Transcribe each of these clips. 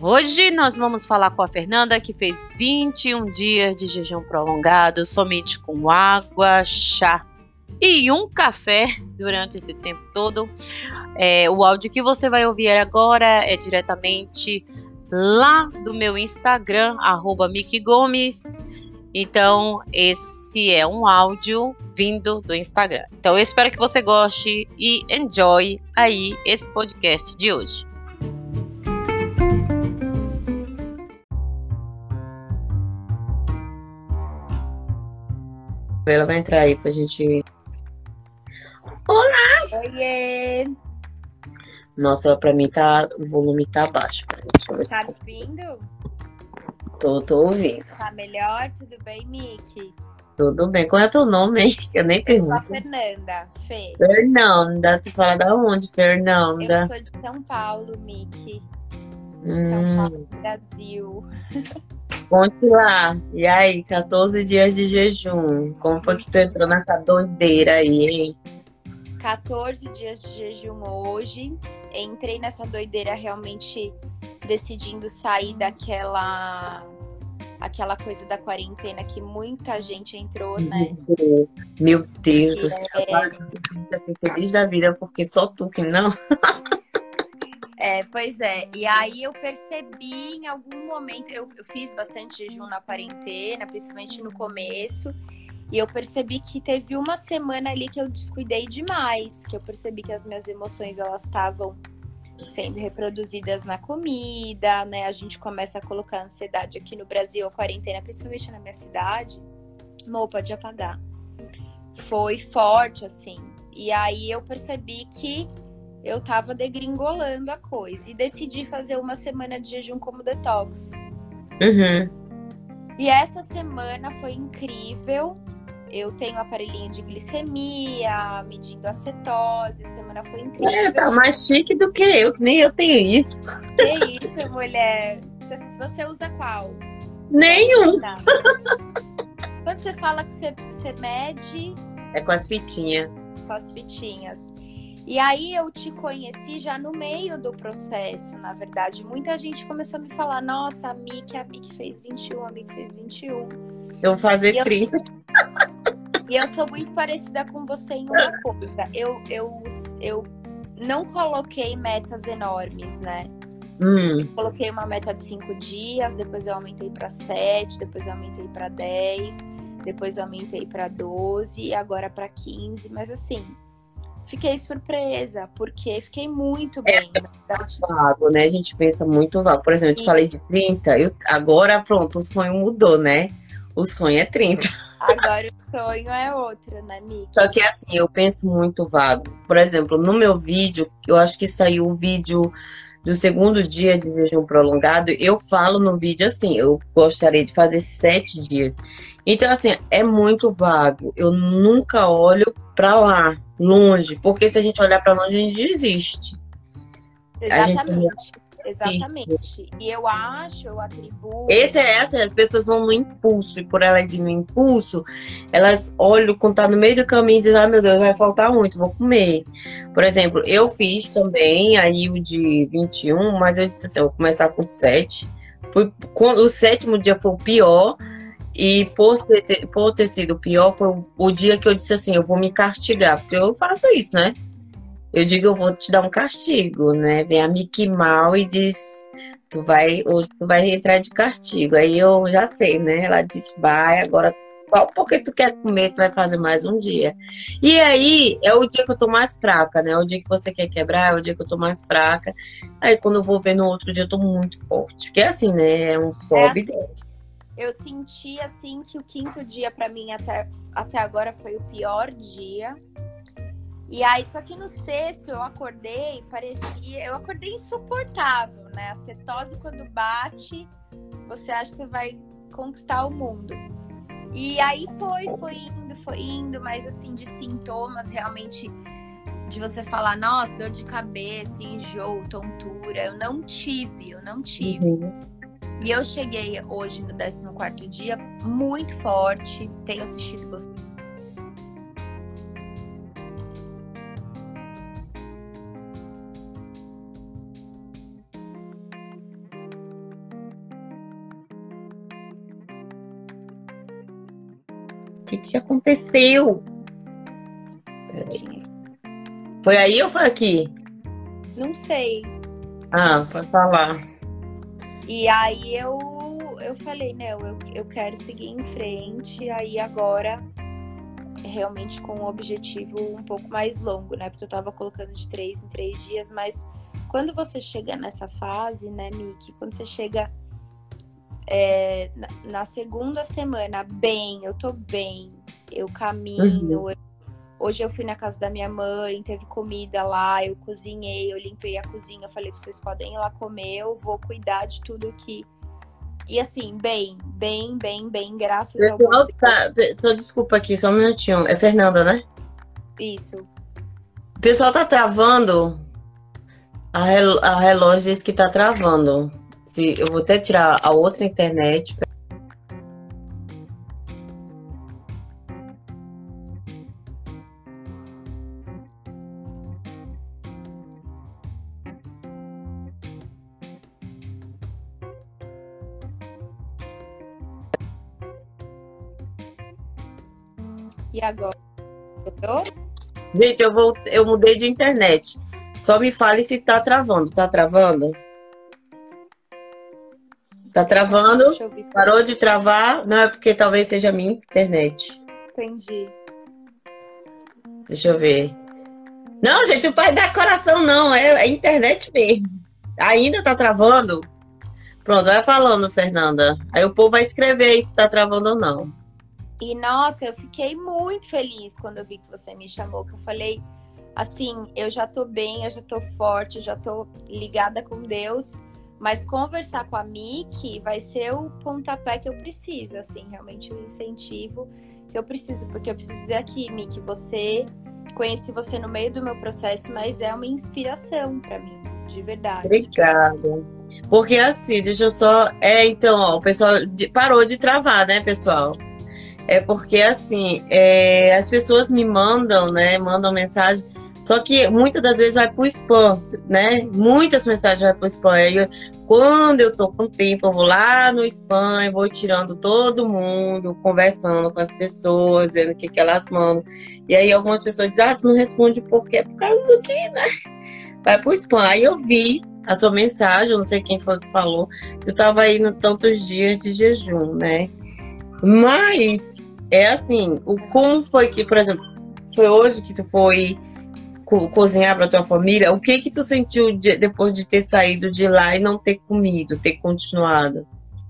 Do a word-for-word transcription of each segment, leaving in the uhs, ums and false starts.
Hoje nós vamos falar com a Fernanda, que fez vinte e um dias de jejum prolongado, somente com água, chá e um café durante esse tempo todo. É, o áudio que você vai ouvir agora é diretamente lá do meu Instagram, arroba Miki Gomes. Então, esse é um áudio vindo do Instagram. Então, eu espero que você goste e enjoy aí esse podcast de hoje. Ela vai entrar aí pra gente... Olá! Oiê! Nossa, pra mim tá... o volume tá baixo. Deixa eu ver Tá se... ouvindo? Tô, tô ouvindo. Tá melhor? Tudo bem, Miki? Tudo bem. Qual é o teu nome, hein? Que eu nem Eu sou a pergunto. Fernanda, Fê. Fernanda. Tu fala da onde, Eu Fernanda? sou de São Paulo, Miki. São Hum, Paulo, Brasil. conte lá. E aí, quatorze dias de jejum. Como foi que tu entrou nessa doideira aí, hein? quatorze dias de jejum hoje. Entrei nessa doideira realmente decidindo sair daquela... aquela coisa da quarentena que muita gente entrou, né? Meu Deus do Que céu. é, Eu assim, feliz da vida, porque só tu que não. é, pois é. E aí eu percebi em algum momento, eu, eu fiz bastante jejum na quarentena, principalmente no começo, e eu percebi que teve uma semana ali que eu descuidei demais, que eu percebi que as minhas emoções, elas estavam sendo reproduzidas na comida, né? A gente começa a colocar ansiedade aqui no Brasil, a quarentena, principalmente na minha cidade. Mo, pode apagar. Foi forte, assim. E aí eu percebi que eu tava degringolando a coisa. E decidi fazer uma semana de jejum como detox. Uhum. E essa semana foi incrível. Eu tenho aparelhinho de glicemia, medindo a cetose. A semana foi incrível. É, tá mais chique do que eu, que nem eu tenho isso. Que isso, mulher? Se você usa qual? Nenhum. Quando você fala que você, você mede... É com as fitinhas. Com as fitinhas. E aí eu te conheci já no meio do processo, na verdade. Muita gente começou a me falar, nossa, a Miki, a Miki fez vinte e um, a Miki fez vinte e um. Eu vou fazer E eu, trinta. e eu sou muito parecida com você em uma coisa. Eu, eu, eu não coloquei metas enormes, né? Hum. Eu coloquei uma meta de cinco dias, depois eu aumentei para sete, depois eu aumentei para dez, depois eu aumentei para doze e agora para quinze. Mas assim, fiquei surpresa, porque fiquei muito bem. É vago, né? A gente pensa muito vago. Por exemplo, eu te falei de trinta, eu, agora pronto, o sonho mudou, né? O sonho é trinta. Agora o sonho é outro, né, Miki? Só que assim, eu penso muito vago. Por exemplo, no meu vídeo, eu acho que saiu o vídeo do segundo dia de jejum prolongado, eu falo no vídeo assim, eu gostaria de fazer sete dias. Então, assim, é muito vago. Eu nunca olho pra lá, longe, porque se a gente olhar pra longe, a gente desiste. Exatamente, exatamente. E eu acho, eu atribuo... Esse é essa, as pessoas vão no impulso, e por elas irem no impulso, elas olham quando tá no meio do caminho e dizem, ah, meu Deus, vai faltar muito, vou comer. Por exemplo, eu fiz também aí o de vinte e um, mas eu disse assim, eu vou começar com sete. Foi, quando, o sétimo dia foi o pior, e por ter, por ter sido o pior, foi o, o dia que eu disse assim, eu vou me castigar, porque eu faço isso, né? Eu digo, eu vou te dar um castigo, né? Vem a Mickey Mouse e diz, tu vai, hoje tu vai entrar de castigo. Aí eu já sei, né? Ela diz, vai, agora só porque tu quer comer, tu vai fazer mais um dia. E aí é o dia que eu tô mais fraca, né? É o dia que você quer quebrar, é o dia que eu tô mais fraca. Aí quando eu vou ver no outro dia, eu tô muito forte. Porque é assim, né? É um sobe. É assim, eu senti assim que o quinto dia pra mim até, até agora foi o pior dia. E aí, só que no sexto eu acordei, parecia... Eu acordei insuportável, né? A cetose, quando bate, você acha que você vai conquistar o mundo. E aí foi, foi indo, foi indo, mas assim, de sintomas realmente... De você falar, nossa, dor de cabeça, enjoo, tontura. Eu não tive, eu não tive. Uhum. E eu cheguei hoje no décimo quarto dia muito forte. Tenho assistido você. que que aconteceu? Peraí. Foi aí ou foi aqui? Não sei. Ah, pode falar. E aí eu, eu falei, não, eu, eu quero seguir em frente, aí agora realmente com um objetivo um pouco mais longo, né? Porque eu tava colocando de três em três dias, mas quando você chega nessa fase, né, Miki? Quando você chega é, na, na segunda semana, bem, eu tô bem, eu caminho, Uhum. eu, hoje eu fui na casa da minha mãe, teve comida lá, eu cozinhei, eu limpei a cozinha, eu falei, vocês podem ir lá comer, eu vou cuidar de tudo aqui. E assim, bem, bem, bem, bem, graças ao bom Pessoal, Deus. tá, pe- só desculpa aqui, só um minutinho. É Fernanda, né? Isso. O pessoal tá travando. A, rel- a relógio diz que tá travando. Se, eu vou até tirar a outra internet. E agora? Melhorou? Gente, eu vou, eu mudei de internet. Só me fale se tá travando. Tá travando? Tá travando? Deixa eu ver. Parou de travar? Não, é porque talvez seja a minha internet. Entendi. Deixa eu ver. Não, gente, o pai dá coração não, é, é internet mesmo. Ainda tá travando? Pronto, vai falando, Fernanda. Aí o povo vai escrever aí se tá travando ou não. E nossa, eu fiquei muito feliz quando eu vi que você me chamou, que eu falei, assim, eu já tô bem, eu já tô forte, eu já tô ligada com Deus, mas conversar com a Miki vai ser o pontapé que eu preciso, assim, realmente o incentivo que eu preciso, porque eu preciso dizer aqui, Miki, você, conheci você no meio do meu processo, mas é uma inspiração pra mim, de verdade. Obrigada. Porque assim, deixa eu só. É, então, ó, o pessoal de- parou de travar, né, pessoal? É porque assim, é, as pessoas me mandam, né? Mandam mensagem, só que muitas das vezes vai pro spam, né? Muitas mensagens vai pro spam. Aí eu- quando eu tô com tempo, eu vou lá no spam e vou tirando todo mundo, conversando com as pessoas, vendo o que, que elas mandam. E aí algumas pessoas dizem, ah, tu não responde por quê? Por causa do quê, né? Vai pro spam. Aí eu vi a tua mensagem, eu não sei quem foi que falou, tu tava aí no tantos dias de jejum, né? Mas é assim, o como foi que, por exemplo, foi hoje que tu foi co- cozinhar para tua família? O que que tu sentiu de- depois de ter saído de lá e não ter comido, ter continuado?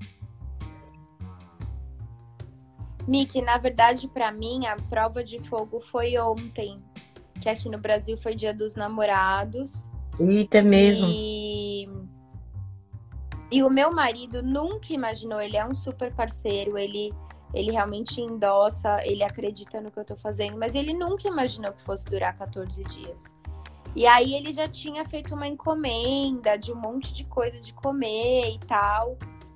Miki, na verdade, pra mim, a prova de fogo foi ontem, que aqui no Brasil foi Dia dos Namorados. Eita, é mesmo. E... e o meu marido nunca imaginou, ele é um super parceiro, ele, ele realmente endossa, ele acredita no que eu tô fazendo, mas ele nunca imaginou que fosse durar quatorze dias. E aí ele já tinha feito uma encomenda de um monte de coisa de comer e tal.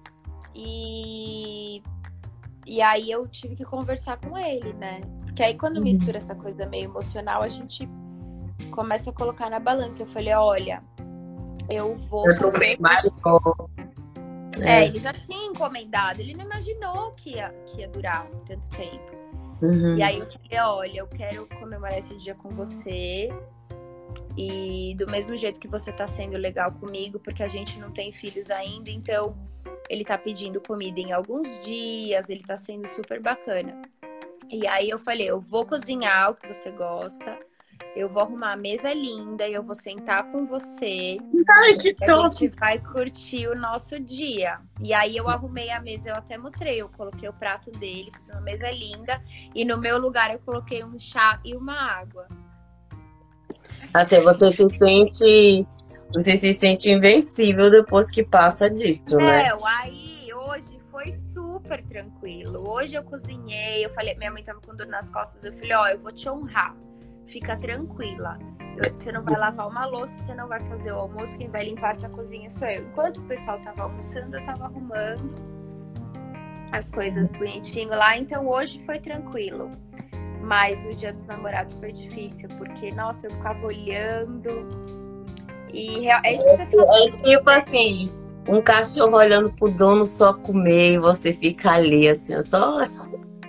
E, e aí eu tive que conversar com ele, né? Porque aí quando mistura essa coisa meio emocional, a gente começa a colocar na balança. Eu falei, olha, eu vou Eu tô fazer... bem maior. É, É. ele já tinha encomendado, ele não imaginou que ia, que ia durar tanto tempo. Uhum. E aí eu falei, olha, eu quero comemorar esse dia com você. E do mesmo jeito que você tá sendo legal comigo, porque a gente não tem filhos ainda, então ele tá pedindo comida em alguns dias, ele tá sendo super bacana. E aí eu falei, eu vou cozinhar o que você gosta, eu vou arrumar a mesa linda e eu vou sentar com você. Ai, que A top! gente vai curtir o nosso dia. E aí eu arrumei a mesa, eu até mostrei, eu coloquei o prato dele, fiz uma mesa linda, e no meu lugar eu coloquei um chá e uma água. Assim, você se sente, você se sente invencível depois que passa disso, né? É, aí hoje foi super tranquilo. Hoje eu cozinhei, eu falei, minha mãe tava com dor nas costas, eu falei, ó, eu vou te honrar, fica tranquila. Eu, você não vai lavar uma louça, você não vai fazer o almoço, quem vai limpar essa cozinha sou eu. Enquanto o pessoal tava almoçando, eu tava arrumando as coisas bonitinho lá, então hoje foi tranquilo. Mas o Dia dos Namorados foi difícil, porque, nossa, eu ficava olhando. E é isso que você falou. É tipo assim, um cachorro olhando pro dono só comer e você fica ali, assim, só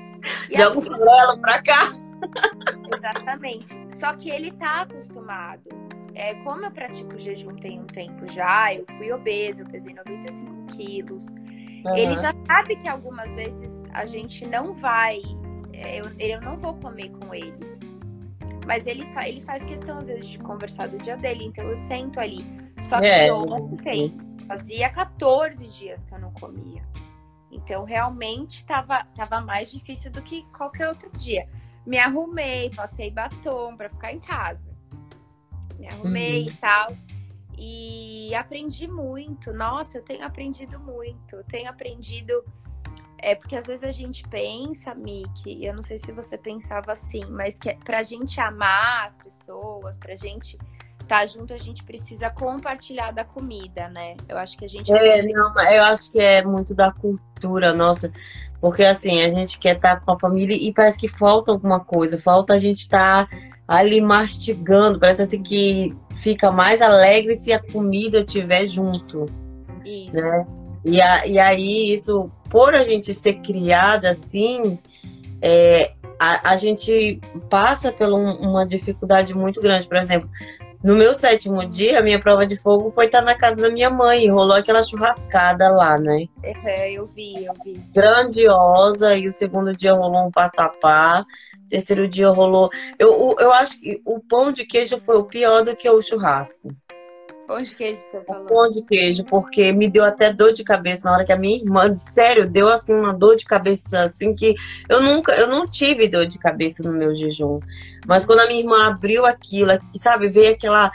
E Joga o assim, farelo pra cá. exatamente. Só que ele tá acostumado. É, como eu pratico jejum tem um tempo já, eu fui obesa, eu pesei noventa e cinco quilos. Uhum. Ele já sabe que algumas vezes a gente não vai, é, eu, eu não vou comer com ele. Mas ele, fa, ele faz questão, às vezes, de conversar do dia dele, então eu sento ali. Só que É. ontem, fazia quatorze dias que eu não comia. Então, realmente, tava, tava mais difícil do que qualquer outro dia. Me arrumei, passei batom pra ficar em casa. Me arrumei Uhum. e tal. E aprendi muito. Nossa, eu tenho aprendido muito. Eu tenho aprendido... É porque às vezes a gente pensa, Miki, eu não sei se você pensava assim, mas que pra gente amar as pessoas, pra gente estar junto, a gente precisa compartilhar da comida, né? Eu acho que a gente... É, não, mas eu acho que é muito da cultura nossa, porque assim, a gente quer estar com a família e parece que falta alguma coisa, falta a gente estar ali mastigando, parece assim que fica mais alegre se a comida estiver junto, Isso. né? E, a, e aí, isso, por a gente ser criada assim, é, a, a gente passa por um, uma dificuldade muito grande. Por exemplo, no meu sétimo dia, a minha prova de fogo foi estar na casa da minha mãe, e rolou aquela churrascada lá, né? É, eu vi, eu vi. Grandiosa, e o segundo dia rolou um vatapá, terceiro dia rolou... Eu, eu acho que o pão de queijo foi o pior do que o churrasco. Pão de queijo você falou? Pão de queijo, porque me deu até dor de cabeça na hora que a minha irmã, sério, deu assim uma dor de cabeça, assim que eu nunca, eu não tive dor de cabeça no meu jejum. Mas quando a minha irmã abriu aquilo, sabe, veio aquela,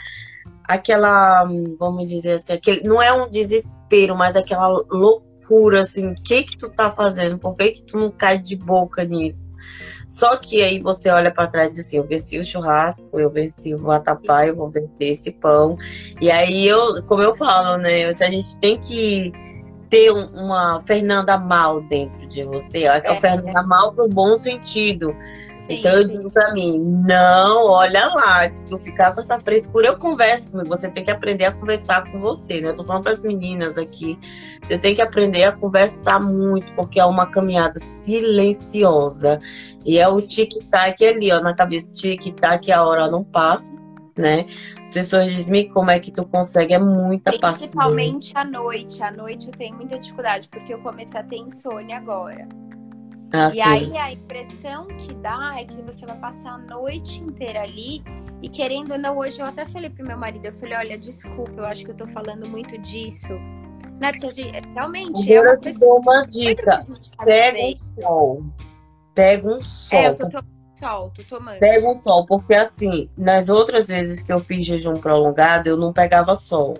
aquela, vamos dizer assim, aquele, não é um desespero, mas aquela loucura, assim, o que que tu tá fazendo? Por que que tu não cai de boca nisso? Só que aí você olha para trás e diz assim, eu venci o churrasco, eu venci o vatapá, eu vou vencer esse pão. E aí, eu, como eu falo, né, a gente tem que ter uma Fernanda Mal dentro de você. É, é. O Fernanda Mal no bom sentido. Sim, então eu sim. digo pra mim, não, olha lá, se tu ficar com essa frescura, eu converso comigo. Você tem que aprender a conversar com você, né? Eu tô falando pras meninas aqui. Você tem que aprender a conversar muito, porque é uma caminhada silenciosa. E é o tic-tac ali, ó, na cabeça. Tic-tac, a hora não passa, né? As pessoas dizem, como é que tu consegue? É muita paciência. Principalmente à noite. À noite eu tenho muita dificuldade, porque eu comecei a ter insônia agora. Ah, e sim. aí a impressão que dá é que você vai passar a noite inteira ali e querendo ou não, hoje eu até falei pro meu marido, eu falei, olha, desculpa, eu acho que eu tô falando muito disso. Né? Porque a gente, realmente Agora é uma eu te dou uma dica. Pega um sol. Pega um sol. É, eu tô tomando sol, tô tomando. Pega um sol, porque assim, nas outras vezes que eu fiz jejum prolongado, eu não pegava sol.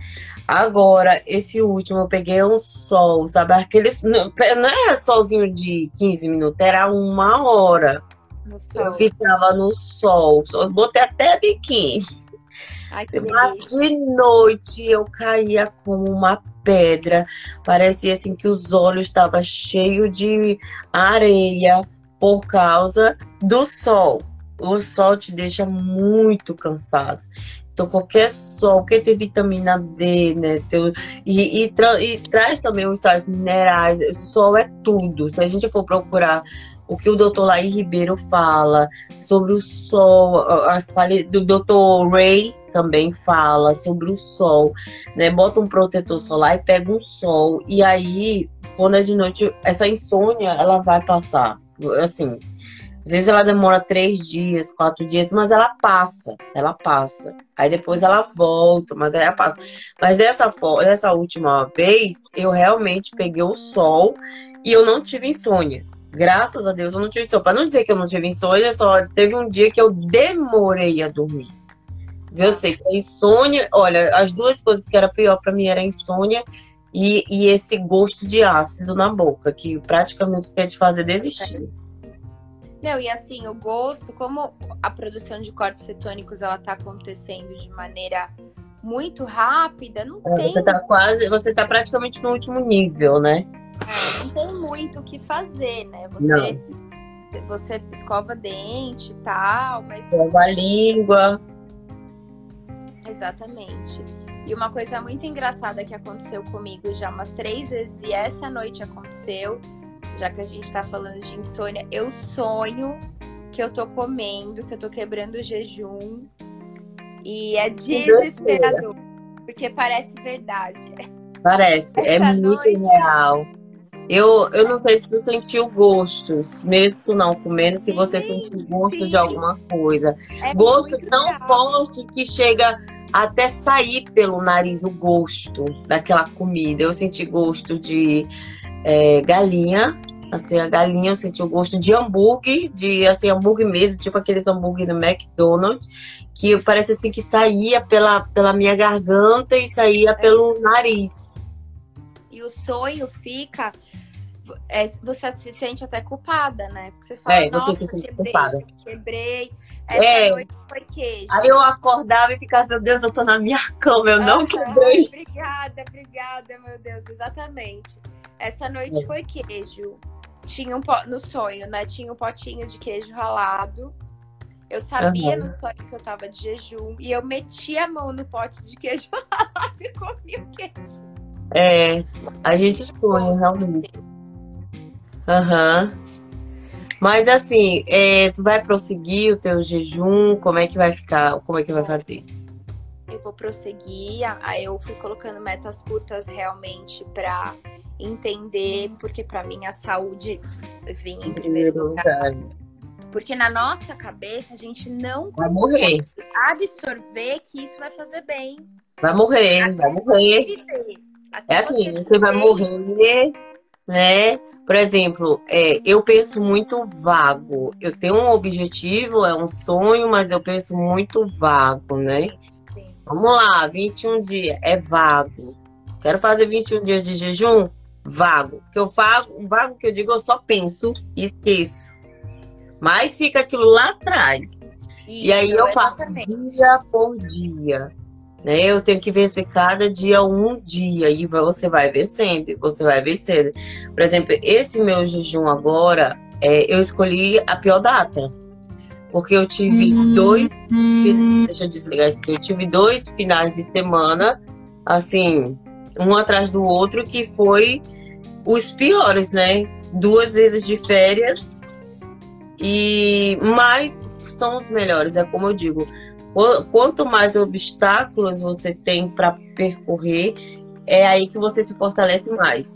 Agora, esse último, eu peguei um sol, sabe? Aqueles, não, não era solzinho de quinze minutos, era uma hora. Eu ficava no sol, eu botei até biquíni. Ai, que Mas de noite eu caía como uma pedra. Parecia assim que os olhos estavam cheios de areia por causa do sol. O sol te deixa muito cansado. Então, qualquer sol, que tem vitamina D, né? Teu, e, e, tra, e traz também os sais minerais. O sol é tudo. Se a gente for procurar o que o doutor Laí Ribeiro fala sobre o sol, as quali... do doutor Ray também fala sobre o sol, né? Bota um protetor solar e pega um sol. E aí, quando é de noite, essa insônia, ela vai passar. Assim, às vezes ela demora três dias, quatro dias, mas ela passa, ela passa. Aí depois ela volta, mas aí ela passa. Mas dessa, dessa última vez, eu realmente peguei o sol e eu não tive insônia. Graças a Deus eu não tive insônia. Para não dizer que eu não tive insônia, só teve um dia que eu demorei a dormir. Eu sei que a insônia, olha, as duas coisas que era pior para mim era a insônia e, e esse gosto de ácido na boca, que praticamente quer te fazer desistir. Não, e assim, o gosto, como a produção de corpos cetônicos ela tá acontecendo de maneira muito rápida, não é, tem... Você tá quase, você tá praticamente no último nível, né? É, não tem muito o que fazer, né? Você, você escova dente e tal, mas... Escova a língua. Exatamente. E uma coisa muito engraçada que aconteceu comigo já umas três vezes, e essa noite aconteceu, já que a gente tá falando de insônia, eu sonho que eu tô comendo, que eu tô quebrando o jejum. E é desesperador, porque parece verdade. Parece, Essa é muito noite... real. Eu, eu não sei se tu sentiu gostos, mesmo tu não comendo, se você Sim, sentiu gosto sim. de alguma coisa. É Gosto muito tão grave. forte que chega até sair pelo nariz o gosto daquela comida. Eu senti gosto de é, galinha, assim, a galinha, eu senti o gosto de hambúrguer, de assim, hambúrguer mesmo, tipo aqueles hambúrguer do McDonald's, que parece assim que saía pela, pela minha garganta e saía pelo nariz. E o sonho fica... É, você se sente até culpada, né? Porque você fala, É, você nossa, se sente quebrei, culpada. quebrei. Essa É. noite foi queijo. Aí eu acordava e ficava, meu Deus, eu tô na minha cama, eu não Aham, quebrei. Obrigada, obrigada, meu Deus, exatamente. Essa noite É. foi queijo. Tinha um po- no sonho, né? Tinha um potinho de queijo ralado. Eu sabia Aham. no sonho que eu tava de jejum e eu meti a mão no pote de queijo ralado e comi o queijo. É, a gente sonha, realmente. Aham. Mas assim, é, tu vai prosseguir o teu jejum? Como é que vai ficar? Como é que vai fazer? Eu vou prosseguir. Aí eu fui colocando metas curtas realmente pra entender, porque pra mim a saúde vinha em primeiro lugar. Porque na nossa cabeça a gente não Vai morrer. consegue absorver que isso vai fazer bem. Vai morrer, vai morrer. Até É assim, você você vai viver. morrer, né? Por exemplo, é, eu penso muito vago. Eu tenho um objetivo, é um sonho, mas eu penso muito vago, né? Sim. Vamos lá, vinte e um dias, é vago. Quero fazer vinte e um dias de jejum? Vago. Que eu vago, vago que eu digo, eu só penso e esqueço. Mas fica aquilo lá atrás. Isso, e aí eu faço exatamente. Dia por dia. Né? Eu tenho que vencer cada dia um dia. E você vai vencendo, e você vai vencendo. Por exemplo, esse meu jejum agora, é, eu escolhi a pior data. Porque eu tive uhum. dois... Deixa eu desligar isso aqui. Eu tive dois finais de semana, assim, um atrás do outro, que foi os piores, né? Duas vezes de férias. E mais são os melhores, é como eu digo. Quanto mais obstáculos você tem para percorrer, é aí que você se fortalece mais.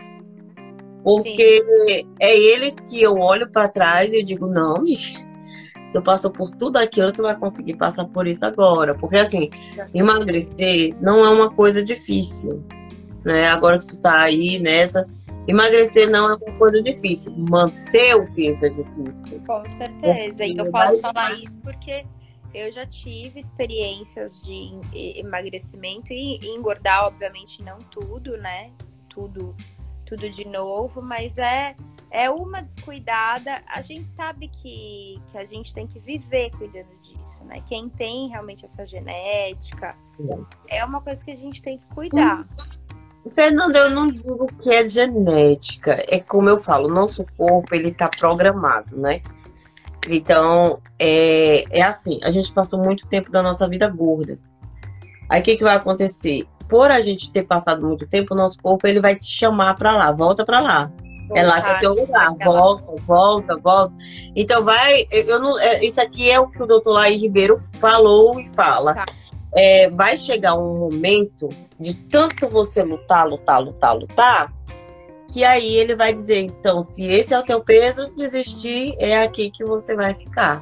Porque Sim. é eles que eu olho para trás e eu digo, não, se eu passou por tudo aquilo, tu vai conseguir passar por isso agora. Porque assim, emagrecer não é uma coisa difícil, né? Agora que tu tá aí nessa, emagrecer não é uma coisa difícil. Manter o peso é difícil. Com certeza. E eu posso falar isso porque eu já tive experiências de emagrecimento e engordar, obviamente, não tudo, né? Tudo, tudo de novo, mas é, é uma descuidada. A gente sabe que, que a gente tem que viver cuidando disso, né? Quem tem realmente essa genética, é uma coisa que a gente tem que cuidar. Fernanda, eu não digo que é genética, é como eu falo, o nosso corpo, ele tá programado, né? Então, é, é assim, a gente passou muito tempo da nossa vida gorda. Aí, o que, que vai acontecer? Por a gente ter passado muito tempo, o nosso corpo, ele vai te chamar pra lá, volta pra lá. Voltar, é lá que é teu lugar, volta, volta, volta. Então, vai, eu não, é, isso aqui é o que o doutor Laí Ribeiro falou e fala. Tá. É, vai chegar um momento de tanto você lutar, lutar, lutar, lutar, que aí ele vai dizer, então, se esse é o teu peso, desistir é aqui que você vai ficar.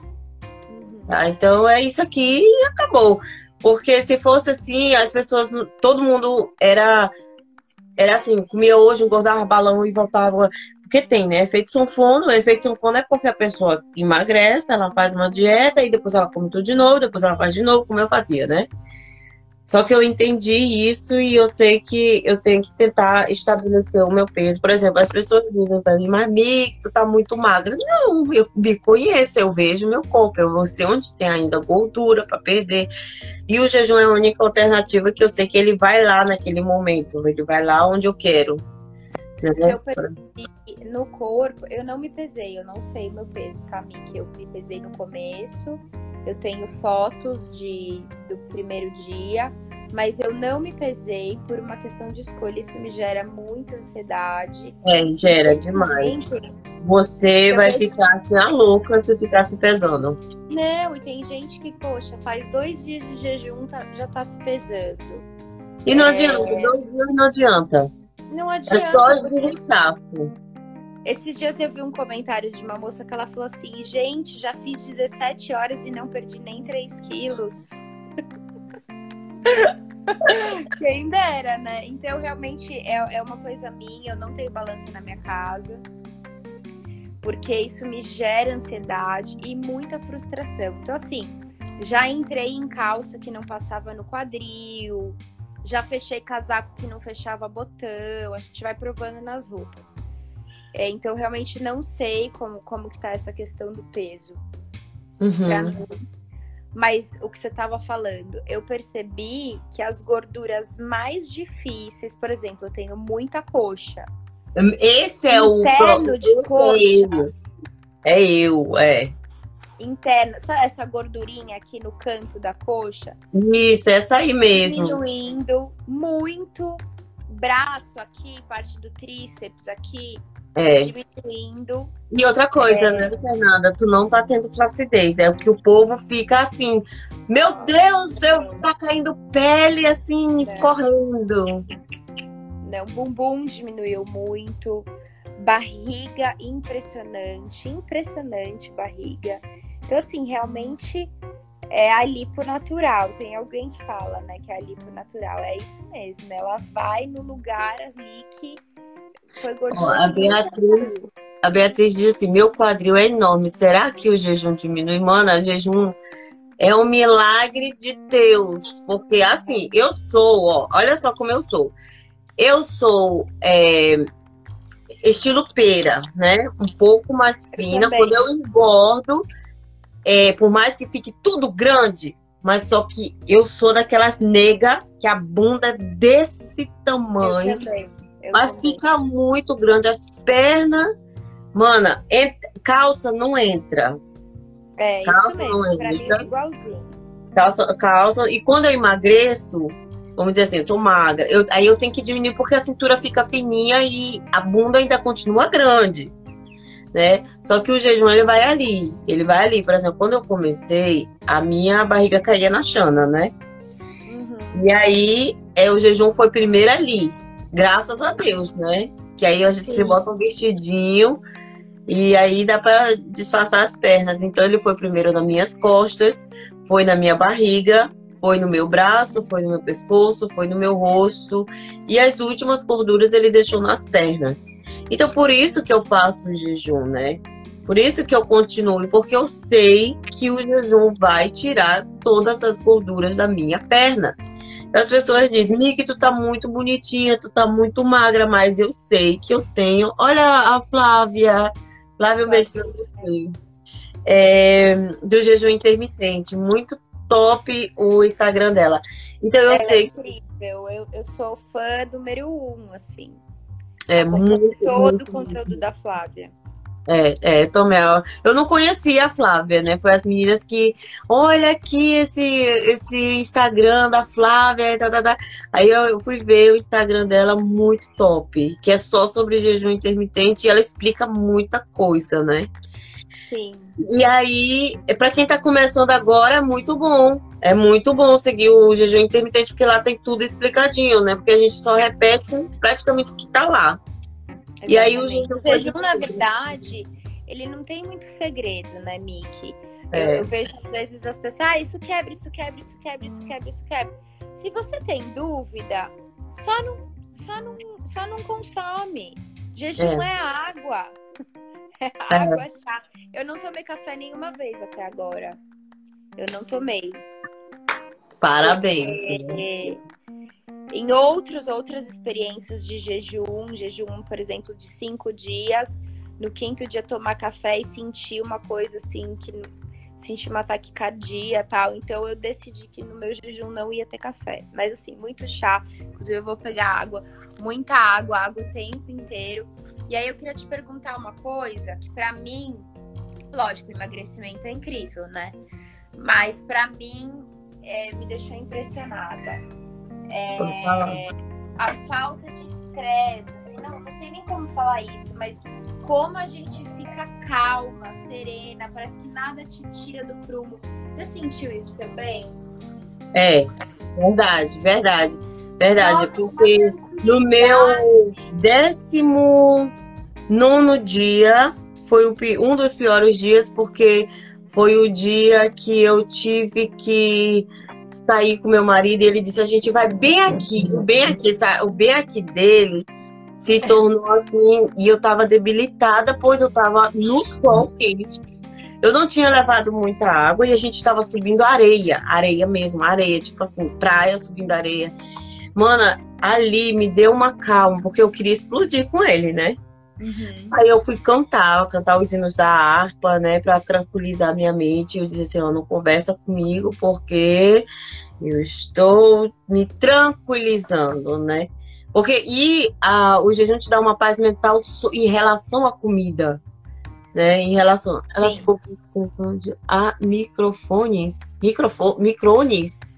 Tá? Então, é isso aqui e acabou. Porque se fosse assim, as pessoas, todo mundo era, era assim, comia hoje, engordava balão e voltava. Porque tem, né? Efeito sanfona. O efeito sanfona é porque a pessoa emagrece, ela faz uma dieta e depois ela come tudo de novo, depois ela faz de novo, como eu fazia, né? Só que eu entendi isso e eu sei que eu tenho que tentar estabelecer o meu peso. Por exemplo, as pessoas dizem pra mim, mas Mick, tu tá muito magra. Não, eu me conheço, eu vejo o meu corpo, eu sei onde tem ainda gordura para perder. E o jejum é a única alternativa que eu sei que ele vai lá naquele momento, ele vai lá onde eu quero. Né? Eu percebi no corpo, eu não me pesei, eu não sei o meu peso, tá, Mick? Eu me pesei no começo. Eu tenho fotos de, do primeiro dia, mas eu não me pesei por uma questão de escolha. Isso me gera muita ansiedade. É, gera demais. Você Eu vai vejo- ficar assim, a louca se ficar se pesando. Não, e tem gente que, poxa, faz dois dias de jejum, tá- já tá se pesando. E não adianta, dois dias não adianta. Não É só adianta, de riscafo. esses dias eu vi um comentário de uma moça que ela falou assim: gente, já fiz dezessete horas e não perdi nem três quilos. Quem dera, né? Então, realmente, é, é uma coisa minha. Eu não tenho balança na minha casa, porque isso me gera ansiedade e muita frustração. Então, assim, já entrei em calça que não passava no quadril, já fechei casaco que não fechava botão. A gente vai provando nas roupas. É, então, realmente não sei como, como que tá essa questão do peso pra Uhum. mim. Mas o que você estava falando, eu percebi que as gorduras mais difíceis, por exemplo, eu tenho muita coxa. Esse é o Interno de esse é coxa, eu. É eu, é. interno, sabe essa gordurinha aqui no canto da coxa? Isso, essa aí mesmo. Diminuindo muito. Braço aqui, parte do tríceps aqui, É. diminuindo. E outra coisa, É. né, Fernanda? Tu não tá tendo flacidez. É o que o povo fica assim. Meu Deus, eu tá caindo pele assim, escorrendo. Não, bumbum diminuiu muito. Barriga impressionante, impressionante barriga. Então, assim, realmente é a lipo natural. Tem alguém que fala, né, que é a lipo natural. É isso mesmo, ela vai no lugar ali que foi Ó, gordura. a que nunca Beatriz, saiu. a Beatriz diz assim: meu quadril é enorme. Será que o jejum diminui? Mano, o jejum é um milagre de Deus. Porque assim, eu sou, ó, olha só como eu sou. Eu sou é, estilo pera, né? Um pouco mais Eu fina. também. Quando eu engordo, é, por mais que fique tudo grande, mas só que eu sou daquelas nega que a bunda é desse Eu tamanho, também. Eu mas também. fica muito grande. As pernas, mana, ent- calça não entra. É Calça isso não mesmo. Pra mim entra. é igualzinho. Calça, calça. E quando eu emagreço, vamos dizer assim, eu tô magra, eu, aí eu tenho que diminuir porque a cintura fica fininha e a bunda ainda continua grande, né? Só que o jejum, ele vai ali, ele vai ali. Por exemplo, quando eu comecei, a minha barriga caía na chana, né? Uhum. E aí, é, o jejum foi primeiro ali, graças a Deus, né? Que aí a gente se Sim. bota um vestidinho e aí dá pra disfarçar as pernas. Então ele foi primeiro nas minhas costas, foi na minha barriga, foi no meu braço, foi no meu pescoço, foi no meu rosto. E as últimas gorduras ele deixou nas pernas. Então por isso que eu faço o jejum, né? Por isso que eu continuo, porque eu sei que o jejum vai tirar todas as gorduras da minha perna. As pessoas dizem: Miki, tu tá muito bonitinha, tu tá muito magra, mas eu sei que eu tenho. Olha a Flávia, Flávia, um beijo pra você. É, do jejum intermitente, muito top o Instagram dela. Então eu Ela é sei que incrível. Eu, eu sou fã número um, assim. é Acompanho muito, todo muito, o conteúdo da Flávia. É, é, Tomel. Eu não conhecia a Flávia, né? Foi as meninas que, olha aqui esse, esse Instagram da Flávia, tá, tá, tá. Aí eu, eu fui ver o Instagram dela, muito top, que é só sobre jejum intermitente e ela explica muita coisa, né? Sim. E aí, pra quem tá começando agora, é muito bom. É muito bom seguir o jejum intermitente, porque lá tem tudo explicadinho, né? Porque a gente só repete praticamente o que tá lá. E aí o Exatamente. jejum O foi jejum, na verdade, ele não tem muito segredo, né, Miki? Eu, É. eu vejo às vezes as pessoas, ah, isso quebra, isso quebra, isso quebra, isso quebra, isso quebra. Se você tem dúvida, só não, só não, só não consome. Jejum é, É. água. É É. água, chá. Eu não tomei café nenhuma vez até agora. Eu não tomei. Parabéns. Porque em outros, outras experiências de jejum, jejum, por exemplo, de cinco dias, no quinto dia tomar café e sentir uma coisa assim, que sentir uma taquicardia e tal. Então eu decidi que no meu jejum não ia ter café. Mas assim, muito chá. Inclusive eu vou pegar água, muita água, água o tempo inteiro. E aí eu queria te perguntar uma coisa, que pra mim, lógico, o emagrecimento é incrível, né? Mas pra mim, é, me deixou impressionada. É, a falta de estresse, assim, não, não sei nem como falar isso, mas como a gente fica calma, serena, parece que nada te tira do prumo. Você sentiu isso também? É, verdade, verdade, verdade. Nossa, porque no meu décimo nono dia foi o, um dos piores dias, porque foi o dia que eu tive que sair com meu marido e ele disse, a gente vai bem aqui, o bem aqui, sabe? O bem aqui dele se tornou assim, e eu tava debilitada, pois eu tava no sol quente. Eu não tinha levado muita água e a gente tava subindo areia, areia mesmo, areia, tipo assim, praia subindo areia. Mana, ali me deu uma calma, porque eu queria explodir com ele, né? Uhum. Aí eu fui cantar, cantar os hinos da harpa, né, pra tranquilizar minha mente. Eu disse assim, ó, não conversa comigo, porque eu estou me tranquilizando, né? Porque, e a, o jejum te dá uma paz mental em relação à comida, né? Em relação... Ela Sim. ficou com a microfones, microfone, micrones.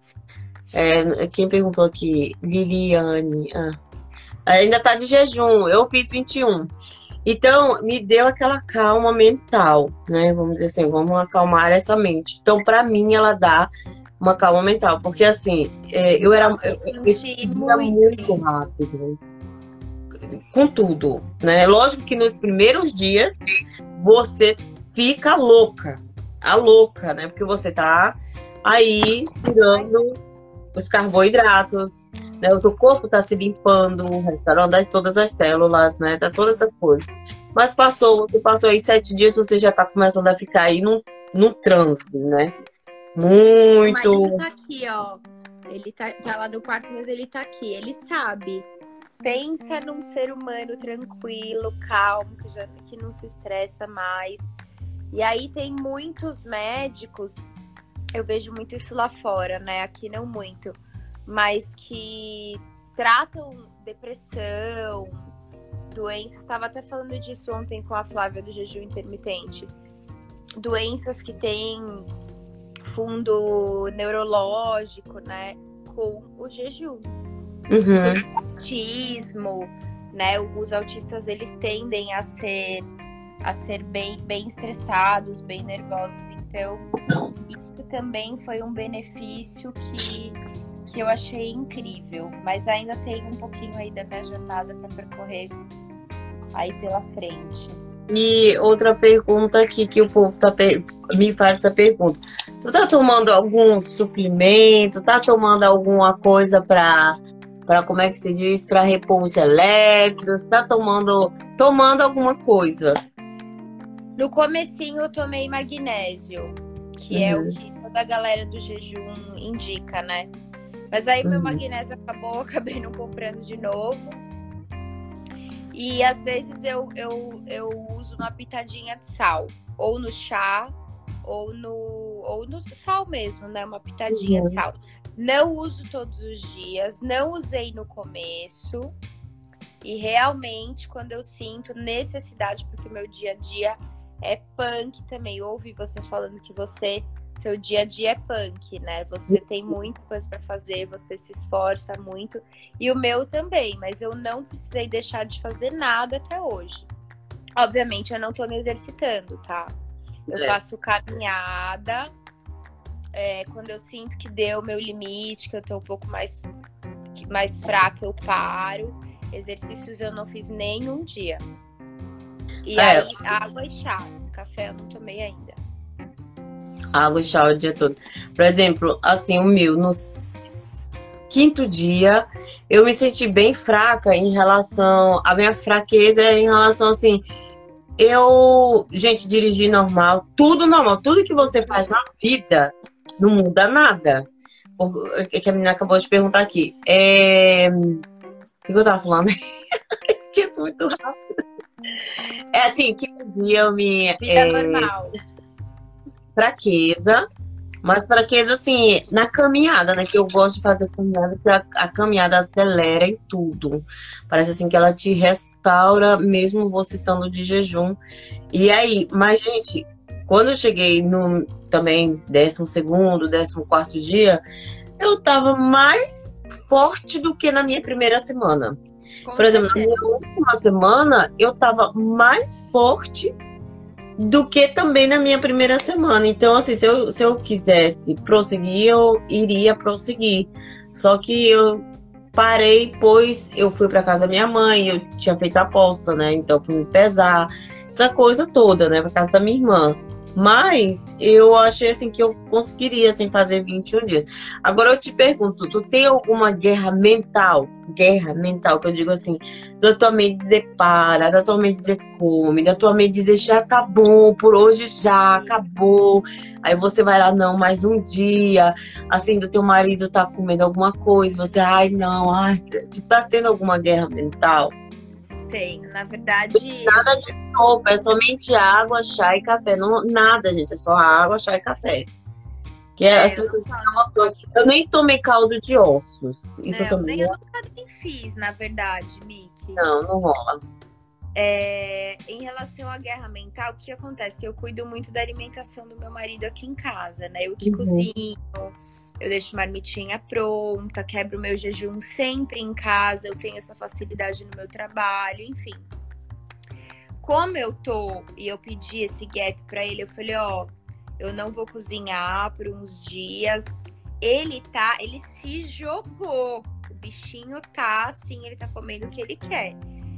É, quem perguntou aqui? Liliane. Ah. Ainda tá de jejum, eu fiz vinte e um. Então, me deu aquela calma mental, né? Vamos dizer assim, vamos acalmar essa mente. Então, pra mim, ela dá uma calma mental. Porque, assim, é, eu era eu, eu muito, muito rápido. Com tudo, né? Lógico que nos primeiros dias, você fica louca. A louca, né? Porque você tá aí tirando os carboidratos, né? O teu corpo tá se limpando, restaurando todas as células, né? Tá todas essas coisas. Mas passou, você passou aí sete dias, você já tá começando a ficar aí num, num transe, né? Muito. O marido tá aqui, ó. Ele tá, tá lá no quarto, mas ele tá aqui. Ele sabe. Pensa num ser humano tranquilo, calmo, que, já, que não se estressa mais. E aí tem muitos médicos, eu vejo muito isso lá fora, né? Aqui não muito, mas que tratam depressão, doenças. Estava até falando disso ontem com a Flávia do jejum intermitente. Doenças que têm fundo neurológico, né? Com o jejum. Uhum. O autismo, né? Os autistas, eles tendem a ser, a ser bem, bem estressados, bem nervosos. Então, isso também foi um benefício que, que eu achei incrível. Mas ainda tem um pouquinho aí da minha jornada para percorrer aí pela frente. E outra pergunta aqui que o povo tá me faz essa pergunta. Tu tá tomando algum suplemento? Tá tomando alguma coisa para para como é que se diz, para repor os elétrons? Tá tomando tomando alguma coisa? No comecinho eu tomei magnésio, que uhum. é o que toda a galera do jejum indica, né? Mas aí uhum. meu magnésio acabou, eu acabei não comprando de novo. E às vezes eu, eu, eu uso uma pitadinha de sal, ou no chá, ou no, ou no sal mesmo, né? Uma pitadinha uhum. de sal. Não uso todos os dias, não usei no começo. E realmente, quando eu sinto necessidade, porque meu dia a dia é punk também. Eu ouvi você falando que você, seu dia a dia é punk, né? Você tem muita coisa para fazer, você se esforça muito. E o meu também, mas eu não precisei deixar de fazer nada até hoje. Obviamente, eu não tô me exercitando, tá? Eu faço caminhada. É, quando eu sinto que deu o meu limite, que eu tô um pouco mais, mais fraca, eu paro. Exercícios eu não fiz nem um dia. E é. aí, água e chá. Café eu não tomei ainda. Água e chá o dia todo. Por exemplo, assim, o meu, no quinto dia, eu me senti bem fraca em relação... A minha fraqueza é em relação, assim... Eu, gente, dirigir normal, tudo normal. Tudo que você faz na vida não muda nada. O que a menina acabou de perguntar aqui. É... O que eu tava falando? Esqueço muito rápido. É assim, que um dia eu me... Vida é... normal. Fraqueza. Mas fraqueza, assim, na caminhada, né? Que eu gosto de fazer caminhada, porque a, a caminhada acelera em tudo. Parece assim que ela te restaura, mesmo você estando de jejum. E aí, mas, gente, quando eu cheguei no também décimo segundo, décimo quarto dia, eu tava mais forte do que na minha primeira semana. Com Por exemplo, na certeza. minha última semana, eu tava mais forte do que também na minha primeira semana. Então, assim, se eu, se eu quisesse prosseguir, eu iria prosseguir. Só que eu parei, pois eu fui pra casa da minha mãe, eu tinha feito a aposta, né? Então, fui me pesar, essa coisa toda, né? Pra casa da minha irmã. Mas eu achei assim que eu conseguiria assim, fazer vinte e um dias. Agora eu te pergunto, tu tem alguma guerra mental? Guerra mental, que eu digo assim, da tua mente dizer para, da tua mente dizer come, da tua mente dizer já tá bom, por hoje já acabou. Aí você vai lá, não, mais um dia, assim, do teu marido tá comendo alguma coisa, você, ai não, ai, tu tá tendo alguma guerra mental? Tenho. Na verdade, Nada de sopa, é somente água, chá e café. Não, nada, gente, é só água, chá e café. Que é, é, assim, eu não falo, eu, eu nem tomei caldo de ossos. Isso não, também nem eu não, nunca nem fiz, na verdade, Miki. não, não rola. É, em relação à guerra mental, o que acontece? Eu cuido muito da alimentação do meu marido aqui em casa, né? Eu que Uhum. cozinho, eu deixo marmitinha pronta, quebro meu jejum sempre em casa, eu tenho essa facilidade no meu trabalho, enfim. Como eu tô, e eu pedi esse gap pra ele, eu falei, ó, eu não vou cozinhar por uns dias. Ele tá, ele se jogou. O bichinho tá assim, ele tá comendo o que ele quer.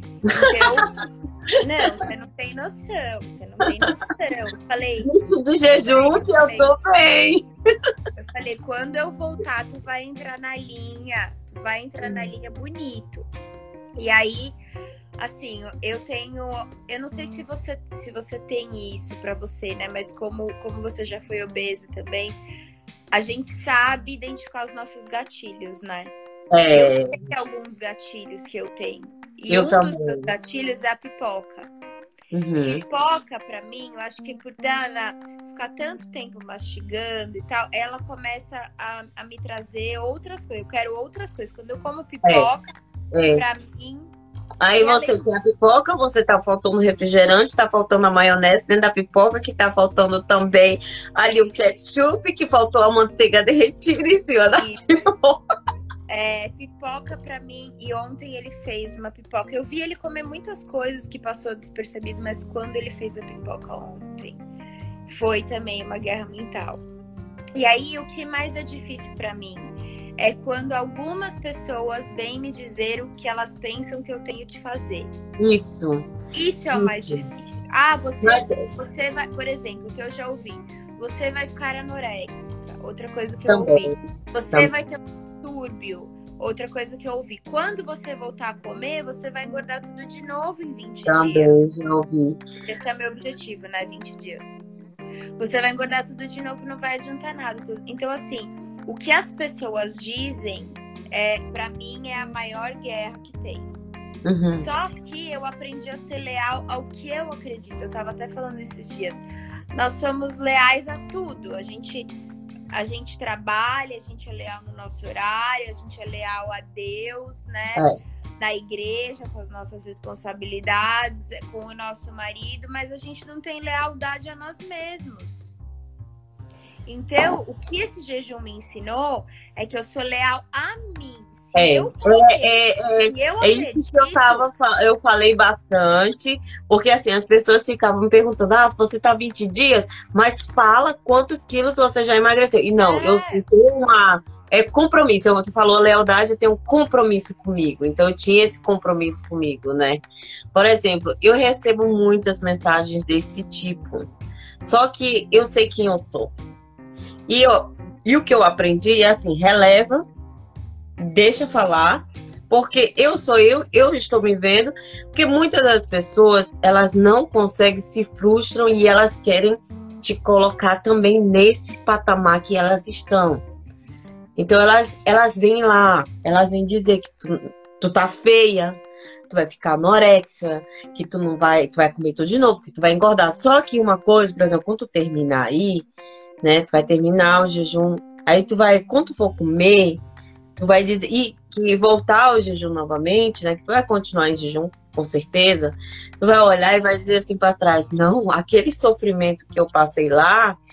Então, não, você não tem noção, você não tem noção. Eu falei, De jejum que eu tô bem. eu falei, quando eu voltar, tu vai entrar na linha, tu vai entrar na linha bonito. E aí, assim, eu tenho, eu não sei se você, se você tem isso pra você, né? Mas como, como você já foi obesa também, a gente sabe identificar os nossos gatilhos, né? É, Eu sei que alguns gatilhos que eu tenho. E eu um também. dos meus gatilhos é a pipoca. Uhum. Pipoca, pra mim, eu acho que por Dana ficar tanto tempo mastigando e tal, ela começa a, a me trazer outras coisas. Eu quero outras coisas. Quando eu como pipoca, É. pra mim. Aí você além... tem a pipoca, você tá faltando refrigerante, tá faltando a maionese dentro da pipoca, que tá faltando também ali o ketchup, que faltou a manteiga derretida em cima da pipoca. É, pipoca pra mim, e ontem ele fez uma pipoca. Eu vi ele comer muitas coisas que passou despercebido, mas quando ele fez a pipoca ontem, foi também uma guerra mental. E aí, o que mais é difícil pra mim é quando algumas pessoas vêm me dizer o que elas pensam que eu tenho que fazer. Isso. Isso é o Isso. mais difícil. Ah, você, Mas- você vai, por exemplo, o que eu já ouvi, você vai ficar anoréxica. Outra coisa que eu Também. ouvi, você Também. vai ter um distúrbio. Outra coisa que eu ouvi, quando você voltar a comer, você vai engordar tudo de novo em vinte dias. Também já ouvi. Esse é o meu objetivo, né? vinte dias. Você vai engordar tudo de novo, não vai adiantar nada. Então, assim, o que as pessoas dizem, é, pra mim, é a maior guerra que tem. Uhum. Só que eu aprendi a ser leal ao que eu acredito. Eu tava até falando esses dias. Nós somos leais a tudo. A gente, a gente trabalha, a gente é leal no nosso horário, a gente é leal a Deus, né? É. Na igreja, com as nossas responsabilidades, com o nosso marido, mas a gente não tem lealdade a nós mesmos. Então, o que esse jejum me ensinou é que eu sou leal a mim. Se É, eu é, é, é, se eu é isso acredito, que eu tava, fa- eu falei bastante, porque assim, as pessoas ficavam me perguntando, ah, você tá vinte dias, mas fala quantos quilos você já emagreceu. E não, É. eu tenho uma, é compromisso, eu, tu falou lealdade, eu tenho um compromisso comigo, então eu tinha esse compromisso comigo, né? Por exemplo, eu recebo muitas mensagens desse tipo, só que eu sei quem eu sou. E, eu, e o que eu aprendi é assim, releva, deixa falar, porque eu sou eu, eu estou me vendo, porque muitas das pessoas, elas não conseguem, se frustram e elas querem te colocar também nesse patamar que elas estão. Então elas, elas vêm lá, elas vêm dizer que tu, tu tá feia, tu vai ficar anorexia, que tu não vai, tu vai comer tudo de novo, que tu vai engordar. Só que uma coisa, por exemplo, quando tu terminar aí, né, tu vai terminar o jejum, aí tu vai, quando tu for comer, tu vai dizer, e que voltar ao jejum novamente, né, que tu vai continuar em jejum, com certeza, tu vai olhar e vai dizer assim para trás, não, aquele sofrimento que eu passei lá,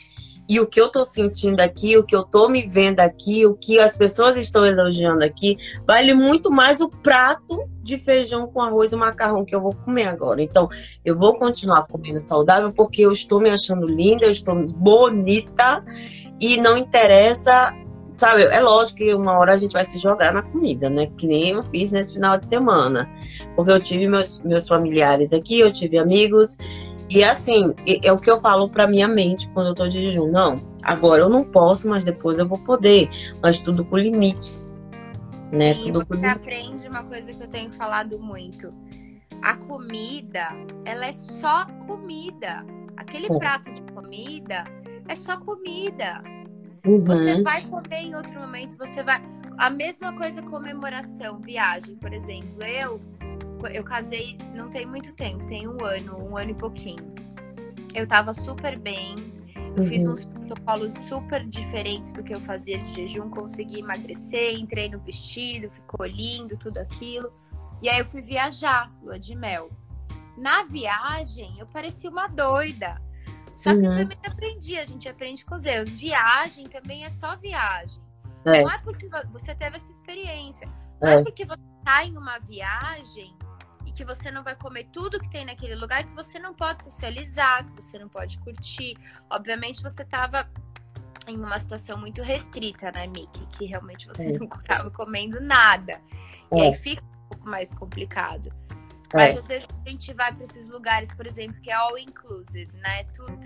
e o que eu tô sentindo aqui, o que eu tô me vendo aqui, o que as pessoas estão elogiando aqui, vale muito mais o prato de feijão com arroz e macarrão que eu vou comer agora. Então, eu vou continuar comendo saudável porque eu estou me achando linda, eu estou bonita e não interessa, sabe? É lógico que uma hora a gente vai se jogar na comida, né? Que nem eu fiz nesse final de semana. Porque eu tive meus, meus familiares aqui, eu tive amigos. E assim, é o que eu falo pra minha mente quando eu tô de jejum. Não, agora eu não posso, mas depois eu vou poder. Mas tudo com limites, né? E Tudo você com limites. aprende uma coisa que eu tenho falado muito. A comida, ela é só comida. Aquele É. prato de comida é só comida. Uhum. Você vai comer em outro momento, você vai... A mesma coisa comemoração, viagem, por exemplo. Eu... Eu casei não tem muito tempo, tem um ano, um ano e pouquinho. Eu tava super bem, eu Uhum. fiz uns protocolos super diferentes do que eu fazia de jejum, consegui emagrecer, entrei no vestido, ficou lindo, tudo aquilo. E aí eu fui viajar, lua de mel. Na viagem, eu parecia uma doida. Só que Uhum. eu também aprendi, a gente aprende com os erros. Viagem também é só viagem. É. Não é porque você teve essa experiência. Não é, É. porque você tá em uma viagem e que você não vai comer tudo que tem naquele lugar, que você não pode socializar, que você não pode curtir. Obviamente você tava em uma situação muito restrita, né, Miki? Que realmente você É. não tava comendo nada. E É. aí fica um pouco mais complicado. Mas É. às vezes a gente vai para esses lugares, por exemplo, que é all inclusive, né? Tudo.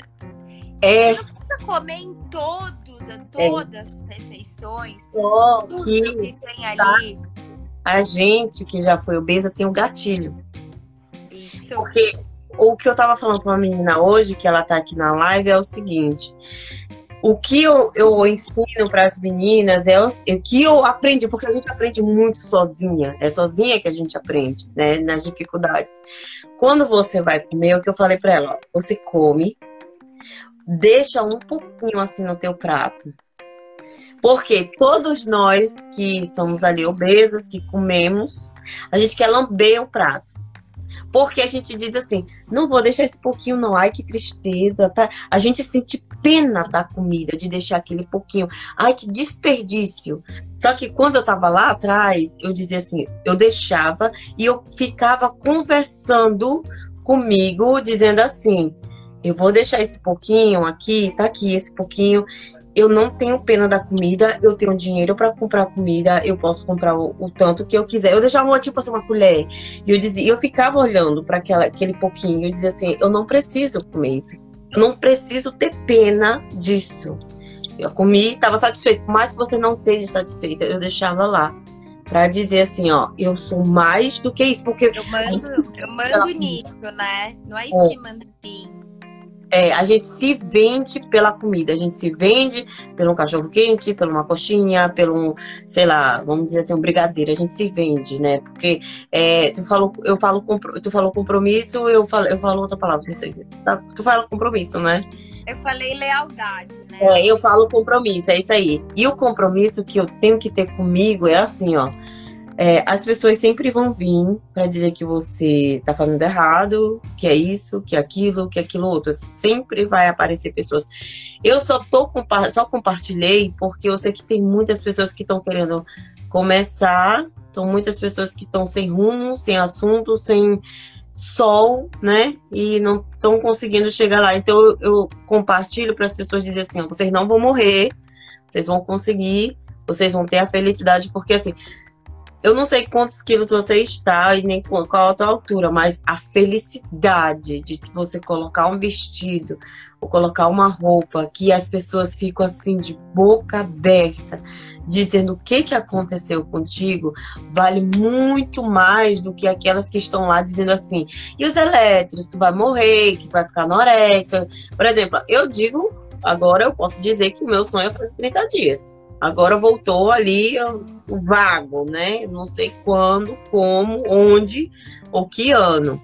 É. Você não precisa comer em todos, em todas as refeições. Só Tudo que que tem ali. a gente que já foi obesa tem um gatilho. Isso. Porque o que eu tava falando pra uma menina hoje, que ela tá aqui na live, é o seguinte. O que eu, eu ensino para as meninas é o, o que eu aprendi, porque a gente aprende muito sozinha. É sozinha que a gente aprende, né? Nas dificuldades. Quando você vai comer, é o que eu falei para ela, ó, você come, deixa um pouquinho assim no teu prato. Porque todos nós que somos ali obesos, que comemos, a gente quer lamber o prato. Porque a gente diz assim, não vou deixar esse pouquinho não, ai que tristeza, tá? A gente sente pena da comida, de deixar aquele pouquinho, ai que desperdício. Só que quando eu tava lá atrás, eu dizia assim, eu deixava e eu ficava conversando comigo, dizendo assim, eu vou deixar esse pouquinho aqui, tá aqui esse pouquinho. Eu não tenho pena da comida, eu tenho dinheiro para comprar comida, eu posso comprar o, o tanto que eu quiser. Eu deixava tipo assim, uma colher, e eu dizia, eu ficava olhando para aquele pouquinho, eu dizia assim, eu não preciso comer isso, eu não preciso ter pena disso. Eu comi, estava satisfeito, por mais que você não esteja satisfeita, eu deixava lá. Pra dizer assim, ó, eu sou mais do que isso, porque... Eu mando, eu mando nisso, né? Não é isso é. que manda em mim. É, a gente se vende pela comida, a gente se vende pelo um cachorro quente, por uma coxinha, pelo, sei lá, vamos dizer assim, um brigadeiro, a gente se vende, né? Porque é, tu falou, eu falo, tu falou compromisso, eu falo, eu falo outra palavra, não sei. Tá? Tu fala compromisso, né? Eu falei lealdade, né? É, eu falo compromisso, é isso aí. E o compromisso que eu tenho que ter comigo é assim, ó. É, as pessoas sempre vão vir para dizer que você tá fazendo errado, que é isso, que é aquilo, que é aquilo outro. Sempre vai aparecer pessoas. Eu só tô compa só compartilhei porque eu sei que tem muitas pessoas que estão querendo começar, então muitas pessoas que estão sem rumo, sem assunto, sem sol, né? E não estão conseguindo chegar lá. Então eu, eu compartilho para as pessoas dizer assim, ó, vocês não vão morrer, vocês vão conseguir, vocês vão ter a felicidade, porque assim, eu não sei quantos quilos você está e nem qual a tua altura, mas a felicidade de você colocar um vestido ou colocar uma roupa que as pessoas ficam assim de boca aberta, dizendo o que, que aconteceu contigo, vale muito mais do que aquelas que estão lá dizendo assim, e os elétricos, tu vai morrer, que tu vai ficar anorexia. Por exemplo, eu digo, agora eu posso dizer que o meu sonho é fazer trinta dias. Agora voltou ali o vago, né? Não sei quando, como, onde ou que ano.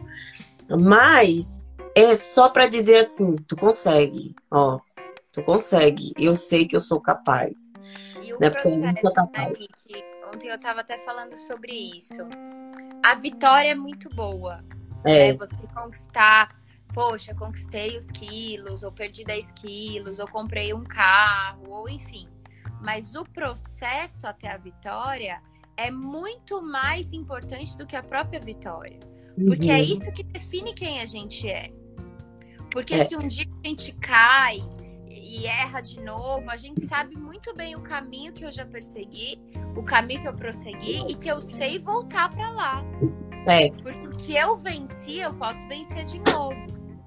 Mas é só para dizer assim, tu consegue, ó, tu consegue. Eu sei que eu sou capaz. E o né? processo, né, Miki? Ontem eu tava até falando sobre isso. A vitória é muito boa. É. Né? Você conquistar poxa, conquistei os quilos, ou perdi dez quilos, ou comprei um carro, ou enfim. Mas o processo até a vitória é muito mais importante do que a própria vitória. Porque uhum. é isso que define quem a gente é. Porque é. se um dia a gente cai e erra de novo, a gente sabe muito bem o caminho que eu já persegui, o caminho que eu prossegui e que eu sei voltar para lá. É. Porque eu venci, eu posso vencer de novo.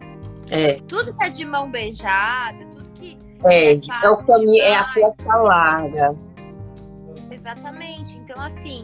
É. Tudo que é de mão beijada, tudo que é, é, é o caminho, é a costa larga. Exatamente. Então, assim,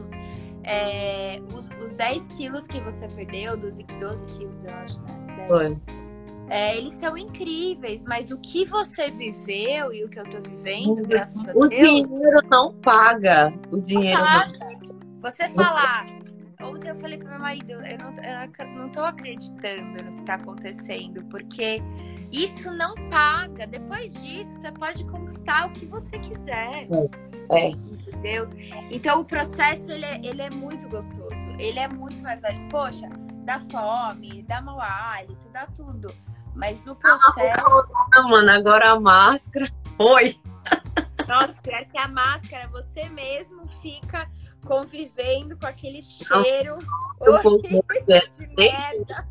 é, os, os dez quilos que você perdeu, doze, doze quilos, eu acho, né? dez, Foi. É, eles são incríveis, mas o que você viveu e o que eu tô vivendo, o, graças a o Deus... O dinheiro não paga. O dinheiro não paga. Você falar... Ontem eu falei pro meu marido, eu não, eu não tô acreditando no que tá acontecendo, porque isso não paga. Depois disso, você pode conquistar o que você quiser. É. Entendeu? Então, o processo, ele é, ele é muito gostoso. Ele é muito mais... Poxa, dá fome, dá mau hálito, dá tudo. Mas o processo... Ah, mano, agora a máscara... Oi! Nossa, pior que a máscara, você mesmo fica... convivendo com aquele cheiro horrível de merda.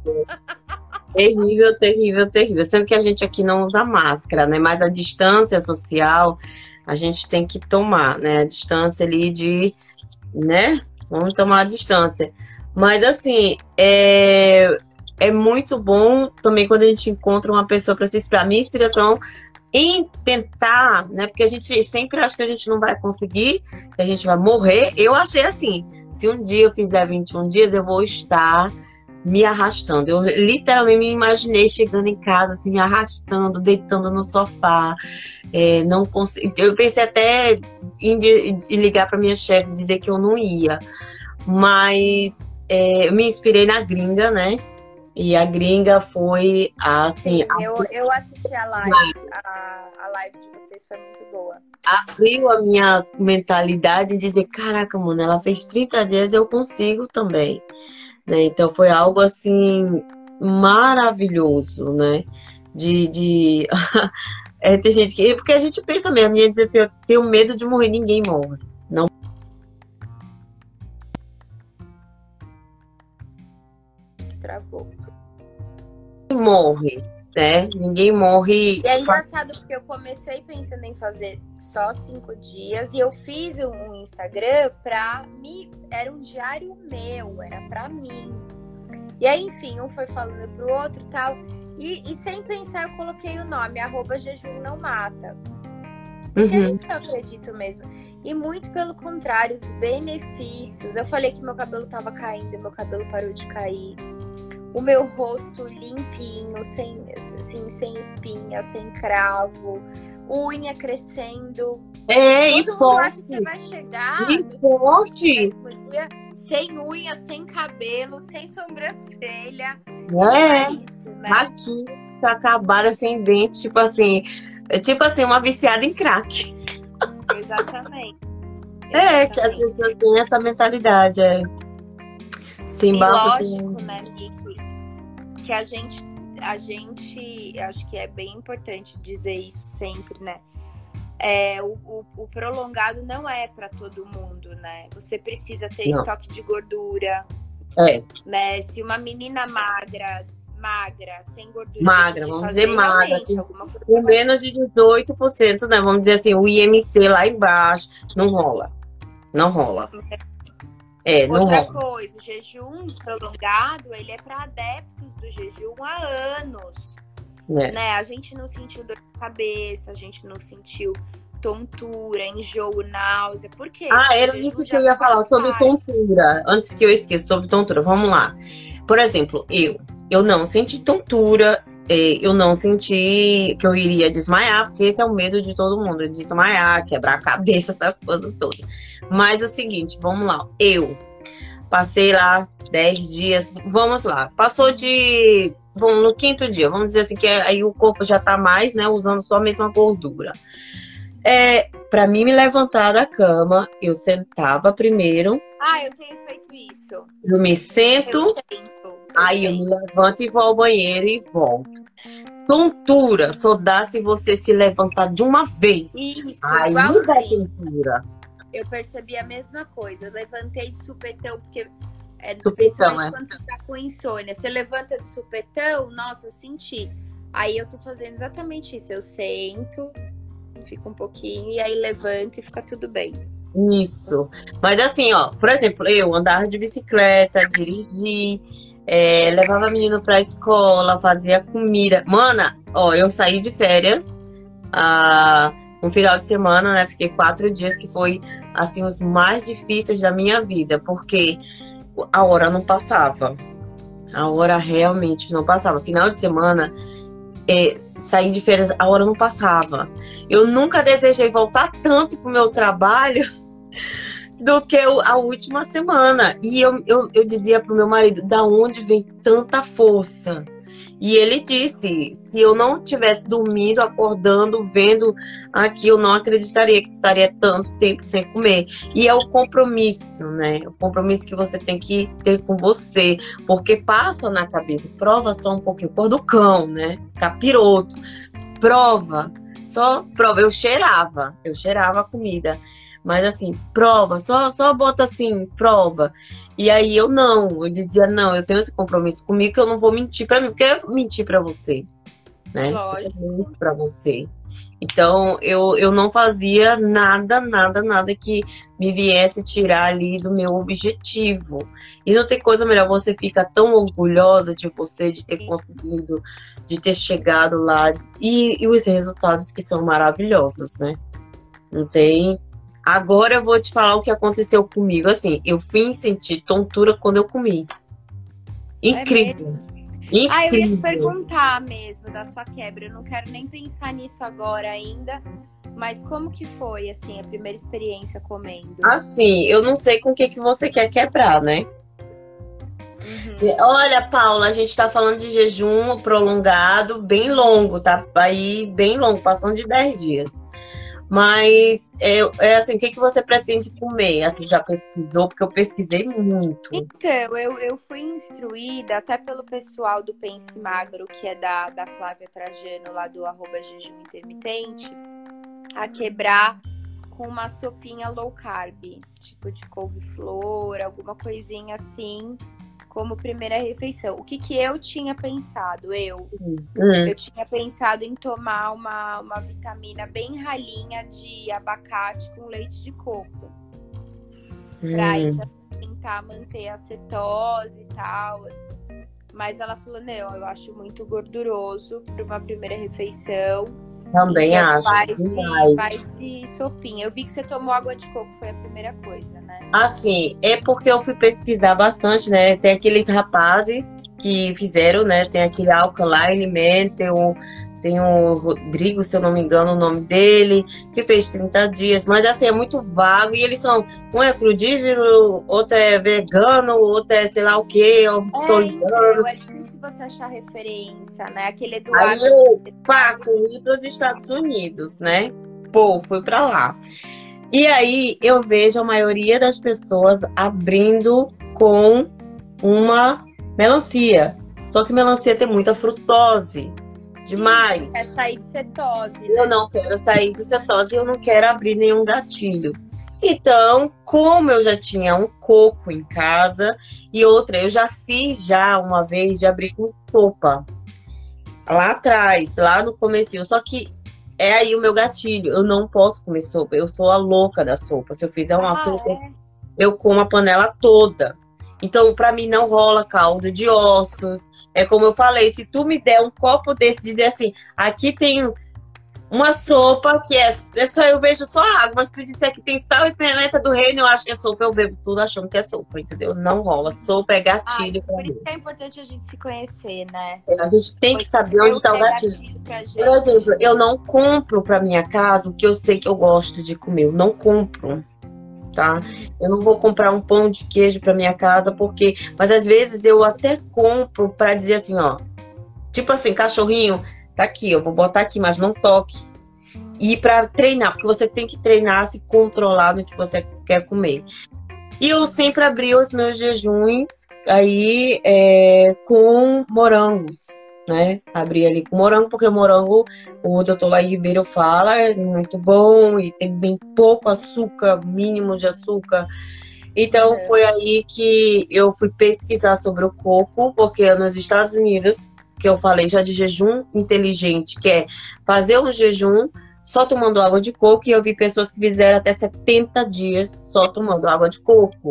Terrível, terrível, terrível. Sendo que a gente aqui não usa máscara, né? Mas a distância social a gente tem que tomar, né? A distância ali de, né? Vamos tomar a distância. Mas assim, é, é muito bom também quando a gente encontra uma pessoa para se inspirar. A minha inspiração em tentar, né? Porque a gente sempre acha que a gente não vai conseguir, que a gente vai morrer. Eu achei assim, se um dia eu fizer vinte e um dias, eu vou estar me arrastando. Eu literalmente me imaginei chegando em casa, assim, me arrastando, deitando no sofá. É, não consegui. Eu pensei até em, em ligar para minha chefe, dizer que eu não ia. Mas é, eu me inspirei na gringa, né? E a gringa foi assim. Sim, eu, eu assisti a live, a, a live de vocês foi muito boa. Abriu a minha mentalidade de dizer, caraca, mano, ela fez trinta dias, eu consigo também. Né? Então foi algo assim maravilhoso, né? De. de... é, tem gente que. Porque a gente pensa mesmo, a minha diz assim, eu tenho medo de morrer, ninguém morre. Não travou. Morre, né? Ninguém morre. E é engraçado porque eu comecei pensando em fazer só cinco dias e eu fiz um Instagram pra mim, era um diário meu, era pra mim. E aí, enfim, um foi falando pro outro e tal. E, e sem pensar, eu coloquei o nome, arroba jejum não mata. Porque uhum. é isso que eu acredito mesmo. E muito pelo contrário, os benefícios. Eu falei que meu cabelo tava caindo, meu cabelo parou de cair. O meu rosto limpinho, sem, assim, sem espinha, sem cravo, unha crescendo. É, e Todo forte. mundo acha que você vai chegar e forte. Dia, sem unha, sem cabelo, sem sobrancelha. É, é isso, né? Aqui tá acabada sem dente, tipo assim, é tipo assim, uma viciada em crack. Exatamente. É, que as pessoas têm essa mentalidade, é. Sim, lógico, tem... né, Nick? Que a gente, a gente, acho que é bem importante dizer isso sempre, né? É, o, o, o prolongado não é para todo mundo, né? Você precisa ter não. estoque de gordura, é. né? Se uma menina magra, magra, sem gordura, magra, vamos dizer magra, com menos de dezoito por cento, né? Vamos dizer assim, o I M C lá embaixo, não rola, não rola. É, não Outra rola. coisa, o jejum prolongado, ele é para adeptos do jejum há anos. É. Né? A gente não sentiu dor de cabeça, a gente não sentiu tontura, enjoo, náusea. Por quê? Ah, era isso que eu ia falar, sobre tontura. Antes que eu esqueça, sobre tontura. Vamos lá. Por exemplo, eu, eu não senti tontura, eu não senti que eu iria desmaiar, porque esse é o medo de todo mundo, desmaiar, quebrar a cabeça, essas coisas todas. Mas é o seguinte, vamos lá. Eu passei lá dez dias, vamos lá, passou de... Vamos, no quinto dia, vamos dizer assim, que aí o corpo já tá mais, né, usando só a mesma gordura. É, pra mim me levantar da cama, eu sentava primeiro. Ah, eu tenho feito isso. Eu me sento. Eu sento. Aí eu me levanto e vou ao banheiro e volto. Tontura só dá se você se levantar de uma vez. Isso, aí dá tontura. Eu percebi a mesma coisa. Eu levantei de supetão, porque é, supetão, é. quando você tá com insônia. Você levanta de supetão, nossa, eu senti. Aí eu tô fazendo exatamente isso. Eu sento, fico um pouquinho, e aí levanto e fica tudo bem. Isso. Mas assim, ó, por exemplo, eu andava de bicicleta, dirigi, é, levava menino pra escola, fazia comida. Mana, ó, eu saí de férias ah, um final de semana, né? Fiquei quatro dias, que foi, assim, os mais difíceis da minha vida, porque a hora não passava. A hora realmente não passava. Final de semana, é, saí de férias, a hora não passava. Eu nunca desejei voltar tanto pro meu trabalho do que a última semana. E eu, eu, eu dizia pro meu marido, da onde vem tanta força? E ele disse, se eu não tivesse dormido, acordando, vendo aqui, eu não acreditaria que estaria tanto tempo sem comer. E é o compromisso, né? O compromisso que você tem que ter com você, porque passa na cabeça, prova só um pouquinho, cor do cão, né? Capiroto, prova, só prova. Eu cheirava, eu cheirava a comida. Mas assim, prova, só, só bota assim, prova. E aí eu não, eu dizia, não, eu tenho esse compromisso comigo que eu não vou mentir pra mim, porque eu mentir pra você, né? Lógico. Pra você. Então, eu, eu não fazia nada, nada, nada que me viesse tirar ali do meu objetivo. E não tem coisa melhor, você fica tão orgulhosa de você, de ter conseguido, de ter chegado lá. E, e os resultados que são maravilhosos, né? Não tem... Agora eu vou te falar o que aconteceu comigo. Assim, eu fui sentir tontura quando eu comi. Incrível. É Incrível. Ah, eu ia te perguntar mesmo da sua quebra. Eu não quero nem pensar nisso agora ainda. Mas como que foi, assim, a primeira experiência comendo? Assim, eu não sei com o que, que você quer quebrar, né? Uhum. Olha, Paula, a gente tá falando de jejum prolongado, bem longo, tá? Aí, bem longo, passando de dez dias. Mas, é, é assim, o que, que você pretende comer? Assim, já pesquisou? Porque eu pesquisei muito. Então, eu, eu fui instruída até pelo pessoal do Pense Magro, que é da, da Flávia Trajano, lá do arroba jejum intermitente, a quebrar com uma sopinha low carb, tipo de couve-flor, alguma coisinha assim, como primeira refeição. O que, que eu tinha pensado? Eu, hum. eu tinha pensado em tomar uma, uma vitamina bem ralinha de abacate com leite de coco. Hum. Pra então, tentar manter a cetose e tal. Mas ela falou, não, eu acho muito gorduroso para uma primeira refeição. Também então, acho. Faz de, faz de sopinha. Eu vi que você tomou água de coco, foi a primeira coisa, né? Assim, é porque eu fui pesquisar bastante, né? Tem aqueles rapazes que fizeram, né? Tem aquele Alkaline Man, tem o, tem o Rodrigo, se eu não me engano o nome dele, que fez trinta dias. Mas assim, é muito vago. E eles são, um é crudívoro, outro é vegano, outro é sei lá o quê, eu tô ligando. É difícil você achar referência, né? Aquele Eduardo. Aí eu, pá, fui para os Estados Unidos, né? Pô, fui para lá. E aí eu vejo a maioria das pessoas abrindo com uma melancia. Só que melancia tem muita frutose. Demais. Você quer sair de cetose, né? Eu não quero sair de cetose e eu não quero abrir nenhum gatilho. Então, como eu já tinha um coco em casa e outra, eu já fiz já uma vez de abrir com sopa. Lá atrás, lá no comecinho. Só que é aí o meu gatilho. Eu não posso comer sopa. Eu sou a louca da sopa. Se eu fizer uma ah, sopa, é? eu como a panela toda. Então, pra mim, não rola caldo de ossos. É como eu falei, se tu me der um copo desse, dizer assim, aqui tem uma sopa que é, é só, eu vejo só água, mas se tu disser que tem sal e pimenta do reino, eu acho que é sopa, eu bebo tudo achando que é sopa, entendeu? Não rola. Sopa é gatilho. Ah, por isso que é importante a gente se conhecer, né? É, a gente tem que saber onde está o gatilho. gatilho Por exemplo, eu não compro pra minha casa o que eu sei que eu gosto de comer. Eu não compro, tá? Eu não vou comprar um pão de queijo pra minha casa, porque... Mas às vezes eu até compro pra dizer assim, ó... Tipo assim, cachorrinho... Tá aqui, eu vou botar aqui, mas não toque. E para treinar, porque você tem que treinar, se controlar no que você quer comer. E eu sempre abri os meus jejuns aí é, com morangos, né? Abri ali com morango, porque o morango, o doutor Laí Ribeiro fala, é muito bom e tem bem pouco açúcar, mínimo de açúcar. Então Uhum. foi aí que eu fui pesquisar sobre o coco, porque nos Estados Unidos, que eu falei já de jejum inteligente, que é fazer um jejum só tomando água de coco, e eu vi pessoas que fizeram até setenta dias só tomando água de coco.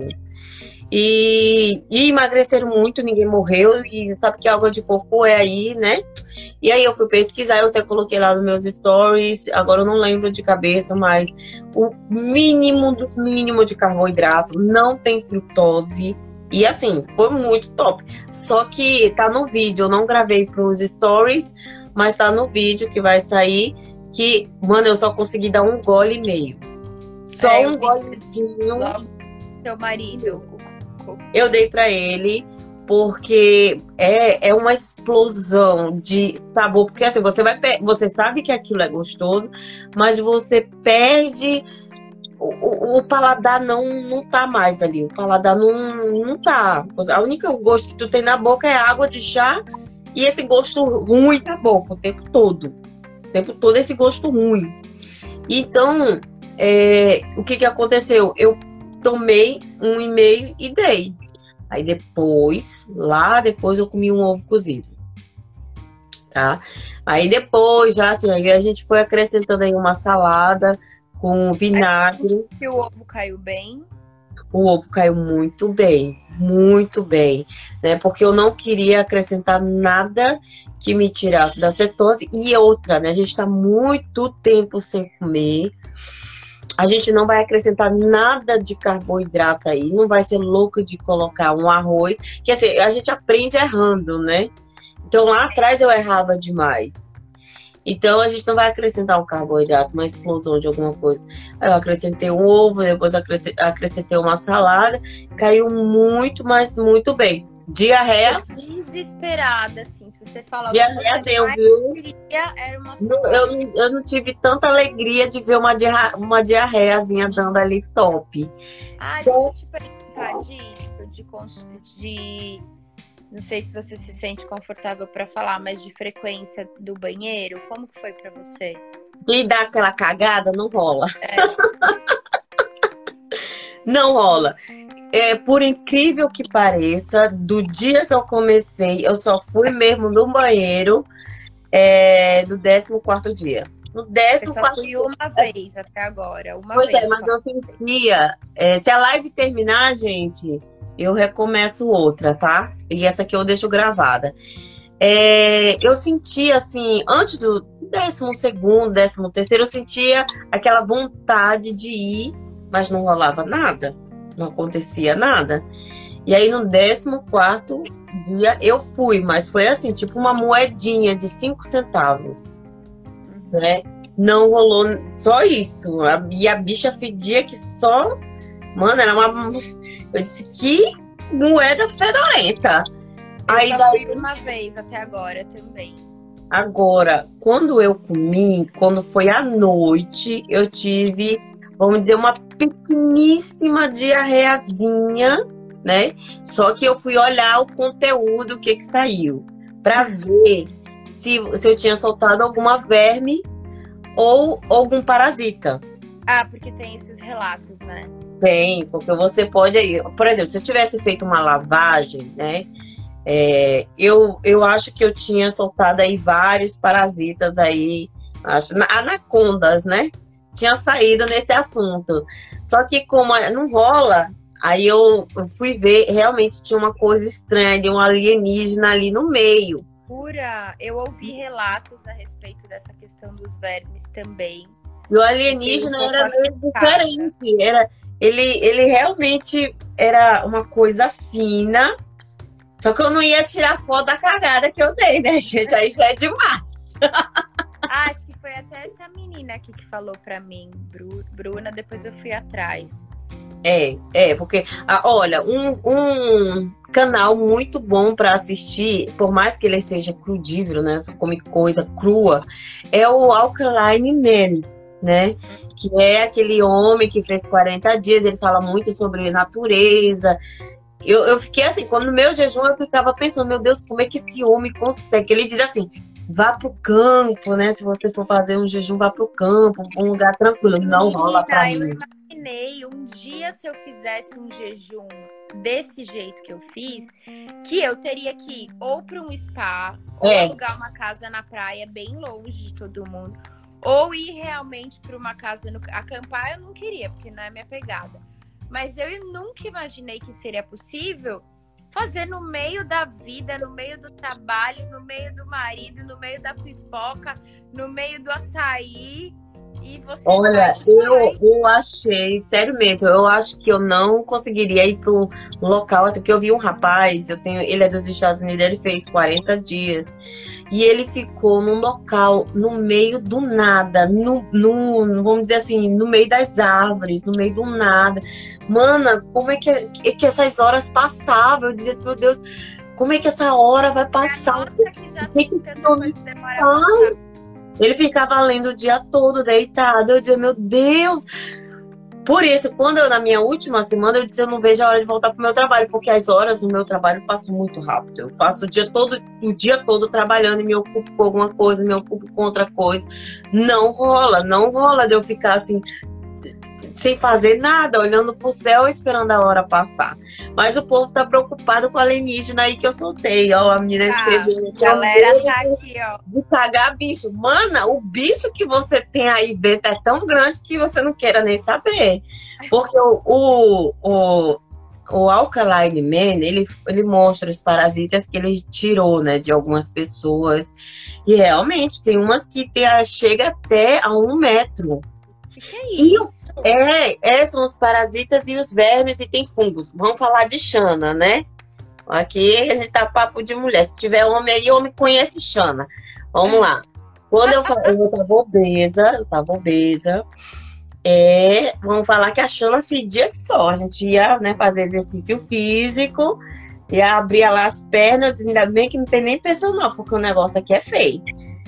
E, e emagreceram muito, ninguém morreu, e sabe que a água de coco é aí, né? E aí eu fui pesquisar, eu até coloquei lá nos meus stories, agora eu não lembro de cabeça, mas o mínimo do mínimo de carboidrato, não tem frutose. E assim, foi muito top. Só que tá no vídeo, eu não gravei pros stories, mas tá no vídeo que vai sair, que, mano, eu só consegui dar um gole e meio. Só É, eu um vi golezinho. logo teu marido. o- o- Eu dei pra ele, porque é, é uma explosão de sabor. Porque assim, você vai pe- você sabe que aquilo é gostoso, mas você perde. O, o, o paladar não, não tá mais ali. O paladar não, não tá. A única gosto que tu tem na boca é água de chá e esse gosto ruim na boca o tempo todo. O tempo todo esse gosto ruim. Então, é, o que que aconteceu? Eu tomei um e meio e dei. Aí depois, lá depois eu comi um ovo cozido, tá? Aí depois, já assim, aí a gente foi acrescentando aí uma salada com vinagre. Que o ovo caiu bem. O ovo caiu muito bem, muito bem, né? Porque eu não queria acrescentar nada que me tirasse da cetose. E outra, né? A gente tá muito tempo sem comer. A gente não vai acrescentar nada de carboidrato aí, não vai ser louco de colocar um arroz, que assim, a gente aprende errando, né? Então lá atrás eu errava demais. Então a gente não vai acrescentar um carboidrato, uma explosão de alguma coisa. Aí eu acrescentei um ovo, depois acrescentei uma salada, caiu muito, mas muito bem. Diarreia. Desesperada, assim. Se você falar Diarreia deu, viu? queria, era uma Não, eu, não- eu não tive tanta alegria de ver uma, diarra, uma diarreiazinha dando ali top. Ah, Só... deixa eu te perguntar disso, de, cons- de. Não sei se você se sente confortável para falar, mas de frequência do banheiro, como que foi para você? E dar aquela cagada, não rola. É. Não rola. É, por incrível que pareça, do dia que eu comecei, eu só fui mesmo no banheiro é, do décimo quarto dia. No décimo Eu só quarto fui dia. uma vez até agora, uma Pois vez é, mas só. eu sentia. É, se a live terminar, gente, eu recomeço outra, tá? E essa aqui eu deixo gravada. É, eu sentia assim, antes do décimo segundo, décimo terceiro, eu sentia aquela vontade de ir, mas não rolava nada, não acontecia nada. E aí no décimo quarto dia eu fui, mas foi assim, tipo uma moedinha de cinco centavos, né? Não rolou só isso. E a bicha fedia que só, mano, era uma, eu disse que moeda fedorenta. Eu Aí só daí, fui uma vez até agora também. agora, quando eu comi, quando foi à noite, eu tive, vamos dizer, uma pequeníssima diarreazinha, né? Só que eu fui olhar o conteúdo, o que que saiu, pra ver se, se eu tinha soltado alguma verme ou algum parasita. Ah, porque tem esses relatos, né? Tem, porque você pode aí, por exemplo, se eu tivesse feito uma lavagem, né? É, eu, eu acho que eu tinha soltado aí vários parasitas aí, acho, anacondas, né? Tinha saído nesse assunto. Só que como não rola, aí eu, eu fui ver, realmente tinha uma coisa estranha, de um alienígena ali no meio. Pura, eu ouvi relatos a respeito dessa questão dos vermes também. E o alienígena Um era pouco meio diferente. Era, ele, ele realmente era uma coisa fina. Só que eu não ia tirar foto da cagada que eu dei, né, gente? Aí já é demais. Ah, acho que foi até essa menina aqui que falou pra mim, Bru- Bruna, depois eu fui atrás. É, é, porque, ah, olha, um, um canal muito bom para assistir, por mais que ele seja crudívoro, né? Só come coisa crua, é o Alkaline Man, né? que é aquele homem que fez quarenta dias, ele fala muito sobre natureza. Eu, eu fiquei assim, quando no meu jejum eu ficava pensando, meu Deus, como é que esse homem consegue? Ele diz assim, vá pro campo, né? Se você for fazer um jejum, vá pro campo, um lugar tranquilo. Não rola pra Menina, eu mim. imaginei um dia se eu fizesse um jejum desse jeito que eu fiz, que eu teria que ir ou para um spa, ou É. alugar uma casa na praia bem longe de todo mundo, ou ir realmente para uma casa no... Acampar eu não queria, porque não é minha pegada. Mas eu nunca imaginei que seria possível fazer no meio da vida, no meio do trabalho, no meio do marido, no meio da pipoca, no meio do açaí. E você Olha, eu, eu achei, sério mesmo, eu acho que eu não conseguiria ir para um local assim, que eu vi um rapaz, eu tenho, ele é dos Estados Unidos, ele fez quarenta dias, e ele ficou num local, no meio do nada, no, no, vamos dizer assim, no meio das árvores, no meio do nada. Mana, como é que, que essas horas passavam? Eu dizia assim, meu Deus, como é que essa hora vai passar? Nossa, que já tem tanta coisa demora. Ele ficava lendo o dia todo deitado. Eu dizia, meu Deus. Por isso, quando eu, na minha última semana, eu disse, eu não vejo a hora de voltar pro meu trabalho, porque as horas no meu trabalho passam muito rápido. Eu passo o dia todo, o dia todo trabalhando e me ocupo com alguma coisa, me ocupo com outra coisa. Não rola, não rola de eu ficar assim, sem fazer nada, olhando pro céu, esperando a hora passar. Mas o povo tá preocupado com a alienígena aí que eu soltei, ó, a menina escreveu. Ah, galera tá aqui, ó. De pagar bicho. Mana, o bicho que você tem aí dentro é tão grande que você não queira nem saber. Porque o, o, o, o Alkaline Man, ele, ele mostra os parasitas que ele tirou, né, de algumas pessoas. E realmente, tem umas que tem, chega até a um metro. O que é isso? E, é, é, são os parasitas e os vermes e tem fungos. Vamos falar de Xana, né? Aqui a gente tá papo de mulher. Se tiver homem aí, homem conhece Xana. Vamos lá. Quando eu, eu tava obesa, eu tava obesa, é, vamos falar que a Xana fedia que só. A gente ia, né, fazer exercício físico, ia abrir lá as pernas, ainda bem que não tem nem personal, porque o negócio aqui é feio.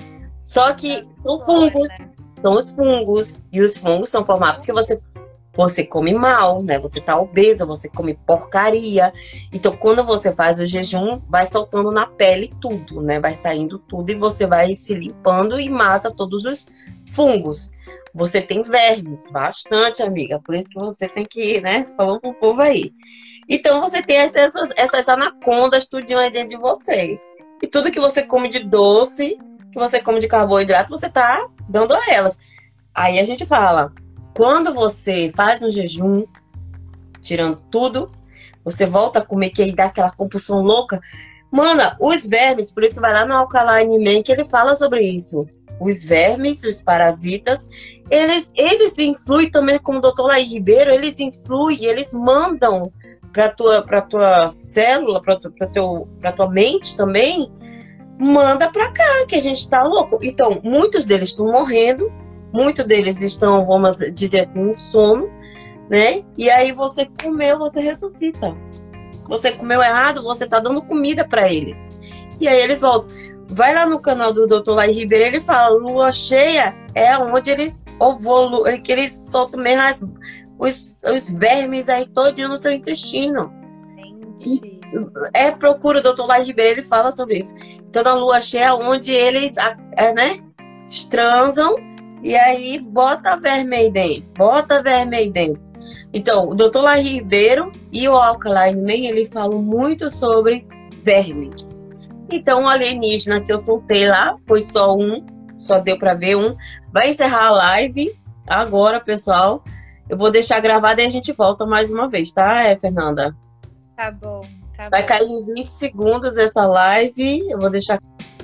Só que são fungos. São os fungos. E os fungos são formados porque você, você come mal, né? Você tá obesa, você come porcaria. Então, quando você faz o jejum, vai soltando na pele tudo, né? Vai saindo tudo e você vai se limpando e mata todos os fungos. Você tem vermes, bastante, amiga. Por isso que você tem que ir, né? Falando pro povo aí. Então, você tem essas, essas anacondas tudinho aí dentro de você. E tudo que você come de doce, que você come de carboidrato, você tá dando a elas. Aí a gente fala, quando você faz um jejum, tirando tudo, você volta a comer, que aí dá aquela compulsão louca. Mana, os vermes, por isso vai lá no Alkaline Man, que ele fala sobre isso. Os vermes, os parasitas, eles, eles influem também, como o doutor Laí Ribeiro, eles influem, eles mandam para tua, para tua célula, para teu, para tua mente também, manda pra cá, que a gente tá louco. Então, muitos deles estão morrendo, muitos deles estão, vamos dizer assim, em sono, né? E aí você comeu, você ressuscita. Você comeu errado, você tá dando comida pra eles. E aí eles voltam. Vai lá no canal do doutor Laí Ribeiro, ele fala, lua cheia é onde eles ovulam, que eles soltam mesmo as, os, os vermes aí todinho no seu intestino. Gente. É, procura o doutor Laí Ribeiro, ele fala sobre isso. Então, na lua cheia, onde eles, é, né, transam e aí bota verme aí dentro, bota verme aí dentro. Então, o doutor Laí Ribeiro e o Alkaline Man, ele falam muito sobre vermes. Então, o alienígena que eu soltei lá, foi só um, só deu pra ver um. Vai encerrar a live agora, pessoal. Eu vou deixar gravado e a gente volta mais uma vez, tá, é, Fernanda? Tá bom. Tá Vai bom. cair em vinte segundos essa live. Eu vou deixar.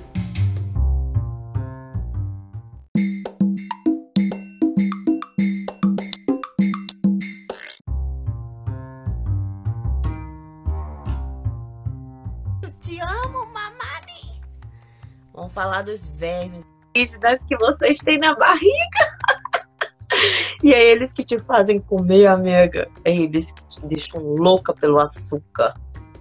Eu te amo, mamãe. Vamos falar dos vermes das que vocês têm na barriga. E é eles que te fazem comer, amiga. É eles que te deixam louca pelo açúcar.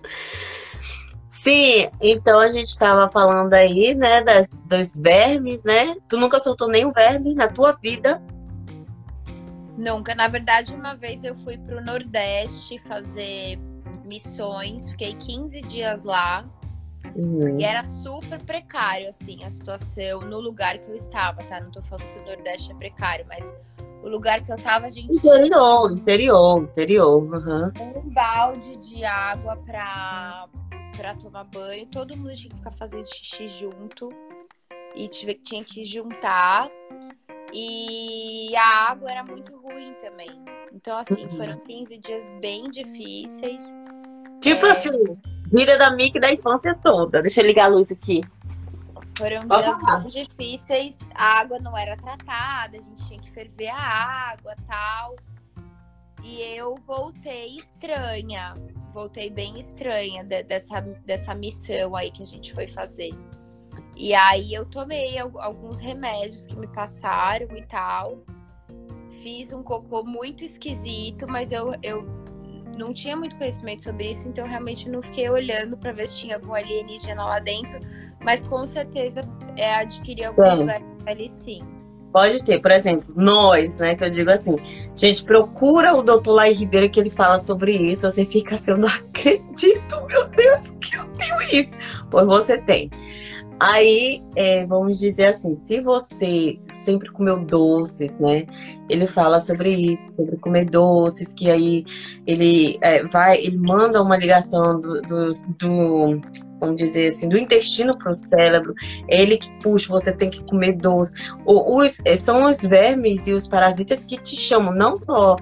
Sim, então a gente estava falando aí, né, das, dos vermes, né? Tu nunca soltou nenhum verme na tua vida? Nunca. Na verdade, uma vez eu fui pro Nordeste fazer missões, fiquei quinze dias lá. Uhum. E era super precário, assim, a situação no lugar que eu estava, tá? Não tô falando que o Nordeste é precário, mas o lugar que eu tava, a gente Interior, interior, interior. Uhum. tinha um balde de água pra, pra tomar banho. Todo mundo tinha que ficar fazendo xixi junto. E tive, tinha que juntar. E a água era muito ruim também. Então, assim, foram quinze dias bem difíceis. Tipo É... assim, vida da Mickey da infância toda. Deixa eu ligar a luz aqui. Foram Pode dias falar. bem difíceis. A água não era tratada, a gente tinha que ferver a água e tal. E eu voltei estranha. Voltei bem estranha de, dessa, dessa missão aí que a gente foi fazer. E aí eu tomei alguns remédios que me passaram e tal. Fiz um cocô muito esquisito, mas eu, eu não tinha muito conhecimento sobre isso, então realmente não fiquei olhando pra ver se tinha algum alienígena lá dentro. Mas com certeza é, adquiri alguns vermes ali sim. Pode ter, por exemplo, nós, né, que eu digo assim, gente, procura o doutor Laí Ribeiro que ele fala sobre isso, você fica assim, eu não acredito, meu Deus, que eu tenho isso. Pois você tem. Aí, é, vamos dizer assim, se você sempre comeu doces, né? Ele fala sobre isso, sobre comer doces, que aí ele é, vai, ele manda uma ligação do, do, do vamos dizer assim, do intestino para o cérebro. É ele que puxa, você tem que comer doce. O, os, são os vermes e os parasitas que te chamam, não só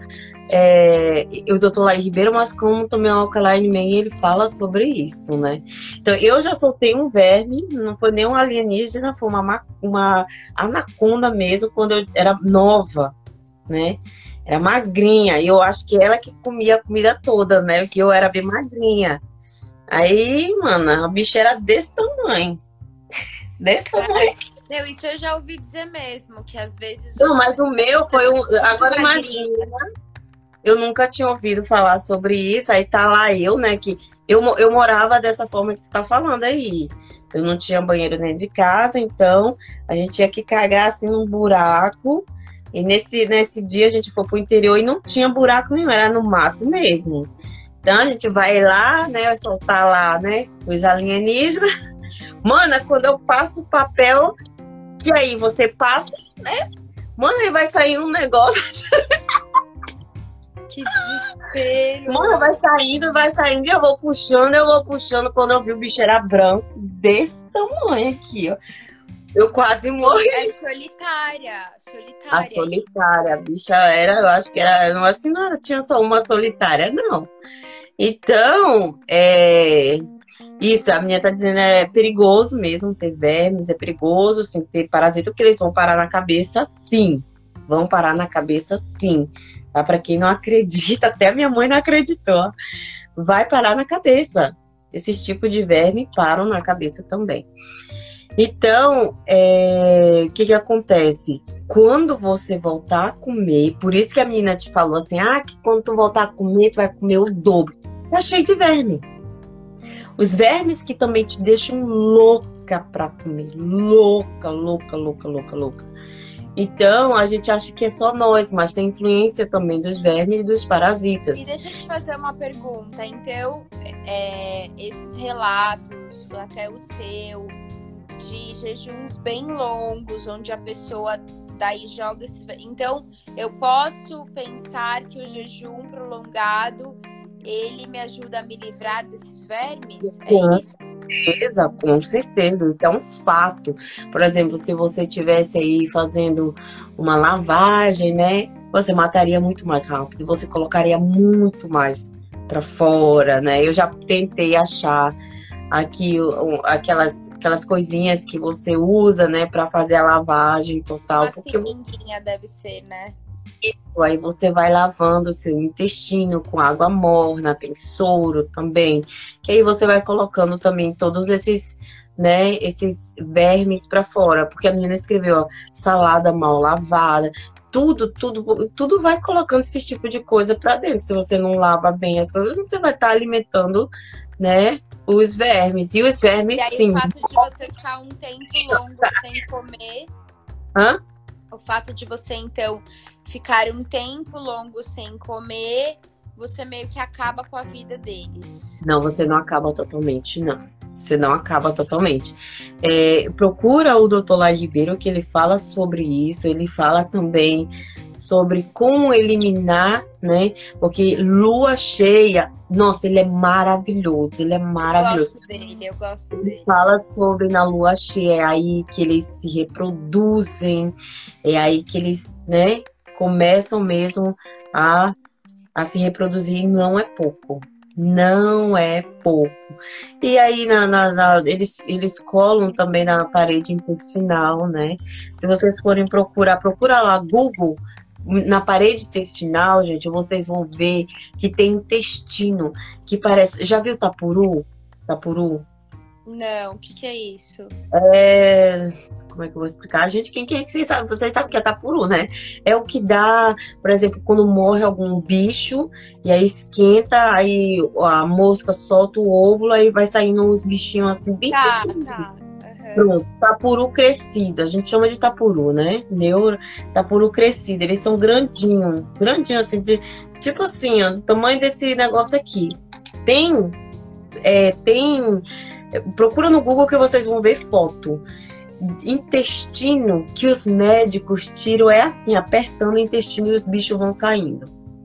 É, o doutor Laí Ribeiro, mas como também o Alkaline Man, ele fala sobre isso, né? Então, eu já soltei um verme, não foi nem um alienígena, foi uma, uma anaconda mesmo, quando eu era nova, né? Era magrinha, e eu acho que ela que comia a comida toda, né? Porque eu era bem magrinha. Aí, mano, a bicha era desse tamanho. Desse tamanho. Meu, isso eu já ouvi dizer mesmo, que às vezes... Não, mas o meu foi um... Agora imagina... Eu nunca tinha ouvido falar sobre isso, aí tá lá eu, né, que eu, eu morava dessa forma que tu tá falando aí. Eu não tinha banheiro dentro de casa, então a gente tinha que cagar assim num buraco, e nesse, nesse dia a gente foi pro interior e não tinha buraco nenhum, era no mato mesmo. Então a gente vai lá, né, vai soltar lá, né, os alienígenas. Mano, quando eu passo o papel, que aí você passa, né, mano, aí vai sair um negócio... Que desespero. Mano, vai saindo, vai saindo, e eu vou puxando, eu vou puxando. Quando eu vi o bicho era branco, desse tamanho aqui, ó. Eu quase morri. É solitária, solitária. A solitária, a bicha era, eu acho que era, eu acho que não era, tinha só uma solitária, não. Então, é... Isso, a menina tá dizendo, é perigoso mesmo ter vermes, é perigoso, sim, ter parasita, porque eles vão parar na cabeça, sim. Vão parar na cabeça, sim. Tá? Para quem não acredita, até a minha mãe não acreditou, vai parar na cabeça. Esses tipos de verme param na cabeça também. Então, é... o que que acontece? Quando você voltar a comer, por isso que a menina te falou assim, ah, que quando tu voltar a comer, tu vai comer o dobro. Tá cheio de verme. Os vermes que também te deixam louca pra comer. Louca, louca, louca, louca, louca. Então, a gente acha que é só nós, mas tem influência também dos vermes e dos parasitas. E deixa eu te fazer uma pergunta. Então, é, esses relatos, até o seu, de jejuns bem longos, onde a pessoa daí joga esse... Então, eu posso pensar que o jejum prolongado, ele me ajuda a me livrar desses vermes? É isso? Certeza, com certeza, isso é um fato. Por exemplo, se você estivesse aí fazendo uma lavagem, né, você mataria muito mais rápido, você colocaria muito mais para fora, né? Eu já tentei achar aqui aquelas, aquelas coisinhas que você usa, né, para fazer a lavagem total. Uma porque seringuinha deve ser, né? Isso, aí você vai lavando o seu intestino com água morna, tem soro também, que aí você vai colocando também todos esses, né, esses vermes para fora, porque a menina escreveu, ó, salada mal lavada, tudo, tudo, tudo vai colocando esse tipo de coisa para dentro. Se você não lava bem as coisas, você vai estar tá alimentando, né, os vermes, e os vermes, e aí, sim. O fato de você ficar um tempo longo sem comer... Hã? O fato de você, então, ficarem um tempo longo sem comer, você meio que acaba com a vida deles. Não, você não acaba totalmente, não. Você não acaba totalmente. É, procura o doutor Lai Ribeiro, que ele fala sobre isso. Ele fala também sobre como eliminar, né? Porque lua cheia, nossa, ele é maravilhoso. Ele é maravilhoso. Eu gosto dele, eu gosto Ele dele. fala sobre na lua cheia, é aí que eles se reproduzem, é aí que eles, né, começam mesmo a, a se reproduzir. Não é pouco. Não é pouco. E aí na, na, na, eles, eles colam também na parede intestinal, né? Se vocês forem procurar, procura lá, Google, na parede intestinal, gente, vocês vão ver que tem intestino, que parece... Já viu tapuru? Tapuru? Não, o que, que é isso? É... Como é que eu vou explicar? Gente, quem, quem vocês sabem? Vocês sabem o que é tapuru, né? É o que dá, por exemplo, quando morre algum bicho, e aí esquenta, aí a mosca solta o óvulo, aí vai saindo uns bichinhos assim, bem Tá, pequenininhos. tá. Uhum. Pronto, tapuru crescido, a gente chama de tapuru, né? Neuro, tapuru crescido, eles são grandinhos, grandinhos assim, de, tipo assim, ó, do tamanho desse negócio aqui. Tem, é, tem, procura no Google que vocês vão ver foto. Intestino que os médicos tiram é assim, apertando o intestino e os bichos vão saindo.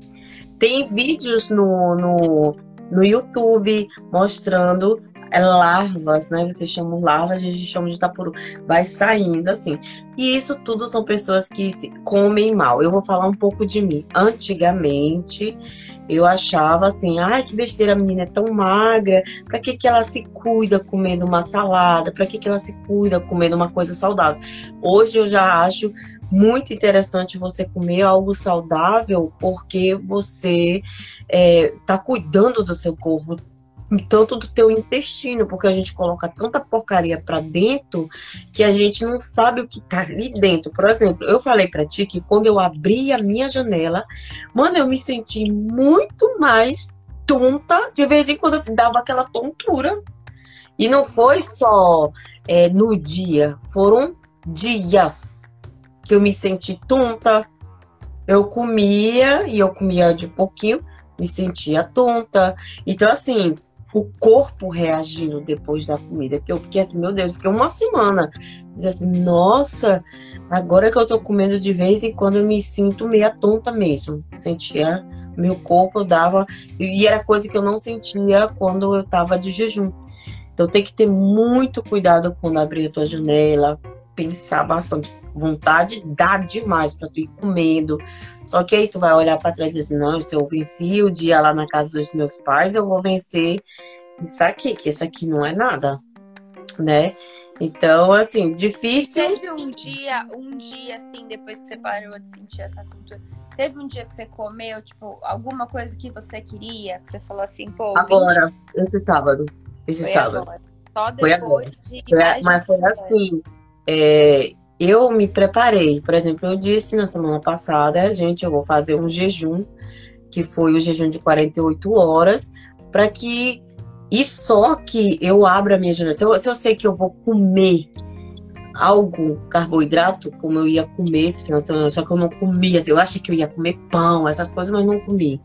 Tem vídeos no, no, no YouTube mostrando larvas, né? Vocês chamam larvas, a gente chama de tapuru. Vai saindo assim. E isso tudo são pessoas que se comem mal. Eu vou falar um pouco de mim. Antigamente, eu achava assim, ai, que besteira, a menina é tão magra, pra que que ela se cuida comendo uma salada, pra que que ela se cuida comendo uma coisa saudável? Hoje eu já acho muito interessante você comer algo saudável, porque você é, tá cuidando do seu corpo, tanto do teu intestino, porque a gente coloca tanta porcaria pra dentro que a gente não sabe o que tá ali dentro. Por exemplo, eu falei pra ti que quando eu abri a minha janela, mano, eu me senti muito mais tonta. De vez em quando eu dava aquela tontura. E não foi só é, no dia, foram dias que eu me senti tonta. Eu comia, e eu comia de pouquinho, me sentia tonta. Então, assim, o corpo reagindo depois da comida, que eu fiquei assim, meu Deus, fiquei uma semana, dizia assim, nossa, agora que eu tô comendo de vez em quando eu me sinto meio tonta mesmo, sentia, meu corpo dava, e era coisa que eu não sentia quando eu tava de jejum. Então tem que ter muito cuidado quando abrir a tua janela, pensar bastante. Vontade dá demais pra tu ir comendo. Só que aí tu vai olhar pra trás e dizer, não, se eu venci o dia lá na casa dos meus pais, eu vou vencer isso aqui, que isso aqui não é nada, né? Então, assim, difícil... E teve um dia, um dia, assim, depois que você parou de sentir essa tontura, teve um dia que você comeu, tipo, alguma coisa que você queria, que você falou assim, pô... Agora, vinte... esse sábado, esse foi sábado. Agora. Só Foi depois agora. de... Foi a... Mas foi assim, é... eu me preparei. Por exemplo, eu disse na semana passada, gente, eu vou fazer um jejum, que foi o jejum de quarenta e oito horas, para que... E só que eu abro a minha janela. Se eu, se eu sei que eu vou comer algo, carboidrato, como eu ia comer esse final de semana, só que eu não comia. Eu achei que eu ia comer pão, essas coisas, mas não comi.